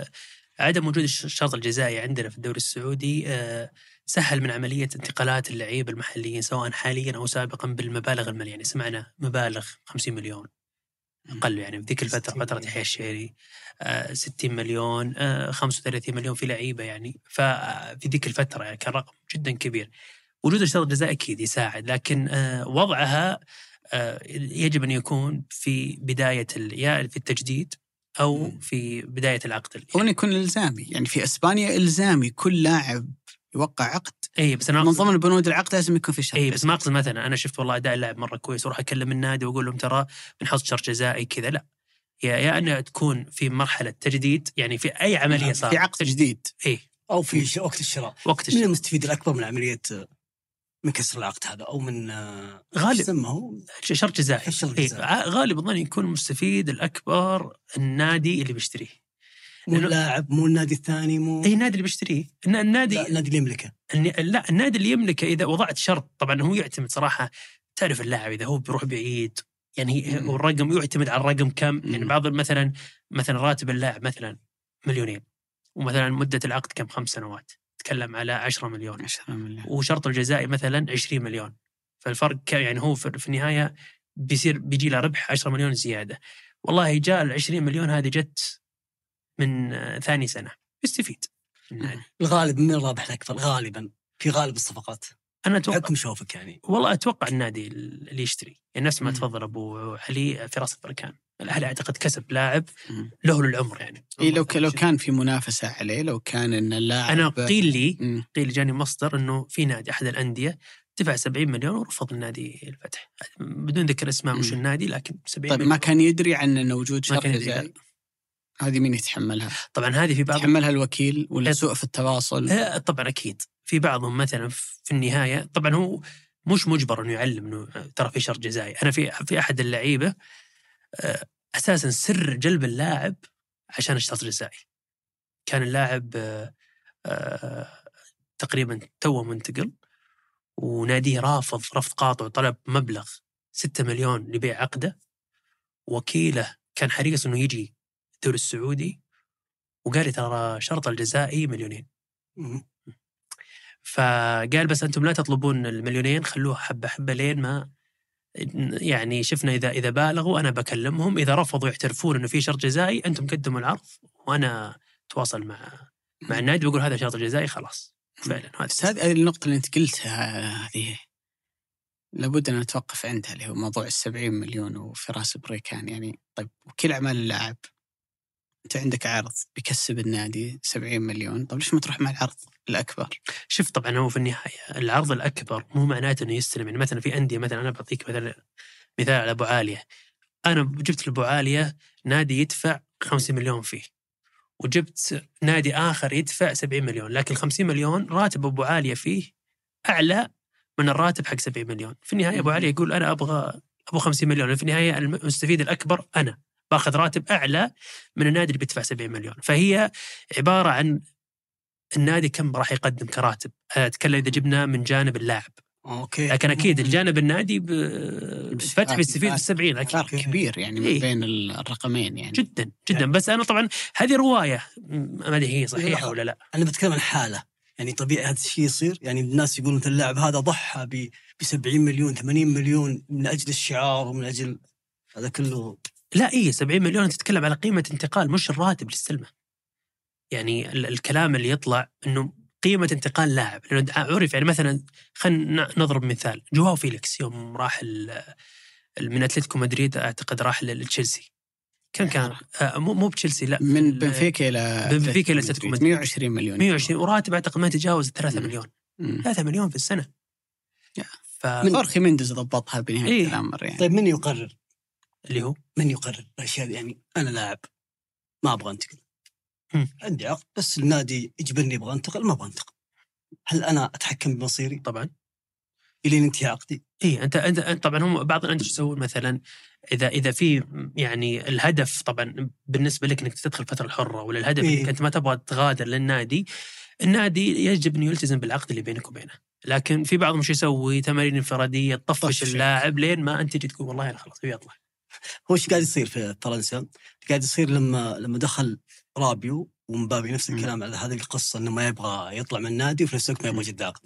عدم وجود الشرط الجزائي عندنا في الدوري السعودي سهل من عملية انتقالات اللعيبة المحليين سواء حاليا أو سابقا بالمبالغ المالية. يعني سمعنا مبالغ خمسين مليون أقل يعني في ذيك الفترة فترة يحيى الشهري آه ستين مليون آه خمسة وثلاثين مليون في لعيبة يعني. ففي ذيك الفترة يعني كان رقم جدا كبير. وجود الشرط الجزائي أكيد يساعد، لكن آه وضعها آه يجب أن يكون في بداية يا في التجديد أو في بداية العقد، هو يكون إلزامي. يعني في إسبانيا إلزامي كل لاعب يوقع عقد. اي بس انا من ضمن بنود العقد لازم يكون في شرط. اي بس ما اقصد مثلا انا شفت والله اداء اللاعب مره كويس وراح اكلم النادي واقول لهم ترى بنحط شرط جزائي كذا، لا، يا يا انها تكون في مرحله تجديد، يعني في اي عمليه صار في عقد جديد اي او في وقت الشراء. وقت الشراء من المستفيد الاكبر من عمليه من كسر العقد هذا او من غالب هو شرط جزائي. إيه؟ غالب الظن يكون المستفيد الاكبر النادي اللي بيشتريه، مو اللاعب، مو النادي الثاني، مو اي نادي اللي بيشتريه. النادي لا النادي اللي يملكه. لا النادي اللي يملكه اذا وضعت شرط. طبعا هو يعتمد صراحه، تعرف اللاعب اذا هو بيروح بعيد يعني هو الرقم يعتمد على الرقم كم. يعني بعض مثلا مثلا راتب اللاعب مثلا مليونين، ومثلا مده العقد كم خمس سنوات، تكلم على عشرة مليون، عشرة مليون، وشرط الجزائي مثلا عشرين مليون. فالفرق يعني هو في النهايه بيصير بيجي له ربح عشرة مليون زياده. والله جاء العشرين مليون هذه جت من ثاني سنة يستفيد النادي. الغالب من الرابح الأكثر غالبا في غالب الصفقات. أنا أتوقع حكم شوفك يعني. والله أتوقع النادي اللي يشتري يعني نفس ما تفضل أبو علي فراس البركان. الأهلي أعتقد كسب لاعب له للعمر يعني. إيه لو لو كان في منافسة عليه، لو كان إن اللاعب أنا قيل لي مم. قيل جاني مصدر إنه في نادي أحد الأندية دفع سبعين مليون ورفض النادي الفتح بدون ذكر اسماء مش النادي، لكن سبعين طيب مليون. ما كان يدري عن إنه وجود شرط جزائي؟ هذه مين يتحملها؟ طبعا هذه في بعض يتحملها الوكيل ولا سوء في التواصل؟ طبعا أكيد في بعضهم مثلا في النهاية طبعا هو مش مجبر إنه يعلم إنه ترى في شرط جزائي. أنا في في أحد اللعيبة أساسا سر جلب اللاعب عشان الشرط الجزائي. كان اللاعب تقريبا توه منتقل وناديه رافض رفض قاطع وطلب مبلغ ستة مليون لبيع عقده. وكيله كان حريص إنه يجي الدوري السعودي وقال ترى شرط الجزائي مليونين. فقال بس أنتم لا تطلبون المليونين، خلوها حبة حبة لين ما يعني شفنا إذا إذا بالغوا أنا بكلمهم، إذا رفضوا يعترفون إنه في شرط جزائي أنتم قدموا العرض وأنا تواصل مع مع النادي ويقول هذا شرط جزائي خلاص. فعلا هذه النقطة اللي أنت قلتها هذه لابد أن نتوقف عندها، اللي هو موضوع السبعين مليون وفراس بريكان. يعني طيب وكيل أعمال اللاعب أنت عندك عرض بيكسب النادي سبعين مليون، طب ليش ما تروح مع العرض الأكبر؟ شوف طبعا هو في النهاية العرض الأكبر مو معناته إنه يستلم. يعني مثلا في أندية مثلا أنا بعطيك مثلا مثال على أبو عالية. أنا جبت لأبو عالية نادي يدفع خمسين مليون فيه، وجبت نادي آخر يدفع سبعين مليون، لكن خمسين مليون راتب أبو عالية فيه أعلى من الراتب حق سبعين مليون. في النهاية أبو عالية يقول أنا أبغى أبو خمسين مليون. في النهاية المستفيد الأكبر أنا باخذ راتب أعلى من النادي اللي بيدفع سبعين مليون. فهي عبارة عن النادي كم راح يقدم كراتب. أتكلم إذا جبنا من جانب اللاعب أوكي. لكن أكيد الجانب النادي بفتح بيستفيد السبعين أكيد. فرق كبير يعني من إيه؟ بين الرقمين يعني جدا جدا يعني. بس أنا طبعا هذه رواية ما أدري هي صحيحة ولا لا. أنا بتكلم عن حالة يعني طبيعي هذا الشيء يصير. يعني الناس يقولون مثل اللاعب هذا ضحى ب بسبعين مليون ثمانين مليون من أجل الشعار ومن أجل هذا كله. لا إيه سبعين مليون تتكلم على قيمة انتقال مش الراتب للسلمة. يعني الكلام اللي يطلع إنه قيمة انتقال لاعب لأنه عرف. يعني مثلا خلينا نضرب مثال جواو فيليكس يوم راح من أتلتيكو مدريد أعتقد راح للتشيلسي كان كان آه مو مو بتشيلسي لا من بنفيكا إلى بنفيكا إلى أتلتيكو مدريد مئة وعشرين مليون مئة وعشرين وراتب أعتقد ما يتجاوز ثلاثة مليون ثلاثة مليون في السنة. ف... من أرخي مندز ضبطها بنهاية إيه؟ الأمر يعني. طيب من يقرر اللي هو من يقرر الأشياء؟ يعني أنا لاعب ما أبغى أنتقل، عندي عقد بس النادي يجبرني أبغى أنتقل ما أبغى أنتقل، هل أنا أتحكم بمصيري؟ طبعا إلين انتهي عقدي. إيه أنت أنت طبعا هم بعض الأندية يسوون مثلا إذا إذا في يعني الهدف طبعا بالنسبة لك إنك تدخل فترة الحرة ولا الهدف إيه؟ إنك أنت ما تبغى تغادر للنادي، النادي يجب إنه يلتزم بالعقد اللي بينك وبينه. لكن في بعضهم شو يسوي تمارين انفرادية تطفش اللاعب لين ما أنت تجي تقول والله أنا خلاص بيطلع. هو إيش قاعد يصير في فرنسا؟ قاعد يصير لما لما دخل رابيو ومبابي نفس الكلام على هذه القصة إنه ما يبغى يطلع من النادي وفي نفس الوقت ما يبغى يجدد عقده،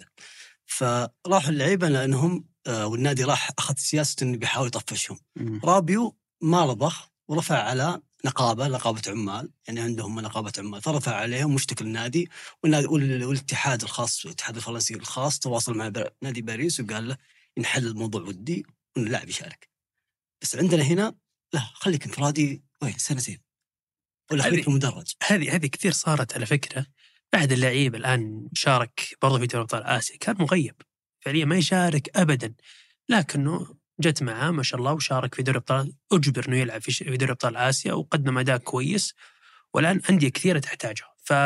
فراحوا اللعيبة لأنهم آه والنادي راح أخذ سياسة إنه بيحاول يطفشهم. رابيو ما رضخ ورفع على نقابة نقابة عمال، يعني عندهم نقابة عمال، فرفع عليهم مشتكى النادي والنادي والاتحاد الخاص الاتحاد الفرنسي الخاص تواصل مع نادي باريس وقال له ينحل الموضوع ودي وإن اللاعب يشارك. بس عندنا هنا لا خليك انفرادي وين سنتين ولا خليك مدرج. هذه هذه كثير صارت على فكرة. أحد اللعيب الآن شارك برضه في دوري أبطال آسيا كان مغيب فعليا ما يشارك أبدا، لكنه جت معاه ما شاء الله وشارك في دوري أبطال، أجبر إنه يلعب في دوري أبطال آسيا وقدم أداء كويس والآن أندية كثيرة تحتاجه.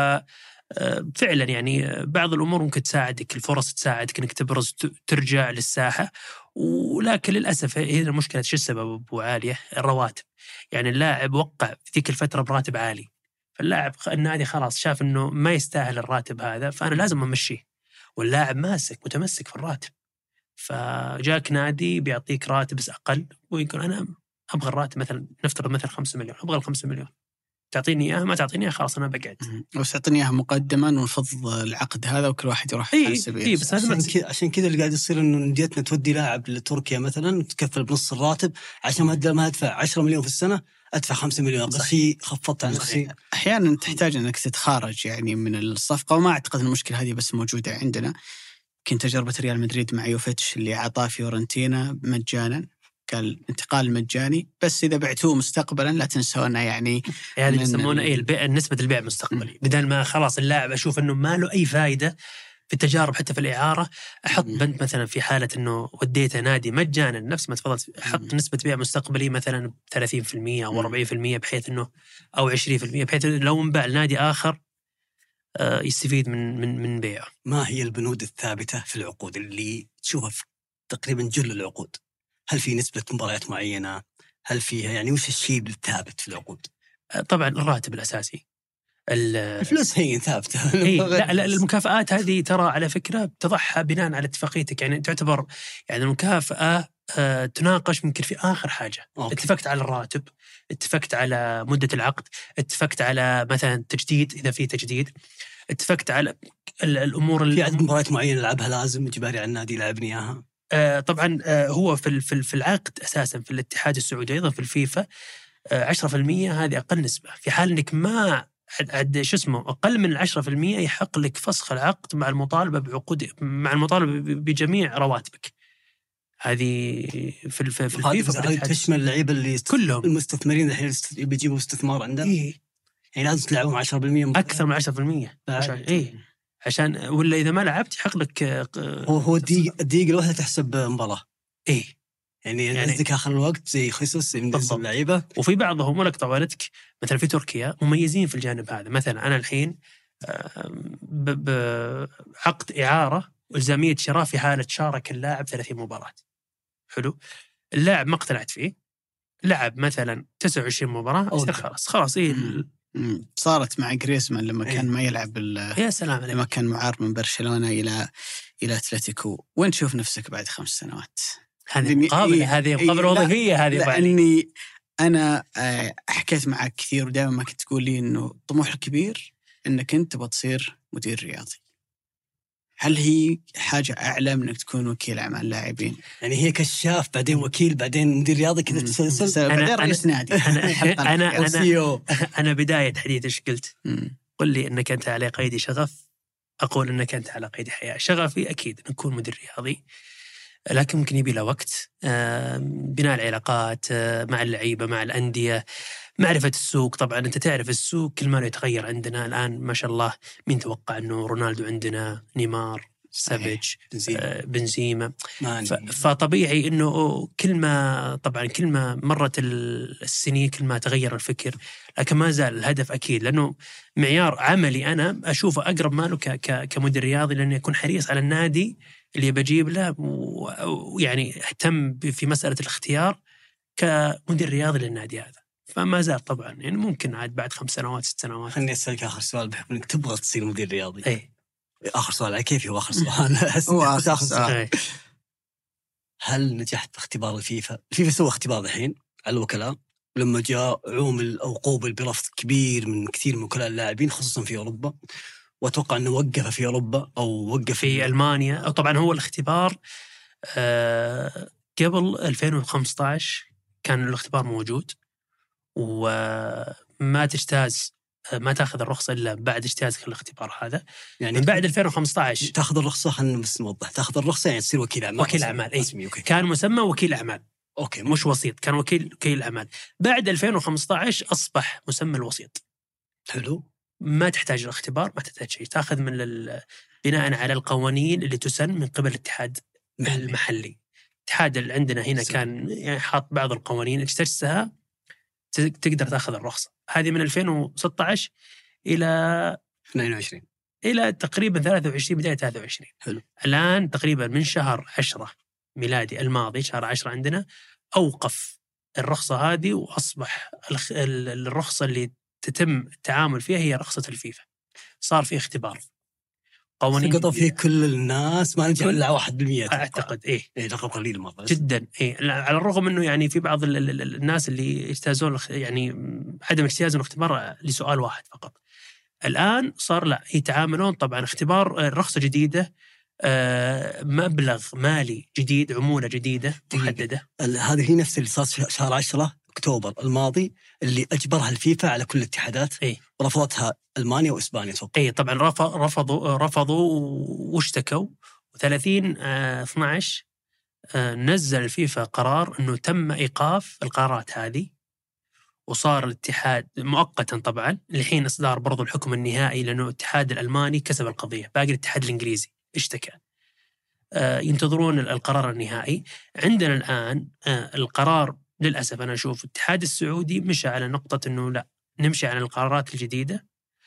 ففعلا يعني بعض الأمور ممكن تساعدك، الفرص تساعدك إنك تبرز ترجع للساحة. ولكن للأسف هي المشكلة شو السبب أبو عالية؟ الرواتب. يعني اللاعب وقع في ذيك الفترة براتب عالي فاللاعب النادي خلاص شاف إنه ما يستاهل الراتب هذا، فأنا لازم أمشيه، واللاعب ماسك متمسك في الراتب. فجاك نادي بيعطيك راتب بس أقل ويقول أنا أبغى الراتب مثلا، نفترض مثلا خمسة مليون، أبغى الخمسة مليون، تعطيني إياها ما تعطيني إياها خلاص أنا بقعد. بس تعطيني إياها مقدما ونفض العقد هذا وكل واحد يروح إيه على سبيل. إيه بس هذا عشان كذا عشان كذا اللي قاعد يصير إنه نديتنا تودي لاعب لتركيا مثلا وتكفل بنص الراتب عشان ما ما أدفع عشرة مليون في السنة، أدفع خمسة مليون قصي، خفضت عن نفسي. أحيانا تحتاج أنك تتخارج يعني من الصفقة، وما أعتقد أن المشكلة هذه بس موجودة عندنا. كنت تجربة ريال مدريد مع يوفيتش اللي عطاه فيورنتينا مجانا، قال انتقال مجاني بس إذا بعتوه مستقبلا لا تنسونا يعني يعني يسمونه إيه البيع، نسبة البيع مستقبلي، بدل ما خلاص اللاعب أشوف إنه ما له أي فائدة في التجارب حتى في الإعارة، أحط بند مثلا في حالة إنه وديته نادي مجانا نفس ما تفضلت، أحط نسبة بيع مستقبلي مثلا ثلاثين بالمئة أو أربعين بالمئة بحيث إنه أو عشرين بالمئة بحيث لو انباع لنادي آخر يستفيد من من من بيعه. ما هي البنود الثابتة في العقود اللي تشوفها في تقريبا جل العقود؟ هل في نسبة مباريات معينة؟ هل فيها يعني وش الشيء الثابت في العقود؟ طبعا الراتب الأساسي، الفلوس هي ثابتة. إيه لا لا المكافآت هذه ترى على فكرة تضعها بناء على اتفاقيتك، يعني تعتبر يعني المكافأة آه تناقش ممكن في آخر حاجة. أوكي. اتفقت على الراتب، اتفقت على مدة العقد، اتفقت على مثلا تجديد إذا في تجديد، اتفقت على الأمور. في عدد مباريات معينة لعبها لازم إجباري على النادي لعبني إياها. آه طبعا آه هو في في العقد أساسا في الاتحاد السعودي أيضا في الفيفا آه عشرة بالمئة هذه أقل نسبة. في حال إنك ما عد شو اسمه أقل من العشرة في المية يحق لك فسخ العقد مع المطالبة بعقود مع المطالبة بجميع رواتبك. هذه في الف... في الفيفا هذه تشمل اللعيبة اللي است... كلهم المستثمرين الحين است... بيجيبوا استثمار عندنا. إيه؟ يعني لازم تلعبهم عشرة بالمئة أكثر من عشرة بالمئة عشان إيه عشان ولا إذا ما لعبت يحق لك. هو هو الدقيقة الدقيقة الواحدة تحسب مباراة. إيه يعني يعني عندك آخر الوقت زي خصوص من اللعيبة. وفي بعضهم ولك طوالتك مثلا في تركيا مميزين في الجانب هذا. مثلا أنا الحين بعقد إعارة والزامية شراء في حالة شارك اللاعب ثلاثين مباراة. حلو. اللاعب ما اقتنعت فيه، لعب مثلا تسعة وعشرين مباراة خلاص خلاص إيه. صارت مع غريزمان لما إيه؟ كان ما يلعب يا سلام لما كان معار من برشلونة إلى إلى أتلتيكو. وين تشوف نفسك بعد خمس سنوات؟ هذه مقابلة، هذه مقابلة وظيفية هذه. لأني أنا حكيت معك كثير ودائما ما كنت تقول لي إنه طموحك كبير إنك أنت بتصير مدير رياضي. هل هي حاجة أعلى من إنك تكون وكيل أعمال لاعبين؟ يعني هي كشاف بعدين وكيل بعدين مدير رياضي كذا تسلسل بعدين رئيس نادي. أنا أنا أنا, أنا بداية حديث إيش قلت؟ قل لي إنك أنت على قيد شغف، أقول إنك أنت على قيد حياة. شغفي أكيد نكون مدير رياضي، لكن ممكن يبي له وقت، بناء العلاقات مع اللعيبة مع الأندية، معرفة السوق. طبعا أنت تعرف السوق كل ما يتغير عندنا الآن ما شاء الله. مين توقع أنه رونالدو عندنا، نيمار، سافيتش، بنزيما. فطبيعي أنه كل ما طبعا كل ما مرت السنين كل ما تغير الفكر، لكن ما زال الهدف أكيد، لأنه معيار عملي أنا أشوفه أقرب ماله كمدير رياضي، لأنه يكون حريص على النادي اللي بجيب له، ويعني اهتم في مسألة الاختيار كمدير رياضي للنادي هذا. فما زال طبعا يعني ممكن عاد بعد خمس سنوات ست سنوات. خلني أسألك آخر سؤال، بحب إنك تبغى تصير مدير رياضي. أي آخر سؤال على كيفي، هو آخر سؤال. هو آخر سؤال. هل نجحت في اختبار الفيفا؟ الفيفا سوى اختبار الحين على الوكلاء، ولما جاء عومل أو قوبل برفض كبير من كثير من وكلاء اللاعبين خصوصا في أوروبا، وأتوقع أنه وقف في أوروبا أو وقف في ألمانيا. أو طبعا هو الاختبار آه قبل ألفين وخمسة عشر كان الاختبار موجود، وما تجتاز ما تأخذ الرخصة إلا بعد اجتيازك الاختبار هذا. يعني من بعد ألفين وخمسة عشر تأخذ الرخصة. خلنا بس نوضح، تأخذ الرخصة يعني تصير وكيل أعمال. وكيل أعمال أي. كان مسمى وكيل أعمال. أوكي. مش وسيط، كان وكيل وكيل أعمال. بعد ألفين وخمسة عشر أصبح مسمى الوسيط. حلو. ما تحتاج الاختبار، ما تحتاج شيء، تأخذ من بناء على القوانين اللي تسن من قبل الاتحاد المحلي. الاتحاد اللي عندنا هنا كان يعني حاط بعض القوانين اللي تجتزها تقدر تأخذ الرخصة هذه من ألفين وستة عشر إلى اثنين وعشرين إلى تقريبا ثلاثة وعشرين، بداية ثلاثة وعشرين. حلو. الآن تقريبا من شهر عشرة ميلادي الماضي، شهر عشرة عندنا أوقف الرخصة هذه، وأصبح الرخصة اللي تتم التعامل فيها هي رخصة الفيفا. صار في اختبار قوانين سقطوا فيه كل الناس، ما نجح كل- إلا واحد بالمية أعتقد إيه إيه رقم قليل مرة جدا. إيه على الرغم إنه يعني في بعض ال- ال- ال- الناس اللي يجتازون الاخ- يعني عدم اجتياز الاختبار لسؤال واحد فقط. الآن صار لا يتعاملون طبعا اختبار رخصة جديدة، آه، مبلغ مالي جديد، عمولة جديدة محددة. ال- هذه هي نفس اللي صار ش- شهر عشرة أكتوبر الماضي اللي أجبرها الفيفا على كل الاتحادات، إيه. ورفضتها ألمانيا وإسبانيا توقع. اي طبعا رف- رفضوا رفضوا واشتكوا. وثلاثين اثنا عشر آه، نزل الفيفا قرار انه تم ايقاف القرارات هذه، وصار الاتحاد مؤقتا طبعا لحين اصدار برضو الحكم النهائي، لانه الاتحاد الالماني كسب القضيه، باقي الاتحاد الانجليزي اشتكى. آه، ينتظرون القرار النهائي. عندنا الان آه، القرار للاسف انا اشوف الاتحاد السعودي مشى على نقطه انه لا نمشي على القرارات الجديده،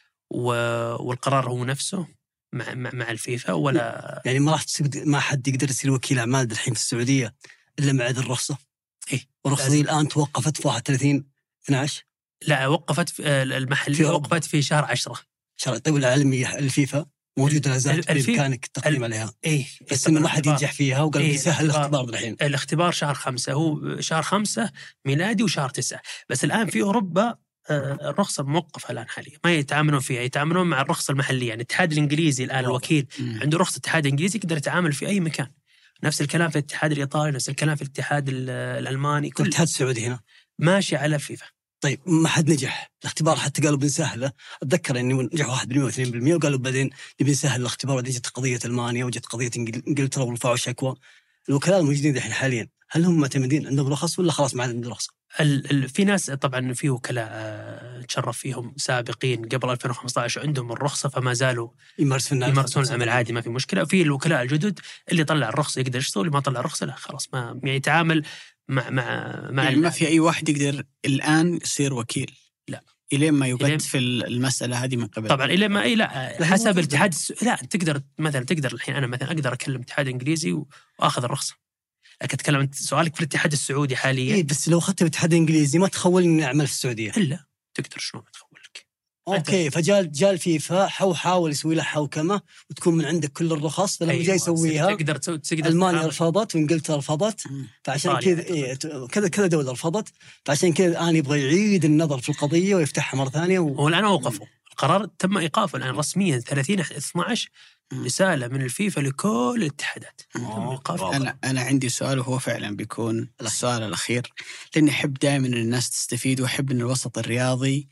والقرار هو نفسه مع مع الفيفا، ولا يعني ما راح تصير، ما حد يقدر يصير وكيل أعمال الحين في السعودية إلا مع ذي الرخصة. إيه والرخصة دي الآن توقفت في واحد وثلاثين اثنا عشر. لا وقفت في المحلية، في وقفت في شهر عشرة. شرع طيب العالمية الفيفا موجودة لا زالت الفي- بإمكانك التقديم ال- عليها، إيه بس إنه ما حد ينجح فيها وقال إيه بيسهل الاختبار- الاختبار الحين. الاختبار شهر خمسة، هو شهر خمسة ميلادي وشهر تسعة. بس الآن في أوروبا آه، الرخصة موقفة الآن حاليا، ما يتعاملون فيها، يتعاملون مع الرخصة المحلية. يعني الاتحاد الإنجليزي الآن واضح. الوكيل مم. عنده رخصة الاتحاد الإنجليزي، يقدر يتعامل في أي مكان. نفس الكلام في الاتحاد الإيطالي، نفس الكلام في الاتحاد ال- الألماني، كل الاتحاد السعودي هنا ماشي على فيفا. طيب ما حد نجح الاختبار، حتى قالوا بنسهله. اتذكر انه نجح واحد بالمية واثنين بالمية، وقالوا بعدين نبي نسهل الاختبار. بعدين جت قضيه المانيا وجت قضيه إنجل- انجلترا ورفعوا شكوى. الوكلاء الموجودين الحين حاليا هل هم معتمدين عندهم رخص ولا خلاص ما عندهم رخص؟ ال ال في ناس طبعا في وكلاء آه، تشرف فيهم سابقين قبل ألفين وخمسة عشر عندهم الرخصة فما زالوا يمارسون يمارسون العمل عادي، ما في مشكلة. في الوكلاء الجدد اللي طلع الرخصة يقدر يشتغل، اللي ما طلع الرخصة لا خلاص ما يعني يتعامل مع مع مع يعني ما في أي واحد يقدر الآن يصير وكيل، لا. إلين ما إلين- يبت في المسألة هذه من قبل. طبعا إلى ما أي لا لا، حسب موجودة. الاتحاد الس... لا تقدر مثلا تقدر الحين أنا مثلا أقدر أكلم الاتحاد الإنجليزي وأخذ الرخصة، لكن أتكلم أنت سؤالك في الاتحاد السعودي حاليا. إيه بس لو اخذت الاتحاد الانجليزي ما تخولني اعمل في السعوديه. إلا تقدر شلون تخول لك. اوكي فجاء جاء الفيفا حو حاول يسوي له حوكمه وتكون من عندك كل الرخص، فلما أيوة، جاي يسويها تقدر تسوي تقدر المانيا تتعامل. رفضت وانجلترا رفضت، مم. فعشان إيطاليا كذا إيه كذا كذا دوله رفضت، فعشان كذا الان يبغى يعيد النظر في القضيه ويفتحها مره ثانيه و... هو الآن أوقفوا القرار، تم إيقافه الآن رسميا ثلاثين اثنا عشر، مم. رسالة من الفيفا لكل الاتحادات تم آه، إيقافه. أنا أنا عندي سؤال وهو فعلا بيكون السؤال الأخير، لأني أحب دائما أن الناس تستفيد، وأحب أن الوسط الرياضي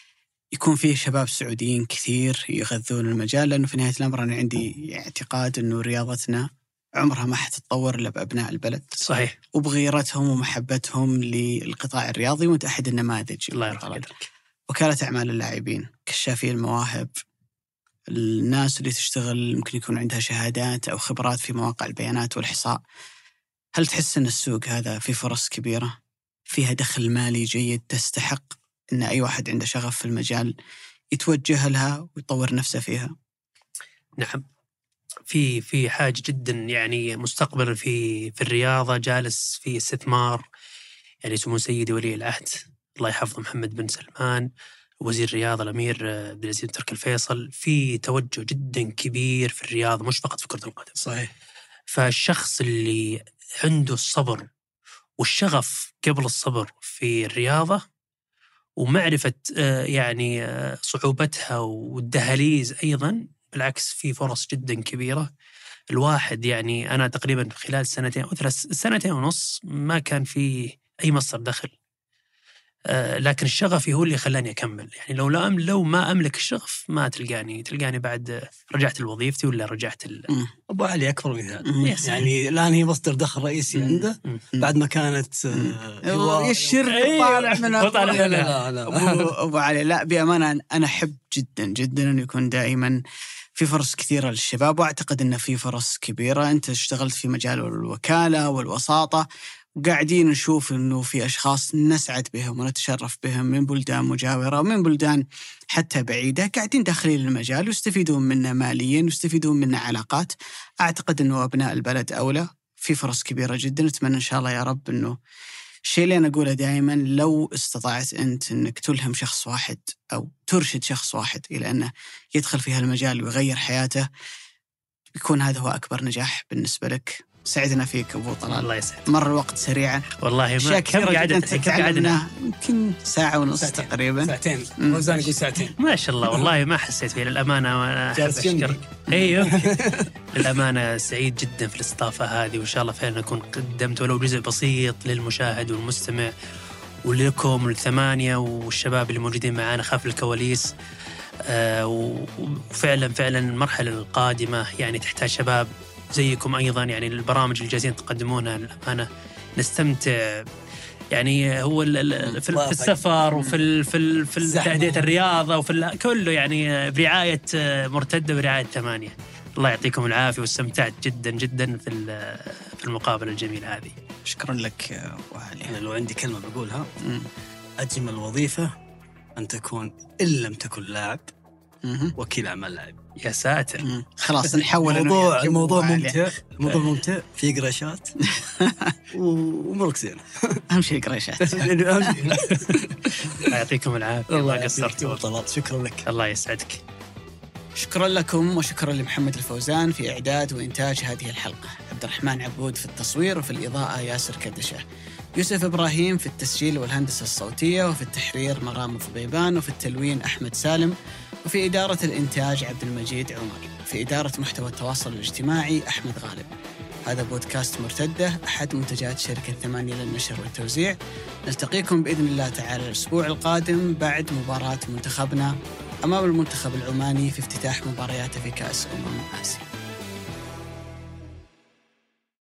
يكون فيه شباب سعوديين كثير يغذون المجال، لأنه في نهاية الأمر أنا عندي اعتقاد أنه رياضتنا عمرها ما حتتطور إلا بأبناء البلد، صحيح. وبغيرتهم ومحبتهم للقطاع الرياضي، وأنت أحد النماذج. الله يرفع قدرك. وكالة أعمال اللاعبين، كشافي المواهب، الناس اللي تشتغل ممكن يكون عندها شهادات أو خبرات في مواقع البيانات والإحصاء، هل تحس أن السوق هذا في فرص كبيرة فيها دخل مالي جيد تستحق أن أي واحد عنده شغف في المجال يتوجه لها ويطور نفسه فيها؟ نعم، في في حاجة جدا يعني مستقبل في في الرياضة جالس في استثمار. يعني سمو سيدي ولي العهد الله يحفظه محمد بن سلمان وزير الرياضة الأمير عبد العزيز بن تركي الفيصل، في توجه جدا كبير في الرياضة مش فقط في كرة القدم. صحيح. فالشخص اللي عنده الصبر والشغف قبل الصبر في الرياضة، ومعرفة يعني صعوبتها والدهاليز أيضا، بالعكس في فرص جدا كبيرة. الواحد يعني أنا تقريبا خلال سنتين أو ثلاث سنتين ونص ما كان في أي مصدر دخل، آه لكن شغفي هو اللي خلاني أكمل. يعني لو لا أم لو ما أملك الشغف ما تلقاني تلقاني بعد رجعت لوظيفتي ولا رجعت ال... أبو علي أكبر مثال، مم. يعني الآن هي مصدر دخل رئيسي عنده مم. بعد ما كانت آه، هو يشر أيوة. طالع منها. طالع لا منها. لا لا, أبو, لا. أبو علي، لا بأمانة أنا أحب جدا جدا أن يكون دائما في فرص كثيرة للشباب، وأعتقد أن في فرص كبيرة. أنت اشتغلت في مجال الوكالة والوساطة، وقاعدين نشوف أنه في أشخاص نسعد بهم ونتشرف بهم من بلدان مجاورة ومن بلدان حتى بعيدة، قاعدين داخلين المجال ويستفيدون منه ماليا ويستفيدون منه علاقات. أعتقد أنه أبناء البلد أولى، في فرص كبيرة جدا. نتمنى إن شاء الله يا رب أنه الشيء اللي أنا أقوله دائما، لو استطعت أنت أنك تلهم شخص واحد أو ترشد شخص واحد إلى أنه يدخل في هالمجال ويغير حياته، بيكون هذا هو أكبر نجاح بالنسبة لك. سعدنا فيك أبو طلال. الله يسعدك. مر الوقت سريعا والله ما كم قعدنا كم قعدنا يمكن ساعة ونص ساعتين. تقريبا ساعتين فوزان يقول ساعتين ما شاء الله. والله ما حسيت فيه للأمانة، وأنا أحب أشكرك. أيوه للأمانة سعيد جدا في الاستضافة هذه، وإن شاء الله فعلا أكون قدمت ولو جزء بسيط للمشاهد والمستمع ولكم والثمانية والشباب اللي موجودين معنا خلف الكواليس. آه وفعلا فعلا المرحلة القادمة يعني تحتاج شباب زيكم أيضا، يعني البرامج اللي جالسين تقدمونها للأمانة نستمتع. يعني هو في السفر وفي في في تأدية الرياضة وفي كله، يعني برعاية مرتدة برعاية ثمانية. الله يعطيكم العافية، واستمتعت جدا جدا في في المقابلة الجميلة هذه. شكرا لك أبو علي. أنا لو عندي كلمة بقولها، أجمل وظيفة أن تكون إن لم تكن لاعب وكيل أعمال لاعب. يا ساتر. مم. خلاص نحول. الموضوع الموضوع ممتع، الموضوع ممتع في قراشات ومركزين. أهم شيء قراشات. الله يعطيكم العافية. الله قصرتوا. طلعت. شكرا لك. الله يسعدك. شكرا لكم، وشكرا لمحمد الفوزان في إعداد وإنتاج هذه الحلقة، عبد الرحمن عبود في التصوير، وفي الإضاءة ياسر كدشة، يوسف إبراهيم في التسجيل والهندسة الصوتية، وفي التحرير مرام ضبيبان، وفي التلوين أحمد سالم، وفي إدارة الإنتاج عبد المجيد عمر، في إدارة محتوى التواصل الاجتماعي أحمد غالب. هذا بودكاست مرتدة، أحد منتجات شركة ثمانية للنشر والتوزيع. نلتقيكم بإذن الله تعالى الأسبوع القادم بعد مباراة منتخبنا أمام المنتخب العماني في افتتاح مبارياته في كأس أمم آسيا.